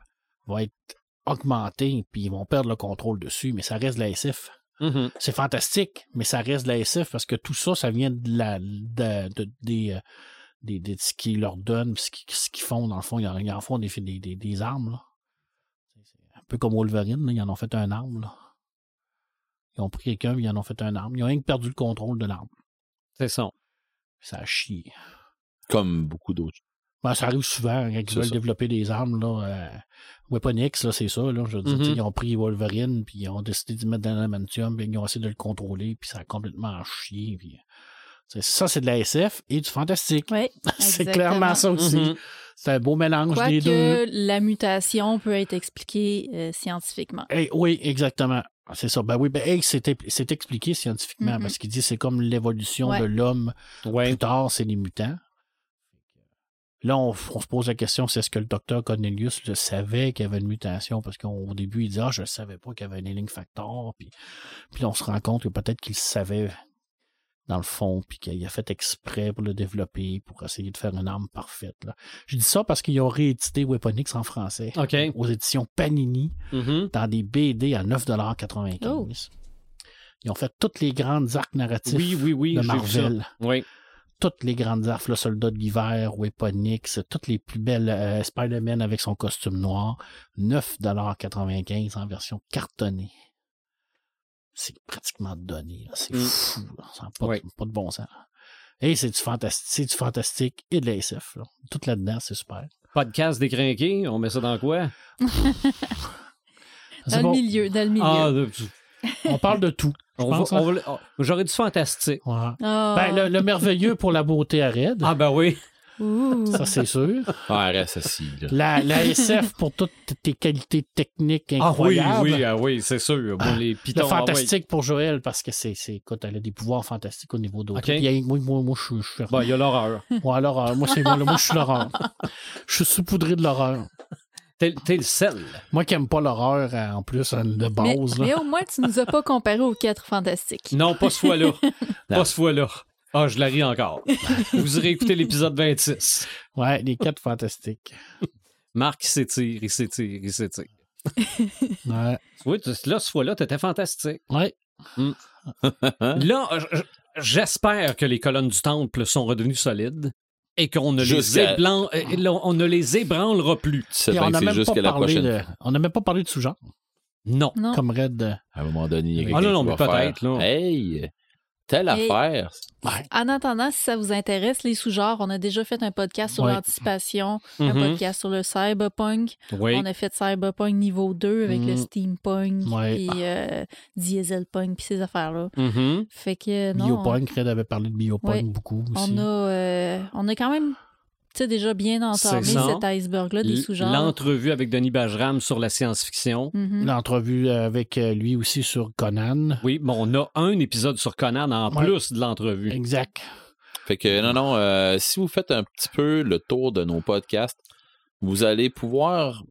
va être augmenté, puis ils vont perdre le contrôle dessus, mais ça reste de la SF. Mm-hmm. C'est fantastique, mais ça reste de la SF parce que tout ça, ça vient de ce qu'ils leur donnent, ce qu'ils font, dans le fond. Ils en font des armes, là. C'est un peu comme Wolverine, là. Ils en ont fait un arme, là. Ils ont pris quelqu'un, ils en ont fait un arme. Ils ont rien que perdu le contrôle de l'arme. C'est ça. Ça a chié. Comme beaucoup d'autres. Ben, ça arrive souvent quand ils veulent développer des armes. Là, Weapon X, là, c'est ça. Là, je veux dire, ils ont pris Wolverine, puis ils ont décidé de mettre dans l'adamantium, puis ils ont essayé de le contrôler, puis ça a complètement chié. Puis, ça, c'est de la SF et du fantastique. Oui, c'est clairement ça aussi. C'est un beau mélange des deux. La mutation peut être expliquée scientifiquement. Oui, exactement. C'est ça. Ben oui, c'est expliqué scientifiquement parce qu'il dit que c'est comme l'évolution de l'homme. Plus tard, c'est les mutants. Là, on se pose la question, c'est est-ce que le docteur Cornelius le savait qu'il y avait une mutation? Parce qu'au début, il dit « Ah, je ne savais pas qu'il y avait un healing factor. » Puis là, on se rend compte que peut-être qu'il savait dans le fond, puis qu'il a fait exprès pour le développer, pour essayer de faire une arme parfaite. Là. Je dis ça parce qu'ils ont réédité Weapon X en français aux éditions Panini dans des BD à 9,95 $. Oh. Ils ont fait toutes les grandes arcs narratifs de Marvel. Oui. Toutes les grandes arcs, le soldat de l'hiver, Weapon X, toutes les plus belles Spider-Man avec son costume noir, 9,95 $ en version cartonnée. C'est pratiquement donné. Là. C'est fou. Là. Ça n'a pas de bon sens. Et c'est du fantastique et de la SF. Là. Tout là-dedans, c'est super. Podcast décrinqué, on met ça dans quoi? Dans le milieu. On parle de tout. J'aurais du fantastique. Ouais. Oh. Ben, le merveilleux pour la beauté à Red. Ah ben oui. Ça, c'est sûr. Reste assis. La SF pour toutes tes qualités techniques incroyables. Oui, c'est sûr. Bon, les pitons, le fantastique pour Joël, parce que écoute, elle a des pouvoirs fantastiques au niveau d'autres. Okay. Moi, je suis... Bon, il y a l'horreur. Ouais, l'horreur. Moi, je suis l'horreur. Je suis saupoudré de l'horreur. T'es le seul. Moi qui n'aime pas l'horreur, en plus, de base. Mais au moins, tu nous as pas comparé aux 4 fantastiques. Non, pas ce fois-là. Pas ce fois-là. Ah, je la ris encore. Vous irez écouter l'épisode 26. Ouais, les 4 fantastiques. Marc, il s'étire. Ouais. Oui, là, ce fois-là, t'étais fantastique. Ouais. Là, j'espère que les colonnes du temple sont redevenues solides et qu'on ne les ébranlera plus. On n'a même pas parlé de sous-genre. Non. Comme Red. À un moment donné, il y a quelqu'un qui va peut-être, là. Hey! Telle affaire. En attendant, si ça vous intéresse, les sous-genres, on a déjà fait un podcast sur l'anticipation, un podcast sur le cyberpunk. Oui. On a fait cyberpunk niveau 2 avec le steampunk, puis dieselpunk, puis ces affaires-là. Fait que non. Biopunk, Red avait parlé de biopunk beaucoup aussi. On a quand même déjà bien entamé cet iceberg-là des sous-genres. L'entrevue avec Denis Bajram sur la science-fiction. L'entrevue avec lui aussi sur Conan. Oui, bon, on a un épisode sur Conan en plus de l'entrevue. Exact. Fait que, si vous faites un petit peu le tour de nos podcasts, vous allez pouvoir,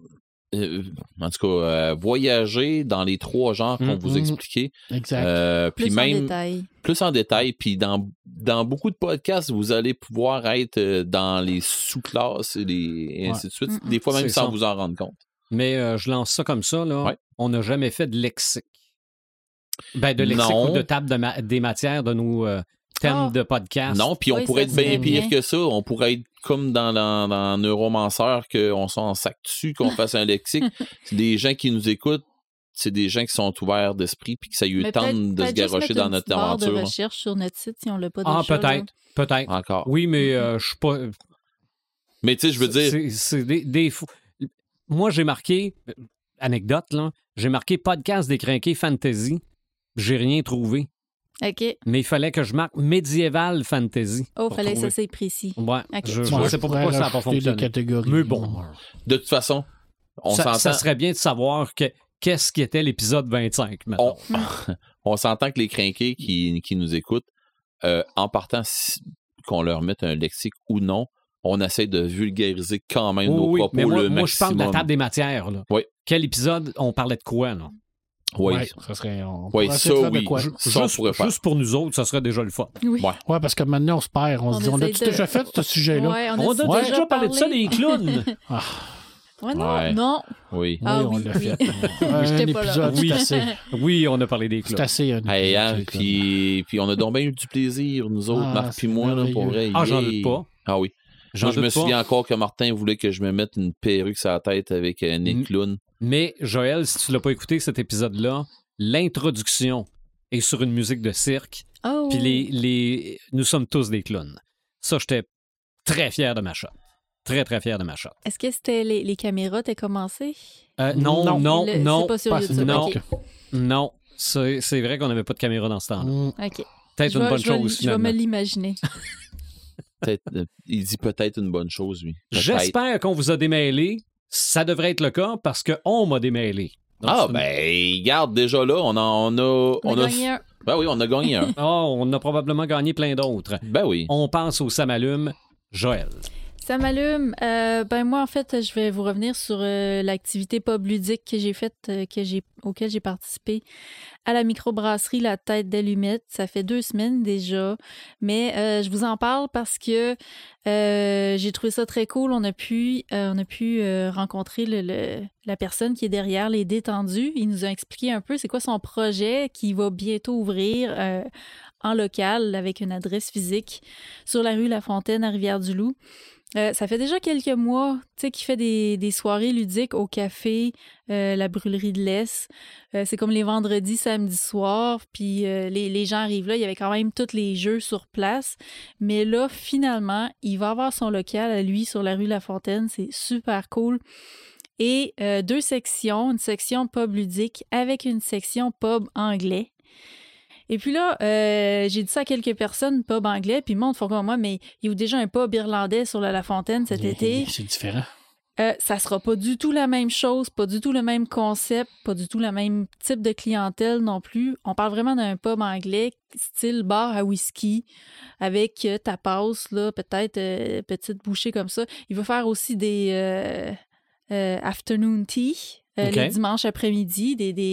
en tout cas, voyager dans les 3 genres qu'on vous expliquait. Exact. Puis plus en détail. Puis dans beaucoup de podcasts, vous allez pouvoir être dans les sous-classes et ainsi de suite. Des fois même sans vous en rendre compte. Mais je lance ça comme ça, là. Ouais. On n'a jamais fait de lexique. Ben, de lexique ou de table des matières de nos thèmes de podcast. Non, puis on pourrait être bien pire que ça. On pourrait être comme dans Neuromancer, qu'on s'en sac dessus, qu'on fasse un lexique. Des gens qui nous écoutent, c'est des gens qui sont ouverts d'esprit puis que ça lui tente de se garrocher dans notre aventure. De recherche sur notre site si on l'a pas déjà. Peut-être. Encore. Oui, mais je suis pas... Mais tu sais, je veux dire... C'est des... Moi, j'ai marqué... Anecdote, là. J'ai marqué podcast décrinqué fantasy. J'ai rien trouvé. OK. Mais il fallait que je marque médiéval fantasy. Oh, fallait que ça, c'est précis. Ouais. Okay. Je sais pas pourquoi ça n'a pas fonctionné. Mais bon. De toute façon, on s'entend... Ça serait bien de savoir qu'est-ce qui était l'épisode 25, maintenant. On s'entend que les crinqués qui nous écoutent, en partant, qu'on leur mette un lexique ou non, on essaie de vulgariser quand même nos propos mais moi, le maximum. Moi, je parle de la table des matières. Là. Oui. Quel épisode on parlait de quoi, là? Oui, ça serait. Juste pour nous autres, ça serait déjà le fun. Oui, parce que maintenant, on se perd. On se dit, on a-tu déjà fait ce sujet-là? Ouais, on a déjà parlé de ça, des clowns. Ouais, non. Oui. Ah on l'a fait. J'étais pas là. Oui, on a parlé des clubs. C'est assez. Puis on a donc bien eu du plaisir, nous autres, Marc puis moi, là, pour vrai. J'en doute pas. Ah oui. Moi, je me souviens encore que Martin voulait que je me mette une perruque sur la tête avec un nez de clown. Mais, Joël, si tu l'as pas écouté, cet épisode-là, l'introduction est sur une musique de cirque. Oh. Puis nous sommes tous des clowns. Ça, j'étais très fier de ma shot. Très, très fier de ma shot. Est-ce que c'était les caméras t'as commencé? Non. C'est pas sur YouTube. Non. Okay. Non. C'est vrai qu'on n'avait pas de caméra dans ce temps-là. OK. Peut-être une bonne chose, finalement. Je vais me l'imaginer. Il dit peut-être une bonne chose, lui. Peut-être. J'espère qu'on vous a démêlé. Ça devrait être le cas parce qu'on m'a démêlé. Donc, regarde, déjà là, on a gagné un. Ben oui, on a gagné un. On a probablement gagné plein d'autres. Ben oui. On pense au Samalume. Joël. Samalume, moi, en fait, je vais vous revenir sur l'activité pub ludique que j'ai faite, auquel j'ai participé à la microbrasserie La Tête d'Allumette. Ça fait 2 semaines déjà, mais je vous en parle parce que j'ai trouvé ça très cool. On a pu rencontrer la personne qui est derrière les détendus. Il nous a expliqué un peu c'est quoi son projet qui va bientôt ouvrir en local avec une adresse physique sur la rue La Fontaine à Rivière-du-Loup. Ça fait déjà quelques mois, qu'il fait des soirées ludiques au café, la brûlerie de l'Est. C'est comme les vendredis, samedis soirs, puis les gens arrivent là, il y avait quand même tous les jeux sur place. Mais là, finalement, il va avoir son local à lui sur la rue La Fontaine. C'est super cool. Et 2 sections, une section pub ludique avec une section pub anglais. Et puis là, j'ai dit ça à quelques personnes, pub anglais, puis le monde font comme moi, mais il y a déjà un pub irlandais sur la Fontaine cet été. C'est différent. Ça sera pas du tout la même chose, pas du tout le même concept, pas du tout le même type de clientèle non plus. On parle vraiment d'un pub anglais, style bar à whisky, avec tapas, là, peut-être petite bouchée comme ça. Il va faire aussi des afternoon tea, les dimanches après-midi,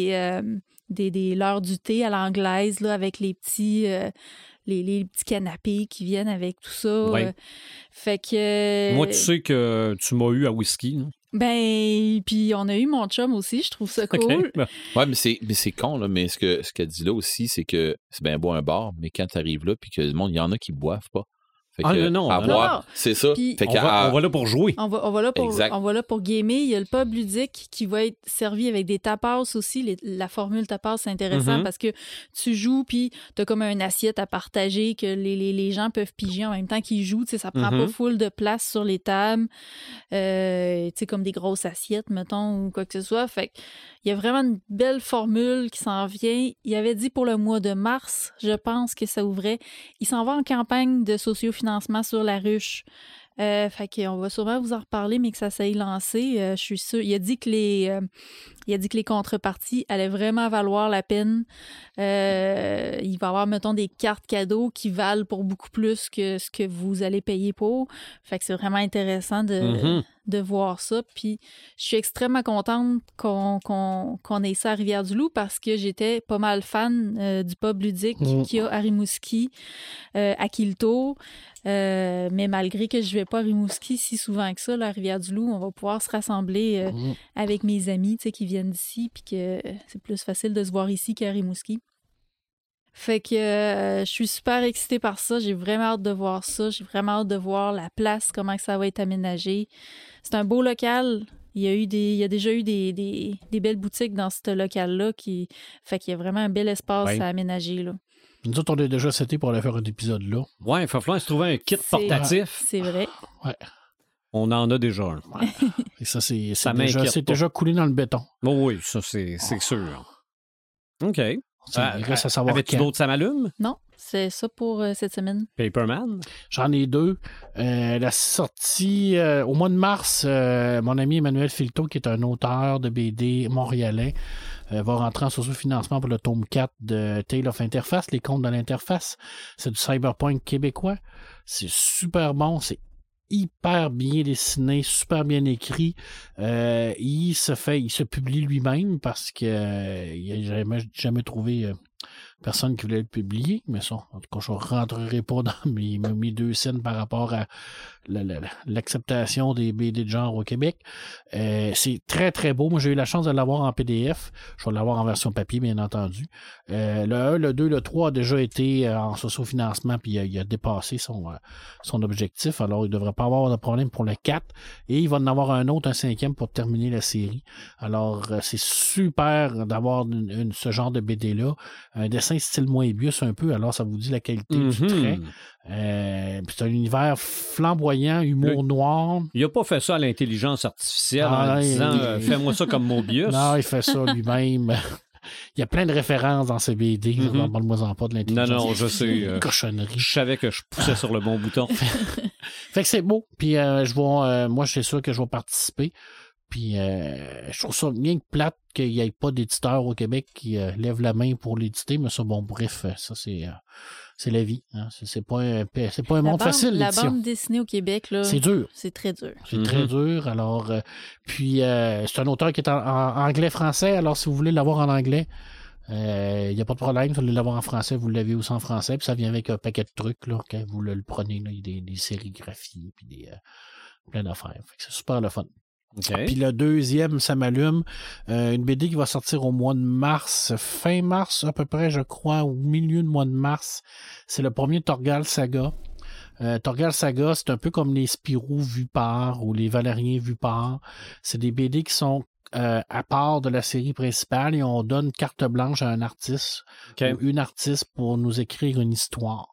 des l'heure du thé à l'anglaise, là, avec les petits petits canapés qui viennent avec tout ça. Ouais. Fait que... Moi, tu sais que tu m'as eu à whisky. Là. Ben, puis on a eu mon chum aussi, je trouve ça cool. Okay. Ouais, mais c'est con, là, mais ce qu'elle dit là aussi, c'est que c'est bien beau un bar, mais quand tu arrives là, puis que le monde, il y en a qui boivent pas. Non. C'est ça. On va là pour jouer. On va là pour gamer. Il y a le pub ludique qui va être servi avec des tapas aussi. La formule tapas, c'est intéressant parce que tu joues, puis tu as comme une assiette à partager que les gens peuvent piger en même temps qu'ils jouent. Ça prend pas full de place sur les tables. Comme des grosses assiettes, mettons, ou quoi que ce soit. Fait il y a vraiment une belle formule qui s'en vient. Il avait dit pour le mois de mars, je pense que ça ouvrait. Il s'en va en campagne de sociofinancement sur la ruche. Fait qu'on va sûrement vous en reparler, mais que ça s'est lancé. Je suis sûre. Il a dit que les contreparties allaient vraiment valoir la peine. Il va y avoir, mettons, des cartes cadeaux qui valent pour beaucoup plus que ce que vous allez payer pour. Fait que c'est vraiment intéressant de voir ça. Puis je suis extrêmement contente qu'on ait ça à Rivière-du-Loup parce que j'étais pas mal fan du pub ludique qu'il y a à Rimouski, à Quilto. Mais malgré que je ne vais pas à Rimouski si souvent que ça, là, à Rivière-du-Loup, on va pouvoir se rassembler avec mes amis qui viennent d'ici, puis que c'est plus facile de se voir ici qu'à Rimouski. Fait que je suis super excitée par ça. J'ai vraiment hâte de voir ça. J'ai vraiment hâte de voir la place, comment que ça va être aménagé. C'est un beau local. Il y a déjà eu des belles boutiques dans ce local-là. Fait qu'il y a vraiment un bel espace à aménager, là. Nous autres, on est déjà setés pour aller faire un épisode là. Ouais, il va falloir se trouver un kit portatif. C'est vrai. Ouais. On en a déjà un. Ouais. Et ça, c'est déjà coulé dans le béton. Oh oui, ça, c'est sûr. OK. Reste à savoir avais-tu d'autres Samalume? Non, c'est ça pour cette semaine. Paperman? J'en ai 2. La sortie au mois de mars, mon ami Emmanuel Filto, qui est un auteur de BD montréalais, va rentrer en socio-financement pour le tome 4 de Tale of Interface, les contes de l'interface. C'est du cyberpunk québécois. C'est super bon, c'est hyper bien dessiné, super bien écrit. Il se publie lui-même parce que il n'a jamais trouvé personne qui voulait le publier, mais ça, en tout cas, je ne rentrerai pas dans mes 2 scènes par rapport à l'acceptation des BD de genre au Québec. C'est très, très beau. Moi, j'ai eu la chance de l'avoir en PDF. Je vais l'avoir en version papier, bien entendu. Le 1, le 2, le 3 a déjà été en socio-financement, puis il a dépassé son objectif. Alors, il ne devrait pas avoir de problème pour le 4. Et il va en avoir un autre, un 5e, pour terminer la série. Alors, c'est super d'avoir ce genre de BD-là. Un dessin style Moebius un peu, alors ça vous dit la qualité du trait. C'est un univers flamboyant, humour noir. Il n'a pas fait ça à l'intelligence artificielle en disant fais-moi ça comme Moebius. Non, il fait ça lui-même. Il y a plein de références dans ces BD. Parle-moi-en pas de l'intelligence. Non, je sais. Cochonnerie. Je savais que je poussais sur le bon bouton. Fait que c'est beau. Puis moi, je suis sûr que je vais participer. Puis je trouve ça bien plate qu'il n'y ait pas d'éditeur au Québec qui lève la main pour l'éditer, mais ça, bon, bref, ça c'est la vie. Hein. C'est pas un monde facile, l'édition. La bande dessinée au Québec, là, c'est dur. C'est très dur. C'est très dur. Alors, puis c'est un auteur qui est en anglais-français, alors si vous voulez l'avoir en anglais, il n'y a pas de problème. Si vous voulez l'avoir en français, vous l'avez aussi en français, puis ça vient avec un paquet de trucs, là, quand vous le prenez, là, il y a des sérigraphies, puis plein d'affaires. Fait que c'est super le fun. Okay. Puis le 2e, ça m'allume. Une BD qui va sortir au mois de mars, fin mars à peu près, je crois, au milieu du mois de mars. C'est le premier Torgal Saga. Torgal Saga, c'est un peu comme les Spirou vus par ou les Valériens vus par. C'est des BD qui sont à part de la série principale et on donne carte blanche à un artiste ou une artiste pour nous écrire une histoire.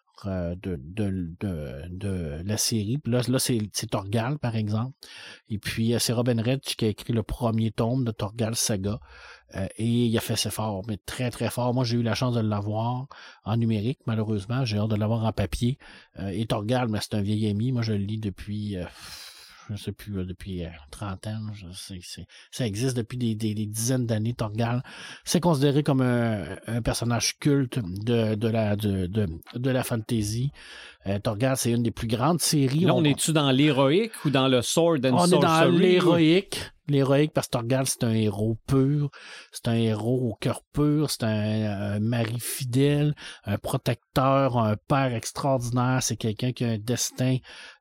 De la série. Puis là c'est Torgal, par exemple. Et puis, c'est Robin Redge qui a écrit le premier tome de Torgal Saga. Et il a fait ses forts, mais très, très fort. Moi, j'ai eu la chance de l'avoir en numérique, malheureusement. J'ai hâte de l'avoir en papier. Et Torgal, mais c'est un vieil ami. Moi, je le lis depuis... je ne sais plus, depuis 30 ans. Ça existe depuis des dizaines d'années, Torgal. C'est considéré comme un personnage culte de la fantasy. Torgal, c'est une des plus grandes séries. Là, on est-tu dans l'héroïque ou dans le Sword and Sorcery? On est dans l'héroïque. L'héroïque, parce que Torgal, c'est un héros pur, c'est un héros au cœur pur, c'est un mari fidèle, un protecteur, un père extraordinaire, c'est quelqu'un qui a un destin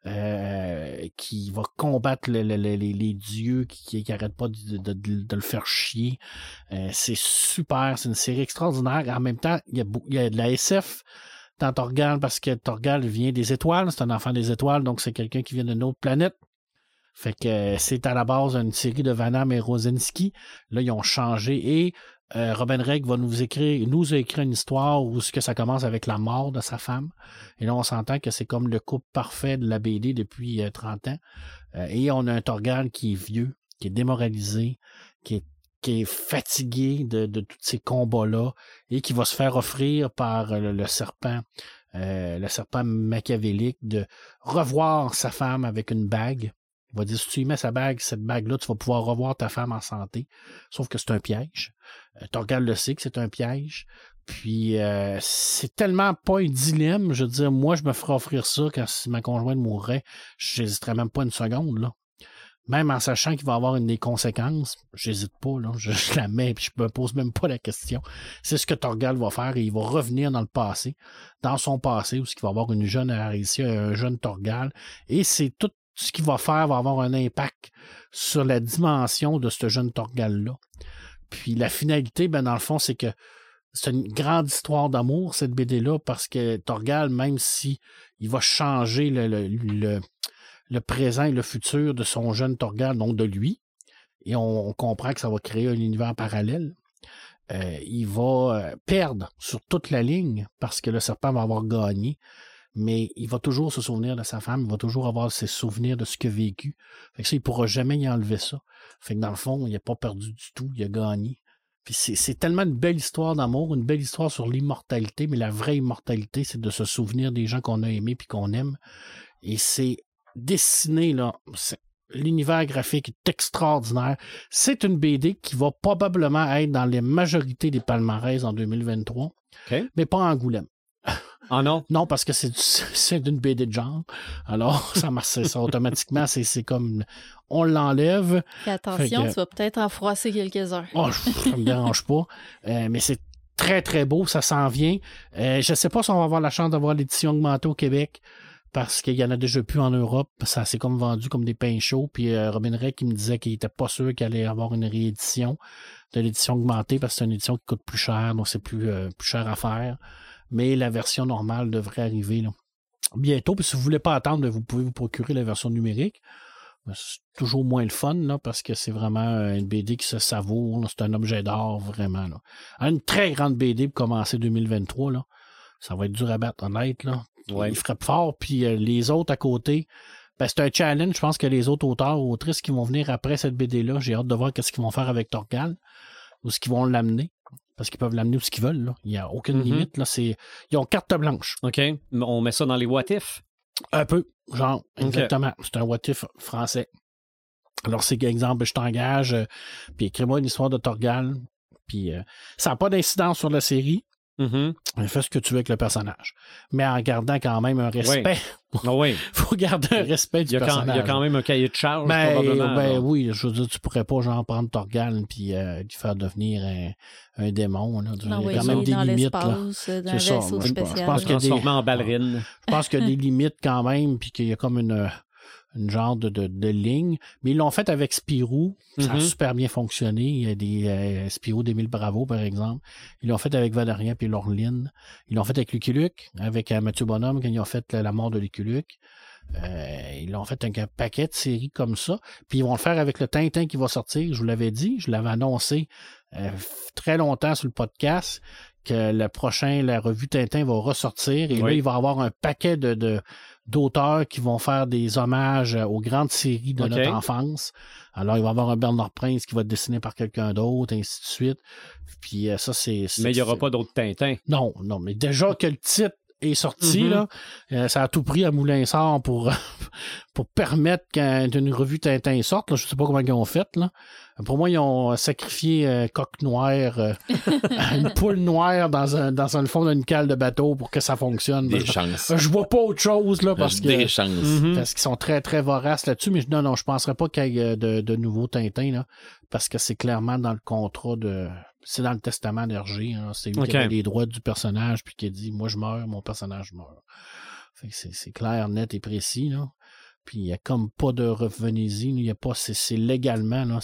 qui va combattre les dieux, qui n'arrêtent pas de le faire chier. C'est super, c'est une série extraordinaire. En même temps, il y a de la SF dans Torgal, parce que Torgal vient des étoiles, c'est un enfant des étoiles, donc c'est quelqu'un qui vient d'une autre planète. Fait que c'est à la base une série de Vanham et Rosinski. Là, ils ont changé et Robin Redge va nous a écrit une histoire où ce que ça commence avec la mort de sa femme. Et là, on s'entend que c'est comme le couple parfait de la BD depuis 30 ans. Et on a un Torgal qui est vieux, qui est démoralisé, qui est fatigué de tous ces combats-là et qui va se faire offrir par le serpent machiavélique de revoir sa femme avec une bague. Il va dire, si tu y mets cette bague-là, tu vas pouvoir revoir ta femme en santé. Sauf que c'est un piège. Torgal le sait que c'est un piège. Puis, c'est tellement pas un dilemme. Je veux dire, moi, je me ferais offrir ça quand si ma conjointe mourrait. J'hésiterais même pas une seconde, là. Même en sachant qu'il va y avoir des conséquences, j'hésite pas, là. Je la mets et je me pose même pas la question. C'est ce que Torgal va faire et il va revenir dans le passé, dans son passé, où il va avoir une jeune Arésia et un jeune Torgal. Et c'est tout ce qu'il va faire va avoir un impact sur la dimension de ce jeune Torgal-là. Puis la finalité, ben dans le fond, c'est que c'est une grande histoire d'amour, cette BD-là, parce que Torgal, même si il va changer le présent et le futur de son jeune Torgal, donc de lui, et on comprend que ça va créer un univers parallèle, il va perdre sur toute la ligne, parce que le serpent va avoir gagné, mais il va toujours se souvenir de sa femme, il va toujours avoir ses souvenirs de ce qu'il a vécu. Fait que ça, il ne pourra jamais y enlever ça. Fait que dans le fond, il n'a pas perdu du tout, il a gagné. Puis c'est tellement une belle histoire d'amour, une belle histoire sur l'immortalité, mais la vraie immortalité, c'est de se souvenir des gens qu'on a aimés puis qu'on aime. Et c'est dessiné, là, l'univers graphique est extraordinaire. C'est une BD qui va probablement être dans la majorité des palmarès en 2023, mais pas à Angoulême. Ah non? Non, parce que c'est d'une BD de genre. Alors, ça marche ça automatiquement. C'est comme on l'enlève. Fais attention, tu vas peut-être en froisser quelques-uns. Oh, ça me dérange pas. Mais c'est très, très beau. Ça s'en vient. Je ne sais pas si on va avoir la chance d'avoir l'édition augmentée au Québec parce qu'il y en a déjà plus en Europe. Ça s'est comme vendu comme des pains chauds. Puis Robin Ray qui me disait qu'il n'était pas sûr qu'il allait avoir une réédition de l'édition augmentée parce que c'est une édition qui coûte plus cher, donc c'est plus cher à faire. Mais la version normale devrait arriver là, bientôt. Puis si vous ne voulez pas attendre, vous pouvez vous procurer la version numérique. C'est toujours moins le fun là, parce que c'est vraiment une BD qui se savoure. Là. C'est un objet d'art, vraiment. Là. Une très grande BD pour commencer 2023. Là. Ça va être dur à battre, honnête. Là. Ouais. Il frappe fort. Puis les autres à côté, c'est un challenge. Je pense que les autres auteurs ou autrices qui vont venir après cette BD-là, j'ai hâte de voir ce qu'ils vont faire avec Torgal. Où est-ce qu'ils vont l'amener. Parce qu'ils peuvent l'amener où ce qu'ils veulent. Là. Il n'y a aucune limite. Là. Ils ont carte blanche. OK. On met ça dans les what if? Un peu. Genre, exactement. Okay. C'est un what if français. Alors, c'est exemple, je t'engage, puis écris-moi une histoire de Torgal. Puis ça n'a pas d'incidence sur la série. Fais ce que tu veux avec le personnage. Mais en gardant quand même un respect. Oui. Faut garder un respect du personnage. Il y a quand même un cahier de charge, probablement. Oui, je veux dire, tu pourrais pas genre prendre Torgal puis lui faire devenir un démon. Là. Il y a quand même des limites. Là. C'est ça. Je pense qu'il y a en ballerine. Je pense qu'il y a des limites quand même, puis qu'il y a comme une genre de ligne. Mais ils l'ont fait avec Spirou. Ça a super bien fonctionné. Il y a des Spirou d'Émile Bravo, par exemple. Ils l'ont fait avec Valérien puis Laureline. Ils l'ont fait avec Lucky Luke, avec Mathieu Bonhomme, quand ils ont fait La mort de Lucky Luke. Ils l'ont fait avec un paquet de séries comme ça. Puis ils vont le faire avec le Tintin qui va sortir. Je vous l'avais dit, je l'avais annoncé très longtemps sur le podcast que la revue Tintin va ressortir. Et là, il va y avoir un paquet d'auteurs qui vont faire des hommages aux grandes séries de notre enfance. Alors, il va y avoir un Bernard Prince qui va être dessiné par quelqu'un d'autre, ainsi de suite. Puis ça, c'est... Mais il n'y aura pas d'autres Tintins. Non, mais déjà que le titre est sorti, là, ça a tout pris à Moulinsart pour permettre qu'une revue Tintin sorte. Là, je ne sais pas comment ils ont fait. Là. Pour moi, ils ont sacrifié coq noir, une poule noire dans le fond d'une cale de bateau pour que ça fonctionne. Des chances. Je vois pas autre chose là, parce des chances. Parce qu'ils sont très, très voraces là-dessus. Mais non, je penserais pas qu'il y ait de nouveaux Tintins, là, parce que c'est clairement dans le contrat de... C'est dans le testament d'Hergé. Hein. C'est lui qui a les droits du personnage puis qui a dit « Moi, je meurs, mon personnage meurt. » Fait que c'est clair, net et précis. Là. Puis il n'y a comme pas de revenez-y. Il y a pas, c'est légalement. Là,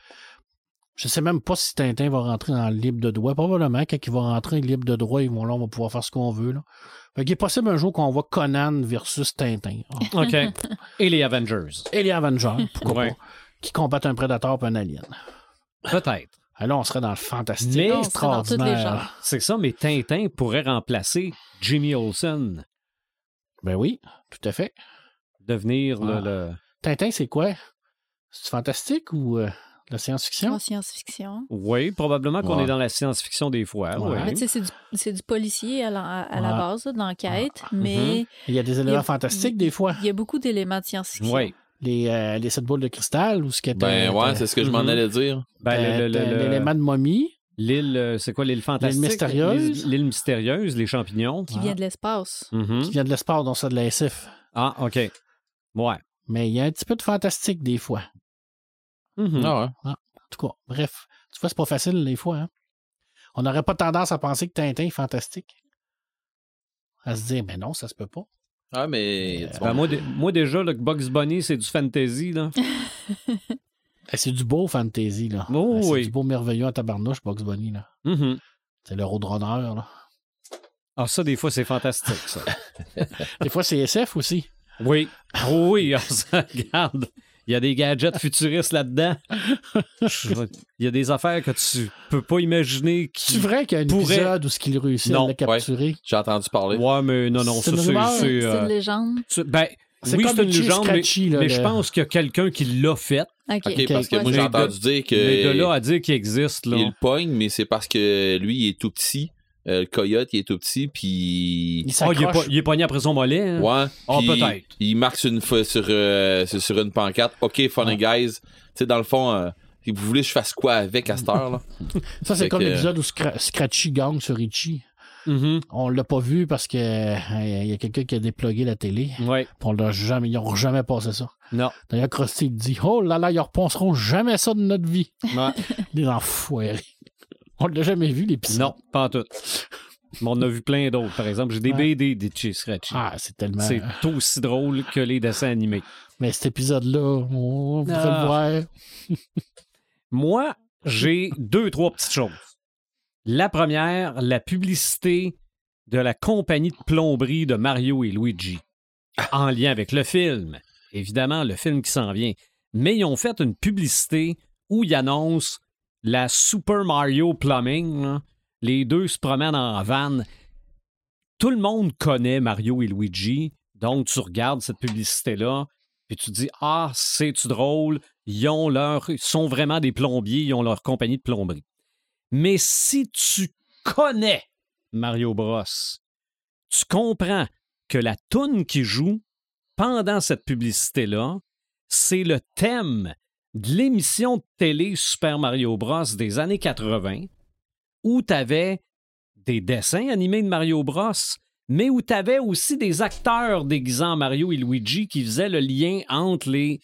je sais même pas si Tintin va rentrer dans le libre de droit. Probablement, quand il va rentrer libre de droit, on va pouvoir faire ce qu'on veut. Là. Fait qu'il est possible un jour qu'on voit Conan versus Tintin. OK. Et les Avengers. Pourquoi pas. Qui combattent un prédateur et un alien. Peut-être. Là, on serait dans le fantastique. Mais extraordinaire. C'est ça, mais Tintin pourrait remplacer Jimmy Olsen. Ben oui, tout à fait. Devenir le... Tintin, c'est quoi? C'est fantastique ou la science-fiction? En science-fiction. Oui, probablement qu'on est dans la science-fiction des fois. Ouais. Mais c'est du policier à la base, là, de l'enquête, mais... Il y a des éléments fantastiques des fois. Il y a beaucoup d'éléments de science-fiction. Oui. Les 7 boules de cristal ou ce qui était... c'est ce que je m'en allais dire. L'élément de momie. L'île, c'est quoi l'île fantastique? L'île mystérieuse. L'île mystérieuse, les champignons. Qui vient de l'espace. Qui vient de l'espace, donc ça de la SF. Ah, OK. Ouais. Mais il y a un petit peu de fantastique des fois. En tout cas, bref. Tu vois, c'est pas facile des fois. Hein? On n'aurait pas tendance à penser que Tintin est fantastique. À se dire, mais non, ça se peut pas. Ah, mais... moi, déjà, le Bugs Bunny, c'est du fantasy, là. C'est du beau fantasy, là. C'est du beau merveilleux en tabarnouche, Bugs Bunny, là. C'est le Roadrunner, là. Ah, ça, des fois, c'est fantastique, ça. Des fois, c'est SF aussi. Oui. Oui, regarde. Il y a des gadgets futuristes là-dedans. Il y a des affaires que tu peux pas imaginer. C'est vrai qu'il y a un épisode où il réussit à le capturer. Ouais. J'ai entendu parler. Ouais, mais non, c'est une légende. C'est oui, c'est une légende, mais je pense qu'il y a quelqu'un qui l'a fait. OK, parce que moi, j'ai entendu dire que... Mais de là à dire qu'il existe, là... Il le pogne, mais c'est parce que lui, il est tout petit. Le coyote, il est tout petit, puis... Il est pogné après son mollet. Hein? Ouais. Peut-être. Il marque sur une pancarte. OK, funny guys. Tu sais, dans le fond, vous voulez que je fasse quoi avec à cette heure, là? Ça, c'est comme l'épisode où Scratchy gang sur Richie. On l'a pas vu parce que y a quelqu'un qui a déplugué la télé. Ouais. Ils n'ont jamais passé ça. Non. D'ailleurs, Krusty dit « Oh là là, ils ne repenseront jamais ça de notre vie. » Les enfoirés. On l'a jamais vu, l'épisode. Non, pas en tout. Mais on en a vu plein d'autres, par exemple. J'ai des BD d'Itchy Scratchy. Ah, c'est tellement... C'est aussi drôle que les dessins animés. Mais cet épisode-là, on voudrait le voir. Moi, j'ai 2-3 petites choses. La première, la publicité de la compagnie de plomberie de Mario et Luigi. En lien avec le film. Évidemment, le film qui s'en vient. Mais ils ont fait une publicité où ils annoncent la Super Mario Plumbing, là. Les deux se promènent en van. Tout le monde connaît Mario et Luigi, donc tu regardes cette publicité-là, puis tu te dis « Ah, c'est-tu drôle? Ils sont vraiment des plombiers, ils ont leur compagnie de plomberie. » Mais si tu connais Mario Bros, tu comprends que la toune qui joue pendant cette publicité-là, c'est le thème de l'émission de télé Super Mario Bros des années 80, où tu avais des dessins animés de Mario Bros, mais où tu avais aussi des acteurs déguisant Mario et Luigi qui faisaient le lien entre les...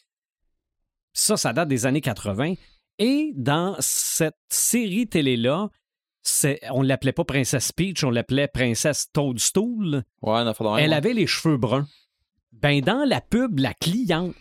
Ça date des années 80. Et dans cette série télé-là, on ne l'appelait pas Princesse Peach, on l'appelait Princesse Toadstool. Ouais, elle avait les cheveux bruns. Ben, dans la pub, la cliente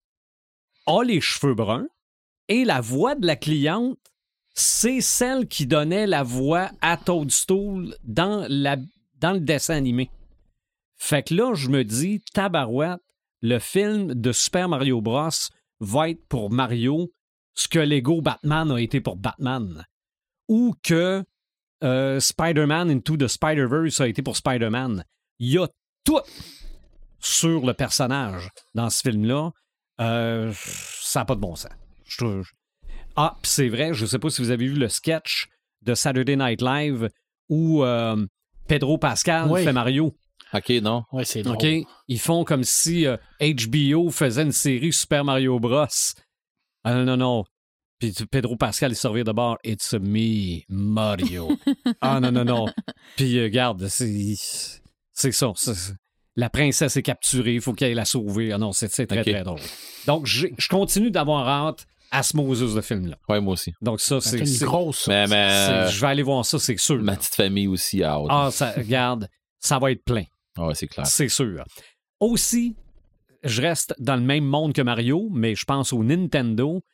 a les cheveux bruns et la voix de la cliente, c'est celle qui donnait la voix à Toadstool dans le dessin animé. Fait que là, je me dis, tabarouette, le film de Super Mario Bros va être pour Mario ce que Lego Batman a été pour Batman. Ou que Spider-Man Into the Spider-Verse a été pour Spider-Man. Il y a tout sur le personnage dans ce film-là. Ça n'a pas de bon sens. Ah, puis c'est vrai, je ne sais pas si vous avez vu le sketch de Saturday Night Live où Pedro Pascal fait Mario. OK, non. Ouais, c'est drôle. OK, ils font comme si HBO faisait une série Super Mario Bros. Ah non. Puis Pedro Pascal, il servait de bord. It's me, Mario. Ah non. Puis regarde, c'est ça. La princesse est capturée, il faut qu'elle la sauver. Ah non, c'est très, très drôle. Donc, je continue d'avoir hâte à ce Moses, le film-là. Oui, moi aussi. Donc, ça, c'est une grosse. Mais je vais aller voir ça, c'est sûr. Ma petite famille aussi a hâte. Ah, regarde, ça va être plein. Ah ouais, c'est clair. C'est sûr. Aussi, je reste dans le même monde que Mario, mais je pense au Nintendo.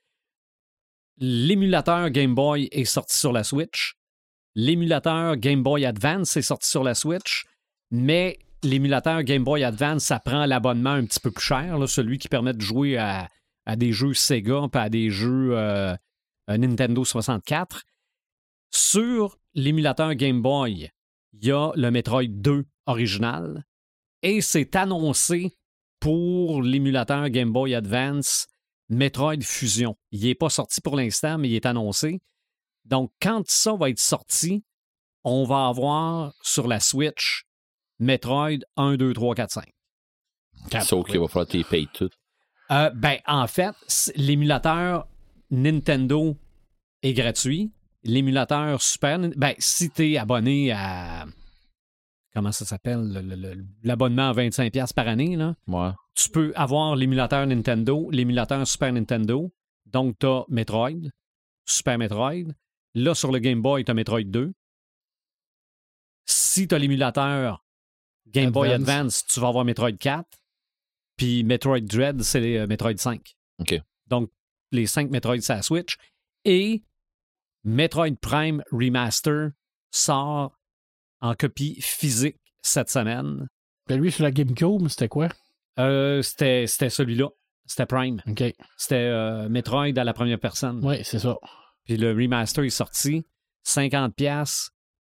L'émulateur Game Boy est sorti sur la Switch. L'émulateur Game Boy Advance est sorti sur la Switch. Mais l'émulateur Game Boy Advance, ça prend l'abonnement un petit peu plus cher, là, celui qui permet de jouer à des jeux Sega puis à des jeux Nintendo 64. Sur l'émulateur Game Boy, il y a le Metroid 2 original et c'est annoncé pour l'émulateur Game Boy Advance Metroid Fusion. Il n'est pas sorti pour l'instant, mais il est annoncé. Donc, quand ça va être sorti, on va avoir sur la Switch Metroid 1, 2, 3, 4, 5. Sauf qu'il va falloir que tu les payes tout. En fait, l'émulateur Nintendo est gratuit. L'émulateur Super... si tu es abonné à... Comment ça s'appelle? L'abonnement à 25$ par année, là. Ouais. Tu peux avoir l'émulateur Nintendo, l'émulateur Super Nintendo. Donc, tu as Metroid, Super Metroid. Là, sur le Game Boy, tu as Metroid 2. Si tu as l'émulateur Game Boy Advance, tu vas avoir Metroid 4. Puis Metroid Dread, c'est Metroid 5. OK. Donc, les 5 Metroid, c'est la Switch. Et Metroid Prime Remaster sort en copie physique cette semaine. Ben lui, sur la GameCube, c'était quoi? C'était celui-là. C'était Prime. OK. C'était Metroid à la première personne. Oui, c'est ça. Puis le remaster est sorti. 50$.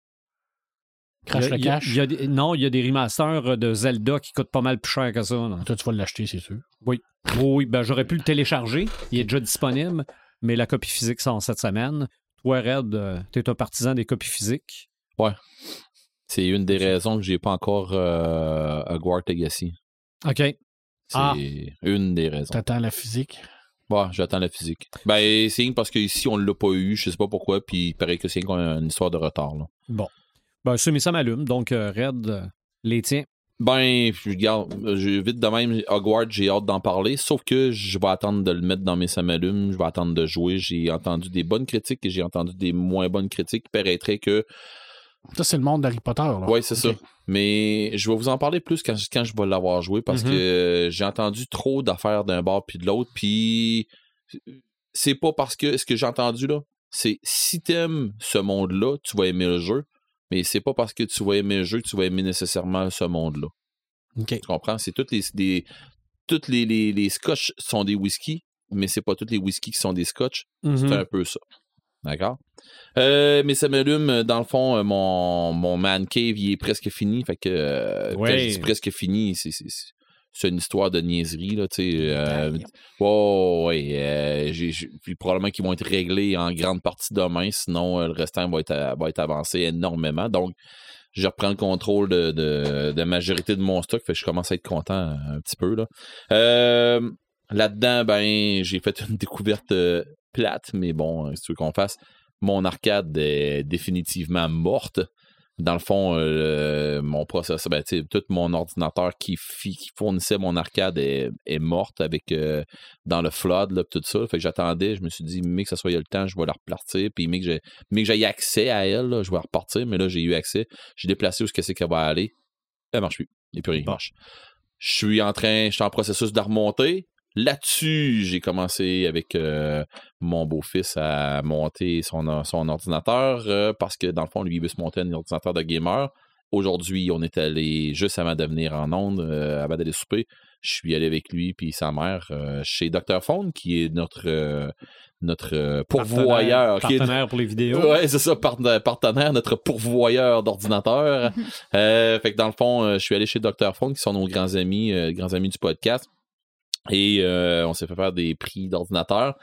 Crash le cash? Non, il y a des remasters de Zelda qui coûtent pas mal plus cher que ça. Là. Toi, tu vas l'acheter, c'est sûr. Oui. Oui, ben j'aurais pu le télécharger. Il est déjà disponible, mais la copie physique sort cette semaine. Toi, Red, t'es un partisan des copies physiques. Ouais. C'est une des raisons que j'ai pas encore Hogwarts Legacy. OK. C'est une des raisons. T'attends la physique? Ouais, j'attends la physique. Ben, c'est parce qu'ici, on l'a pas eu, je sais pas pourquoi, puis il paraît que c'est une histoire de retard. Là. Bon. Ben, ça m'allume, donc Red, les tiens. Ben, regarde, vite de même, Hogwarts, j'ai hâte d'en parler, sauf que je vais attendre de le mettre dans mes samalumes, je vais attendre de jouer. J'ai entendu des bonnes critiques et j'ai entendu des moins bonnes critiques. Il paraîtrait que... Ça, c'est le monde d'Harry Potter, là. Oui, c'est ça. Mais je vais vous en parler plus quand je vais l'avoir joué, parce que j'ai entendu trop d'affaires d'un bord puis de l'autre, puis c'est pas parce que ce que j'ai entendu, là, c'est si t'aimes ce monde-là, tu vas aimer le jeu. Mais c'est pas parce que tu vas aimer le jeu que tu vas aimer nécessairement ce monde-là. Okay. Tu comprends? C'est toutes les scotch sont des whisky, mais c'est pas tous les whisky qui sont des scotch. C'est un peu ça. D'accord? Mais ça m'allume, dans le fond, mon man cave, il est presque fini. Fait que quand je dis presque fini, c'est une histoire de niaiserie, là, tu sais. Puis probablement qu'ils vont être réglés en grande partie demain, sinon le restant va être avancé énormément. Donc, je reprends le contrôle de la majorité de mon stock, fait que je commence à être content un petit peu, là. Là-dedans, ben, j'ai fait une découverte plate, mais bon, si tu veux qu'on fasse, mon arcade est définitivement morte. Dans le fond, mon processeur, ben, tout mon ordinateur qui fournissait mon arcade est morte avec dans le flood, là, tout ça. Fait que j'attendais, je me suis dit, mais que ça soit le temps, je vais la repartir. Puis mais que j'aille accès à elle, là, je vais repartir. Mais là, j'ai eu accès. J'ai déplacé où est-ce que c'est qu'elle va aller. Elle marche plus. Il n'y a plus rien qui marche. Je suis en processus de remonter. Là-dessus, j'ai commencé avec mon beau-fils à monter son ordinateur parce que, dans le fond, lui, il veut se monter un ordinateur de gamer. Aujourd'hui, on est allé, juste avant de venir en onde, avant d'aller souper, je suis allé avec lui puis sa mère chez Dr. Phone, qui est notre pourvoyeur. Partenaire pour les vidéos. Oui, c'est ça, partenaire, notre pourvoyeur d'ordinateur. Fait que, dans le fond, je suis allé chez Dr. Phone, qui sont nos grands amis du podcast. Et on s'est fait faire des prix d'ordinateur.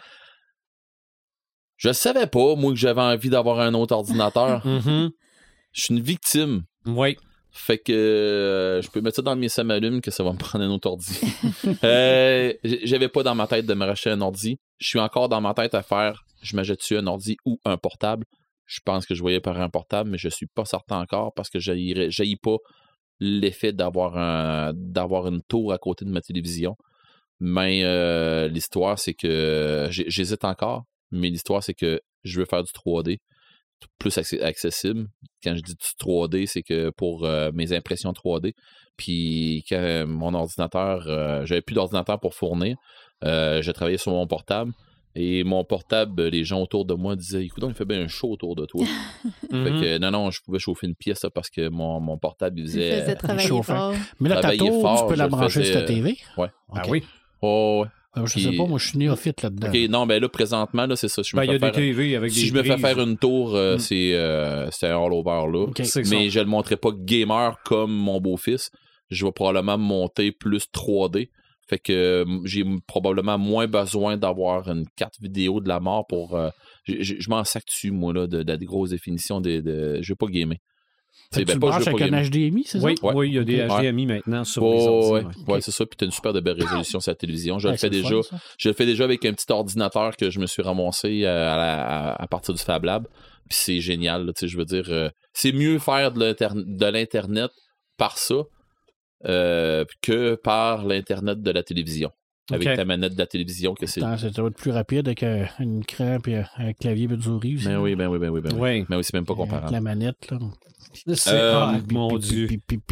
Je savais pas, moi, que j'avais envie d'avoir un autre ordinateur. Je suis une victime. Oui. Fait que je peux mettre ça dans mes samalumes que ça va me prendre un autre ordi. J'avais pas dans ma tête de me racheter un ordi. Je suis encore dans ma tête à faire, je m'achète-tu un ordi ou un portable. Je pense que je voyais par un portable, mais je suis pas certain encore parce que j'haïs pas l'effet d'avoir une tour à côté de ma télévision. Mais l'histoire, c'est que j'hésite encore, mais l'histoire, c'est que je veux faire du 3D plus accessible. Quand je dis du 3D, c'est que pour mes impressions 3D, puis quand mon ordinateur, j'avais plus d'ordinateur pour fournir, j'ai travaillé sur mon portable, et mon portable, les gens autour de moi disaient, écoute, il fait bien un chaud autour de toi. Fait que non, je pouvais chauffer une pièce là, parce que mon portable, il faisait travailler fort. Mais là, ta tour, tu peux la brancher sur ta TV? Ouais. Okay. Ah oui. Oh, ouais. Je sais pas, moi je suis néophyte là-dedans. OK, non, ben là, présentement, là, c'est ça. Il y a des TV avec si je me fais faire une tour, c'est un all-over là. Okay. Mais je le montrerai pas gamer comme mon beau-fils. Je vais probablement monter plus 3D. Fait que j'ai probablement moins besoin d'avoir une carte vidéo de la mort pour... je m'en sac dessus, moi, là, de grosses définitions. Je veux pas gamer. Tu le branches avec un HDMI, c'est ça? Oui, il y a des HDMI maintenant sur les ordi. Oui, c'est ça. Puis tu as une super de belle résolution sur la télévision. Je le fais déjà avec un petit ordinateur que je me suis ramassé à partir du Fab Lab. Puis c'est génial. Là, je veux dire, c'est mieux faire de l'Internet par ça que par l'Internet de la télévision. Avec ta manette de la télévision. Ça va être plus rapide avec un écran et un clavier et une souris. Ben oui. Mais oui, c'est même pas comparable. Avec la manette, là. Mon Dieu.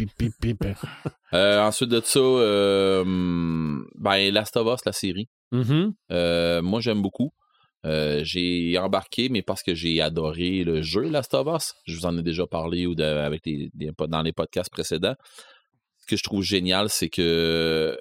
Ensuite de ça, Last of Us, la série. Moi, j'aime beaucoup. J'ai embarqué, mais parce que j'ai adoré le jeu Last of Us. Je vous en ai déjà parlé dans les podcasts précédents. Ce que je trouve génial, c'est que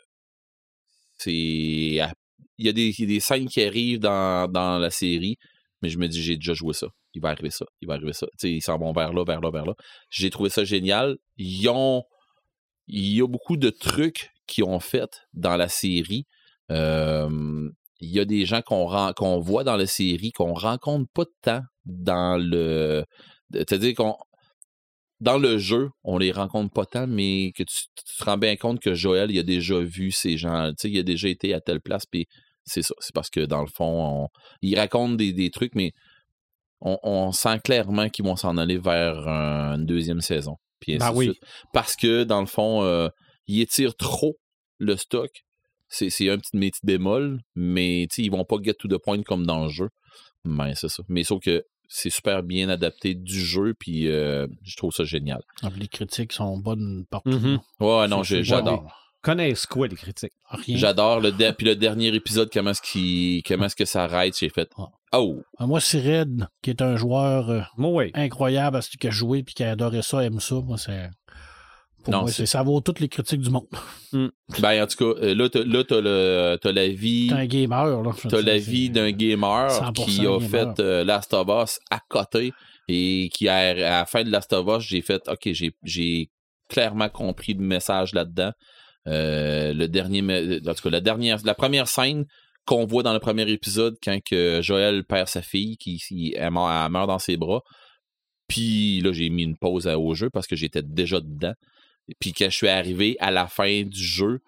il y a des scènes qui arrivent dans la série, mais je me dis, j'ai déjà joué ça. Il va arriver ça. T'sais, ils s'en vont vers là. J'ai trouvé ça génial. Il y a beaucoup de trucs qu'ils ont fait dans la série. Il y a des gens qu'on voit dans la série qu'on rencontre pas tant dans le... C'est-à-dire dans le jeu, on les rencontre pas tant, mais que tu te rends bien compte que Joël, il a déjà vu ces gens. Il a déjà été à telle place, puis c'est ça. C'est parce que, dans le fond, il raconte des trucs, mais on sent clairement qu'ils vont s'en aller vers une deuxième saison. puis ainsi de suite. Parce que, dans le fond, il étire trop le stock. C'est un petit bémol, mais ils vont pas get to the point comme dans le jeu. Mais c'est ça. Mais sauf que c'est super bien adapté du jeu, puis je trouve ça génial. Les critiques sont bonnes partout. Mm-hmm. Ouais, non, j'adore. Connaissent quoi, les critiques? Rien. J'adore. Puis le dernier épisode, comment est-ce que ça arrête, j'ai fait « Oh! » Moi, c'est Red, qui est un joueur incroyable, qui a joué puis qui a adoré ça, aime ça. Moi, c'est... Pour moi, ça vaut toutes les critiques du monde. Ben, en tout cas, là, t'as la vie... T'es un gamer, là. T'as la vie d'un gamer qui a fait Last of Us à côté et qui, à la fin de Last of Us, j'ai fait « OK, j'ai clairement compris le message là-dedans. » la première scène qu'on voit dans le premier épisode quand que Joël perd sa fille, elle meurt dans ses bras. Puis là, j'ai mis une pause au jeu parce que j'étais déjà dedans. Puis quand je suis arrivé à la fin du jeu,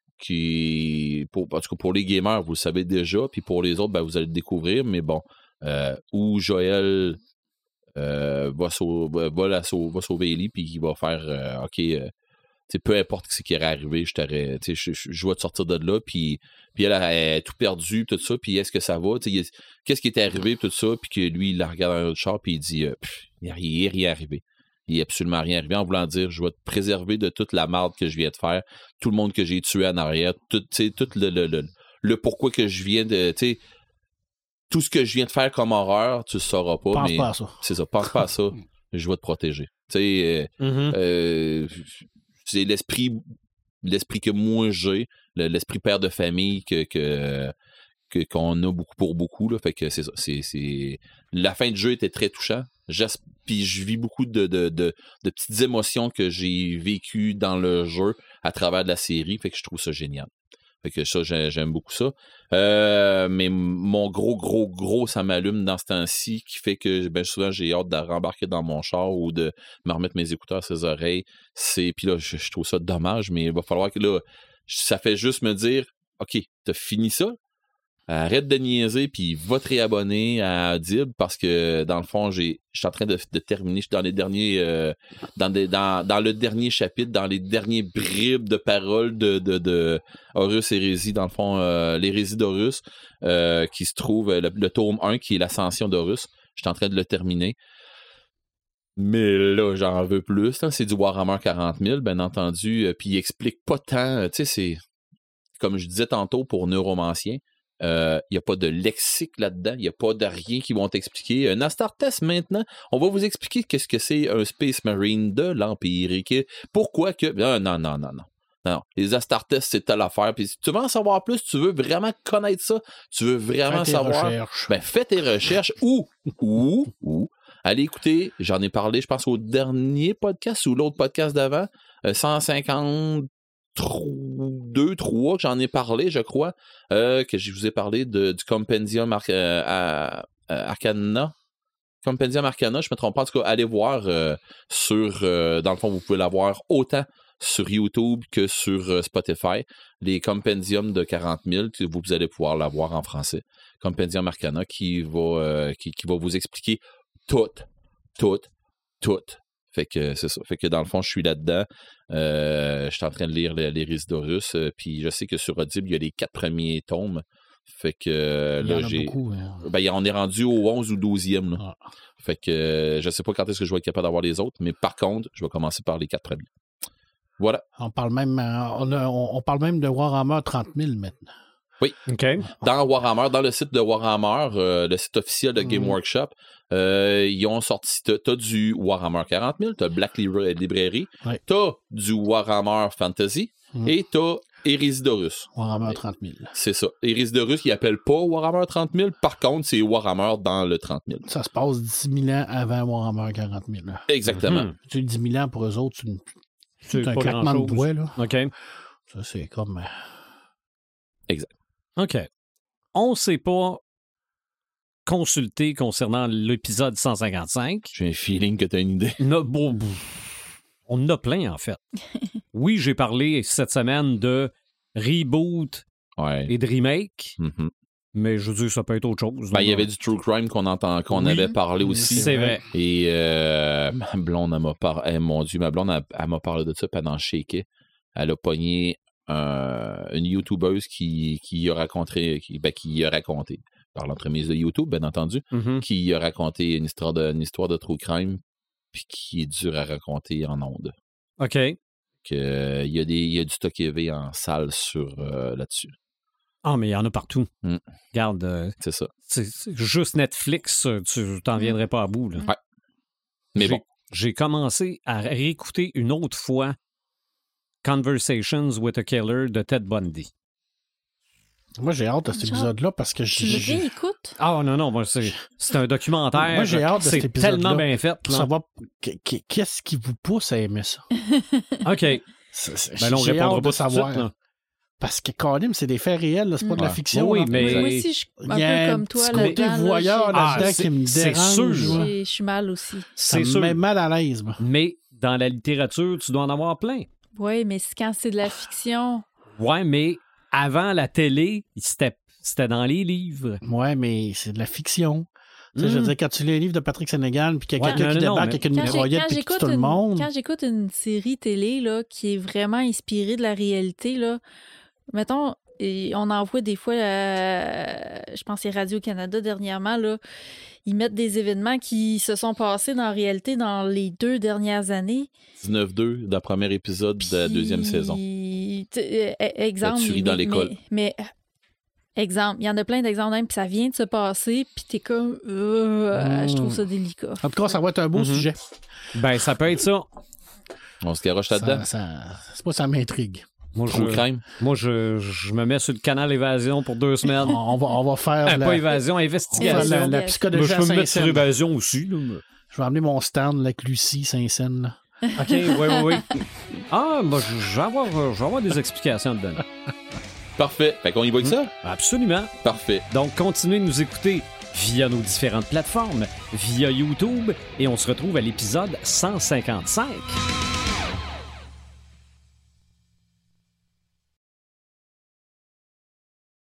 en tout cas pour les gamers, vous le savez déjà, puis pour les autres, ben, vous allez le découvrir, mais bon, où Joël va sauver Ellie, puis il va faire OK, peu importe ce qui est arrivé, je vais te sortir de là, puis elle a tout perdu, tout ça, puis est-ce que ça va? Qu'est-ce qui est arrivé, tout ça, puis que lui, il la regarde dans un autre char, puis il dit il n'est rien arrivé. Il n'est absolument rien arrivé, en voulant dire je vais te préserver de toute la marde que je viens de faire, tout le monde que j'ai tué en arrière, tout le pourquoi que je viens de... Tout ce que je viens de faire comme horreur, tu ne sauras pas. Pense pas à ça. C'est ça, pense pas à ça, je vais te protéger. C'est l'esprit que moi j'ai, l'esprit père de famille qu'on a pour beaucoup. Là, fait que c'est ça. La fin du jeu était très touchant. Puis je vis beaucoup de petites émotions que j'ai vécues dans le jeu à travers de la série. Fait que je trouve ça génial. Fait que ça, j'aime beaucoup ça. Mais mon gros, ça m'allume dans ce temps-ci qui fait que ben, souvent j'ai hâte de rembarquer dans mon char ou de me remettre mes écouteurs à ses oreilles. Puis là, je trouve ça dommage, mais il va falloir que là, ça fait juste me dire OK, t'as fini ça? Arrête de niaiser, puis va te réabonner à Audible parce que dans le fond, je suis en train de terminer. Je suis dans les derniers, dans le dernier chapitre, dans les derniers bribes de paroles de Horus Hérésie, dans le fond, l'hérésie d'Horus, qui se trouve, le tome 1, qui est l'ascension d'Horus. Je suis en train de le terminer. Mais là, j'en veux plus. Là. C'est du Warhammer 40 000, bien entendu. Puis il explique pas tant. Tu sais, c'est comme je disais tantôt pour Neuromancien. Il n'y a pas de lexique là-dedans, il n'y a pas de rien qui vont t'expliquer. Un Astartes maintenant, on va vous expliquer qu'est-ce que c'est un Space Marine de l'Empire et pourquoi que... Non. Les Astartes, c'est telle affaire. Puis si tu veux en savoir plus, tu veux vraiment connaître ça, tu veux vraiment savoir... Ben, fais tes recherches ou allez écouter, j'en ai parlé, je pense, au dernier podcast ou l'autre podcast d'avant, 152, 3 que j'en ai parlé, je crois, que je vous ai parlé du Compendium Arcana. Compendium Arcana, je me trompe pas. En tout cas, allez voir dans le fond, vous pouvez l'avoir autant sur YouTube que sur Spotify. Les Compendiums de 40 000, vous allez pouvoir l'avoir en français. Compendium Arcana qui va vous expliquer tout. Fait que c'est ça. Fait que dans le fond, je suis là-dedans. Je suis en train de lire l'Hérésie d'Horus. Puis je sais que sur Audible, il y a les 4 premiers tomes. Fait que là, j'ai. Beaucoup, hein. Ben, on est rendu au 11 ou 12e. Là. Ah. Fait que je sais pas quand est-ce que je vais être capable d'avoir les autres, mais par contre, je vais commencer par les 4 premiers. Voilà. On parle même de Warhammer 30 000 maintenant. Oui. Okay. Dans Warhammer, dans le site de Warhammer, le site officiel de Game Workshop, ils ont sorti, t'as du Warhammer 40 000, t'as Black Library, t'as du Warhammer Fantasy et t'as Hérésie d'Horus. Warhammer 30 000. C'est ça. Hérésie d'Horus, ils appellent pas Warhammer 30 000, par contre, c'est Warhammer dans le 30 000. Ça se passe 10 000 ans avant Warhammer 40 000. Exactement. Tu dis 10 000 ans pour eux autres, c'est un claquement de doigts, là. OK. Ça, c'est comme... Exact. OK. On ne s'est pas consulté concernant l'épisode 155. J'ai un feeling que tu as une idée. On en a plein, en fait. Oui, j'ai parlé cette semaine de reboot et de remake. Mm-hmm. Mais je veux dire, ça peut être autre chose. Ben, il y avait du true crime qu'on avait parlé aussi. C'est vrai. Et ma blonde, ma blonde, elle m'a parlé de ça pendant Shake. Elle a pogné une YouTubeuse qui a raconté, par l'entremise de YouTube, bien entendu, qui a raconté une histoire de true crime, puis qui est dur à raconter en ondes. OK. Il y a du stock EV en salle là-dessus. Ah, mais il y en a partout. Regarde. C'est ça. C'est juste Netflix, tu t'en viendrais pas à bout. Là. Ouais. Mais bon. J'ai commencé à réécouter une autre fois Conversations with a Killer de Ted Bundy. Moi, j'ai hâte de cet épisode-là parce que tu le réécoutes? Ah non, moi, c'est un documentaire. Moi, j'ai hâte de cet épisode-là. C'est tellement bien fait. Pour savoir qu'est-ce qui vous pousse à aimer ça. OK. Ben là, on répondra pas savoir. Suite, parce que Colin, c'est des faits réels, là, c'est pas de la fiction. Oui, mais... Moi aussi, je suis un peu comme toi. Il y a un petit côté voyeur là-dedans qui me dérange. C'est sûr. Je suis mal aussi. Ça me met mal à l'aise. Mais dans la littérature, tu dois en avoir plein. Oui, mais quand c'est de la fiction... Ouais, mais avant la télé, c'était dans les livres. Ouais, mais c'est de la fiction. Tu sais, je veux dire, quand tu lis les livres de Patrick Sénégal, puis qu'il y a quelqu'un qui débarque avec une mitraillette puis qui tue tout le monde... Quand j'écoute une série télé là, qui est vraiment inspirée de la réalité, là, mettons... Et on en voit des fois, je pense que c'est Radio-Canada dernièrement, là, ils mettent des événements qui se sont passés dans la réalité dans les 2 dernières années. 19-2, dans le premier épisode de la 2e saison. Exemple. La tuerie dans l'école. Mais exemple, il y en a plein d'exemples même, puis ça vient de se passer, puis t'es comme... je trouve ça délicat. En tout cas, ça va être un beau sujet. Ben, ça peut être ça. On se garoche là-dedans. C'est pas ça m'intrigue. Moi, je me mets sur le canal Évasion pour 2 semaines. On va faire pas Évasion, Investigation. La psychologie. Je peux me mettre sur Évasion aussi. Là. Je vais emmener mon stand avec Lucie Saint-Saëns. OK, oui. Ah, moi, je vais avoir des explications à te donner. Parfait. Fait qu'on y va avec ça? Absolument. Parfait. Donc, continuez de nous écouter via nos différentes plateformes, via YouTube, et on se retrouve à l'épisode 155.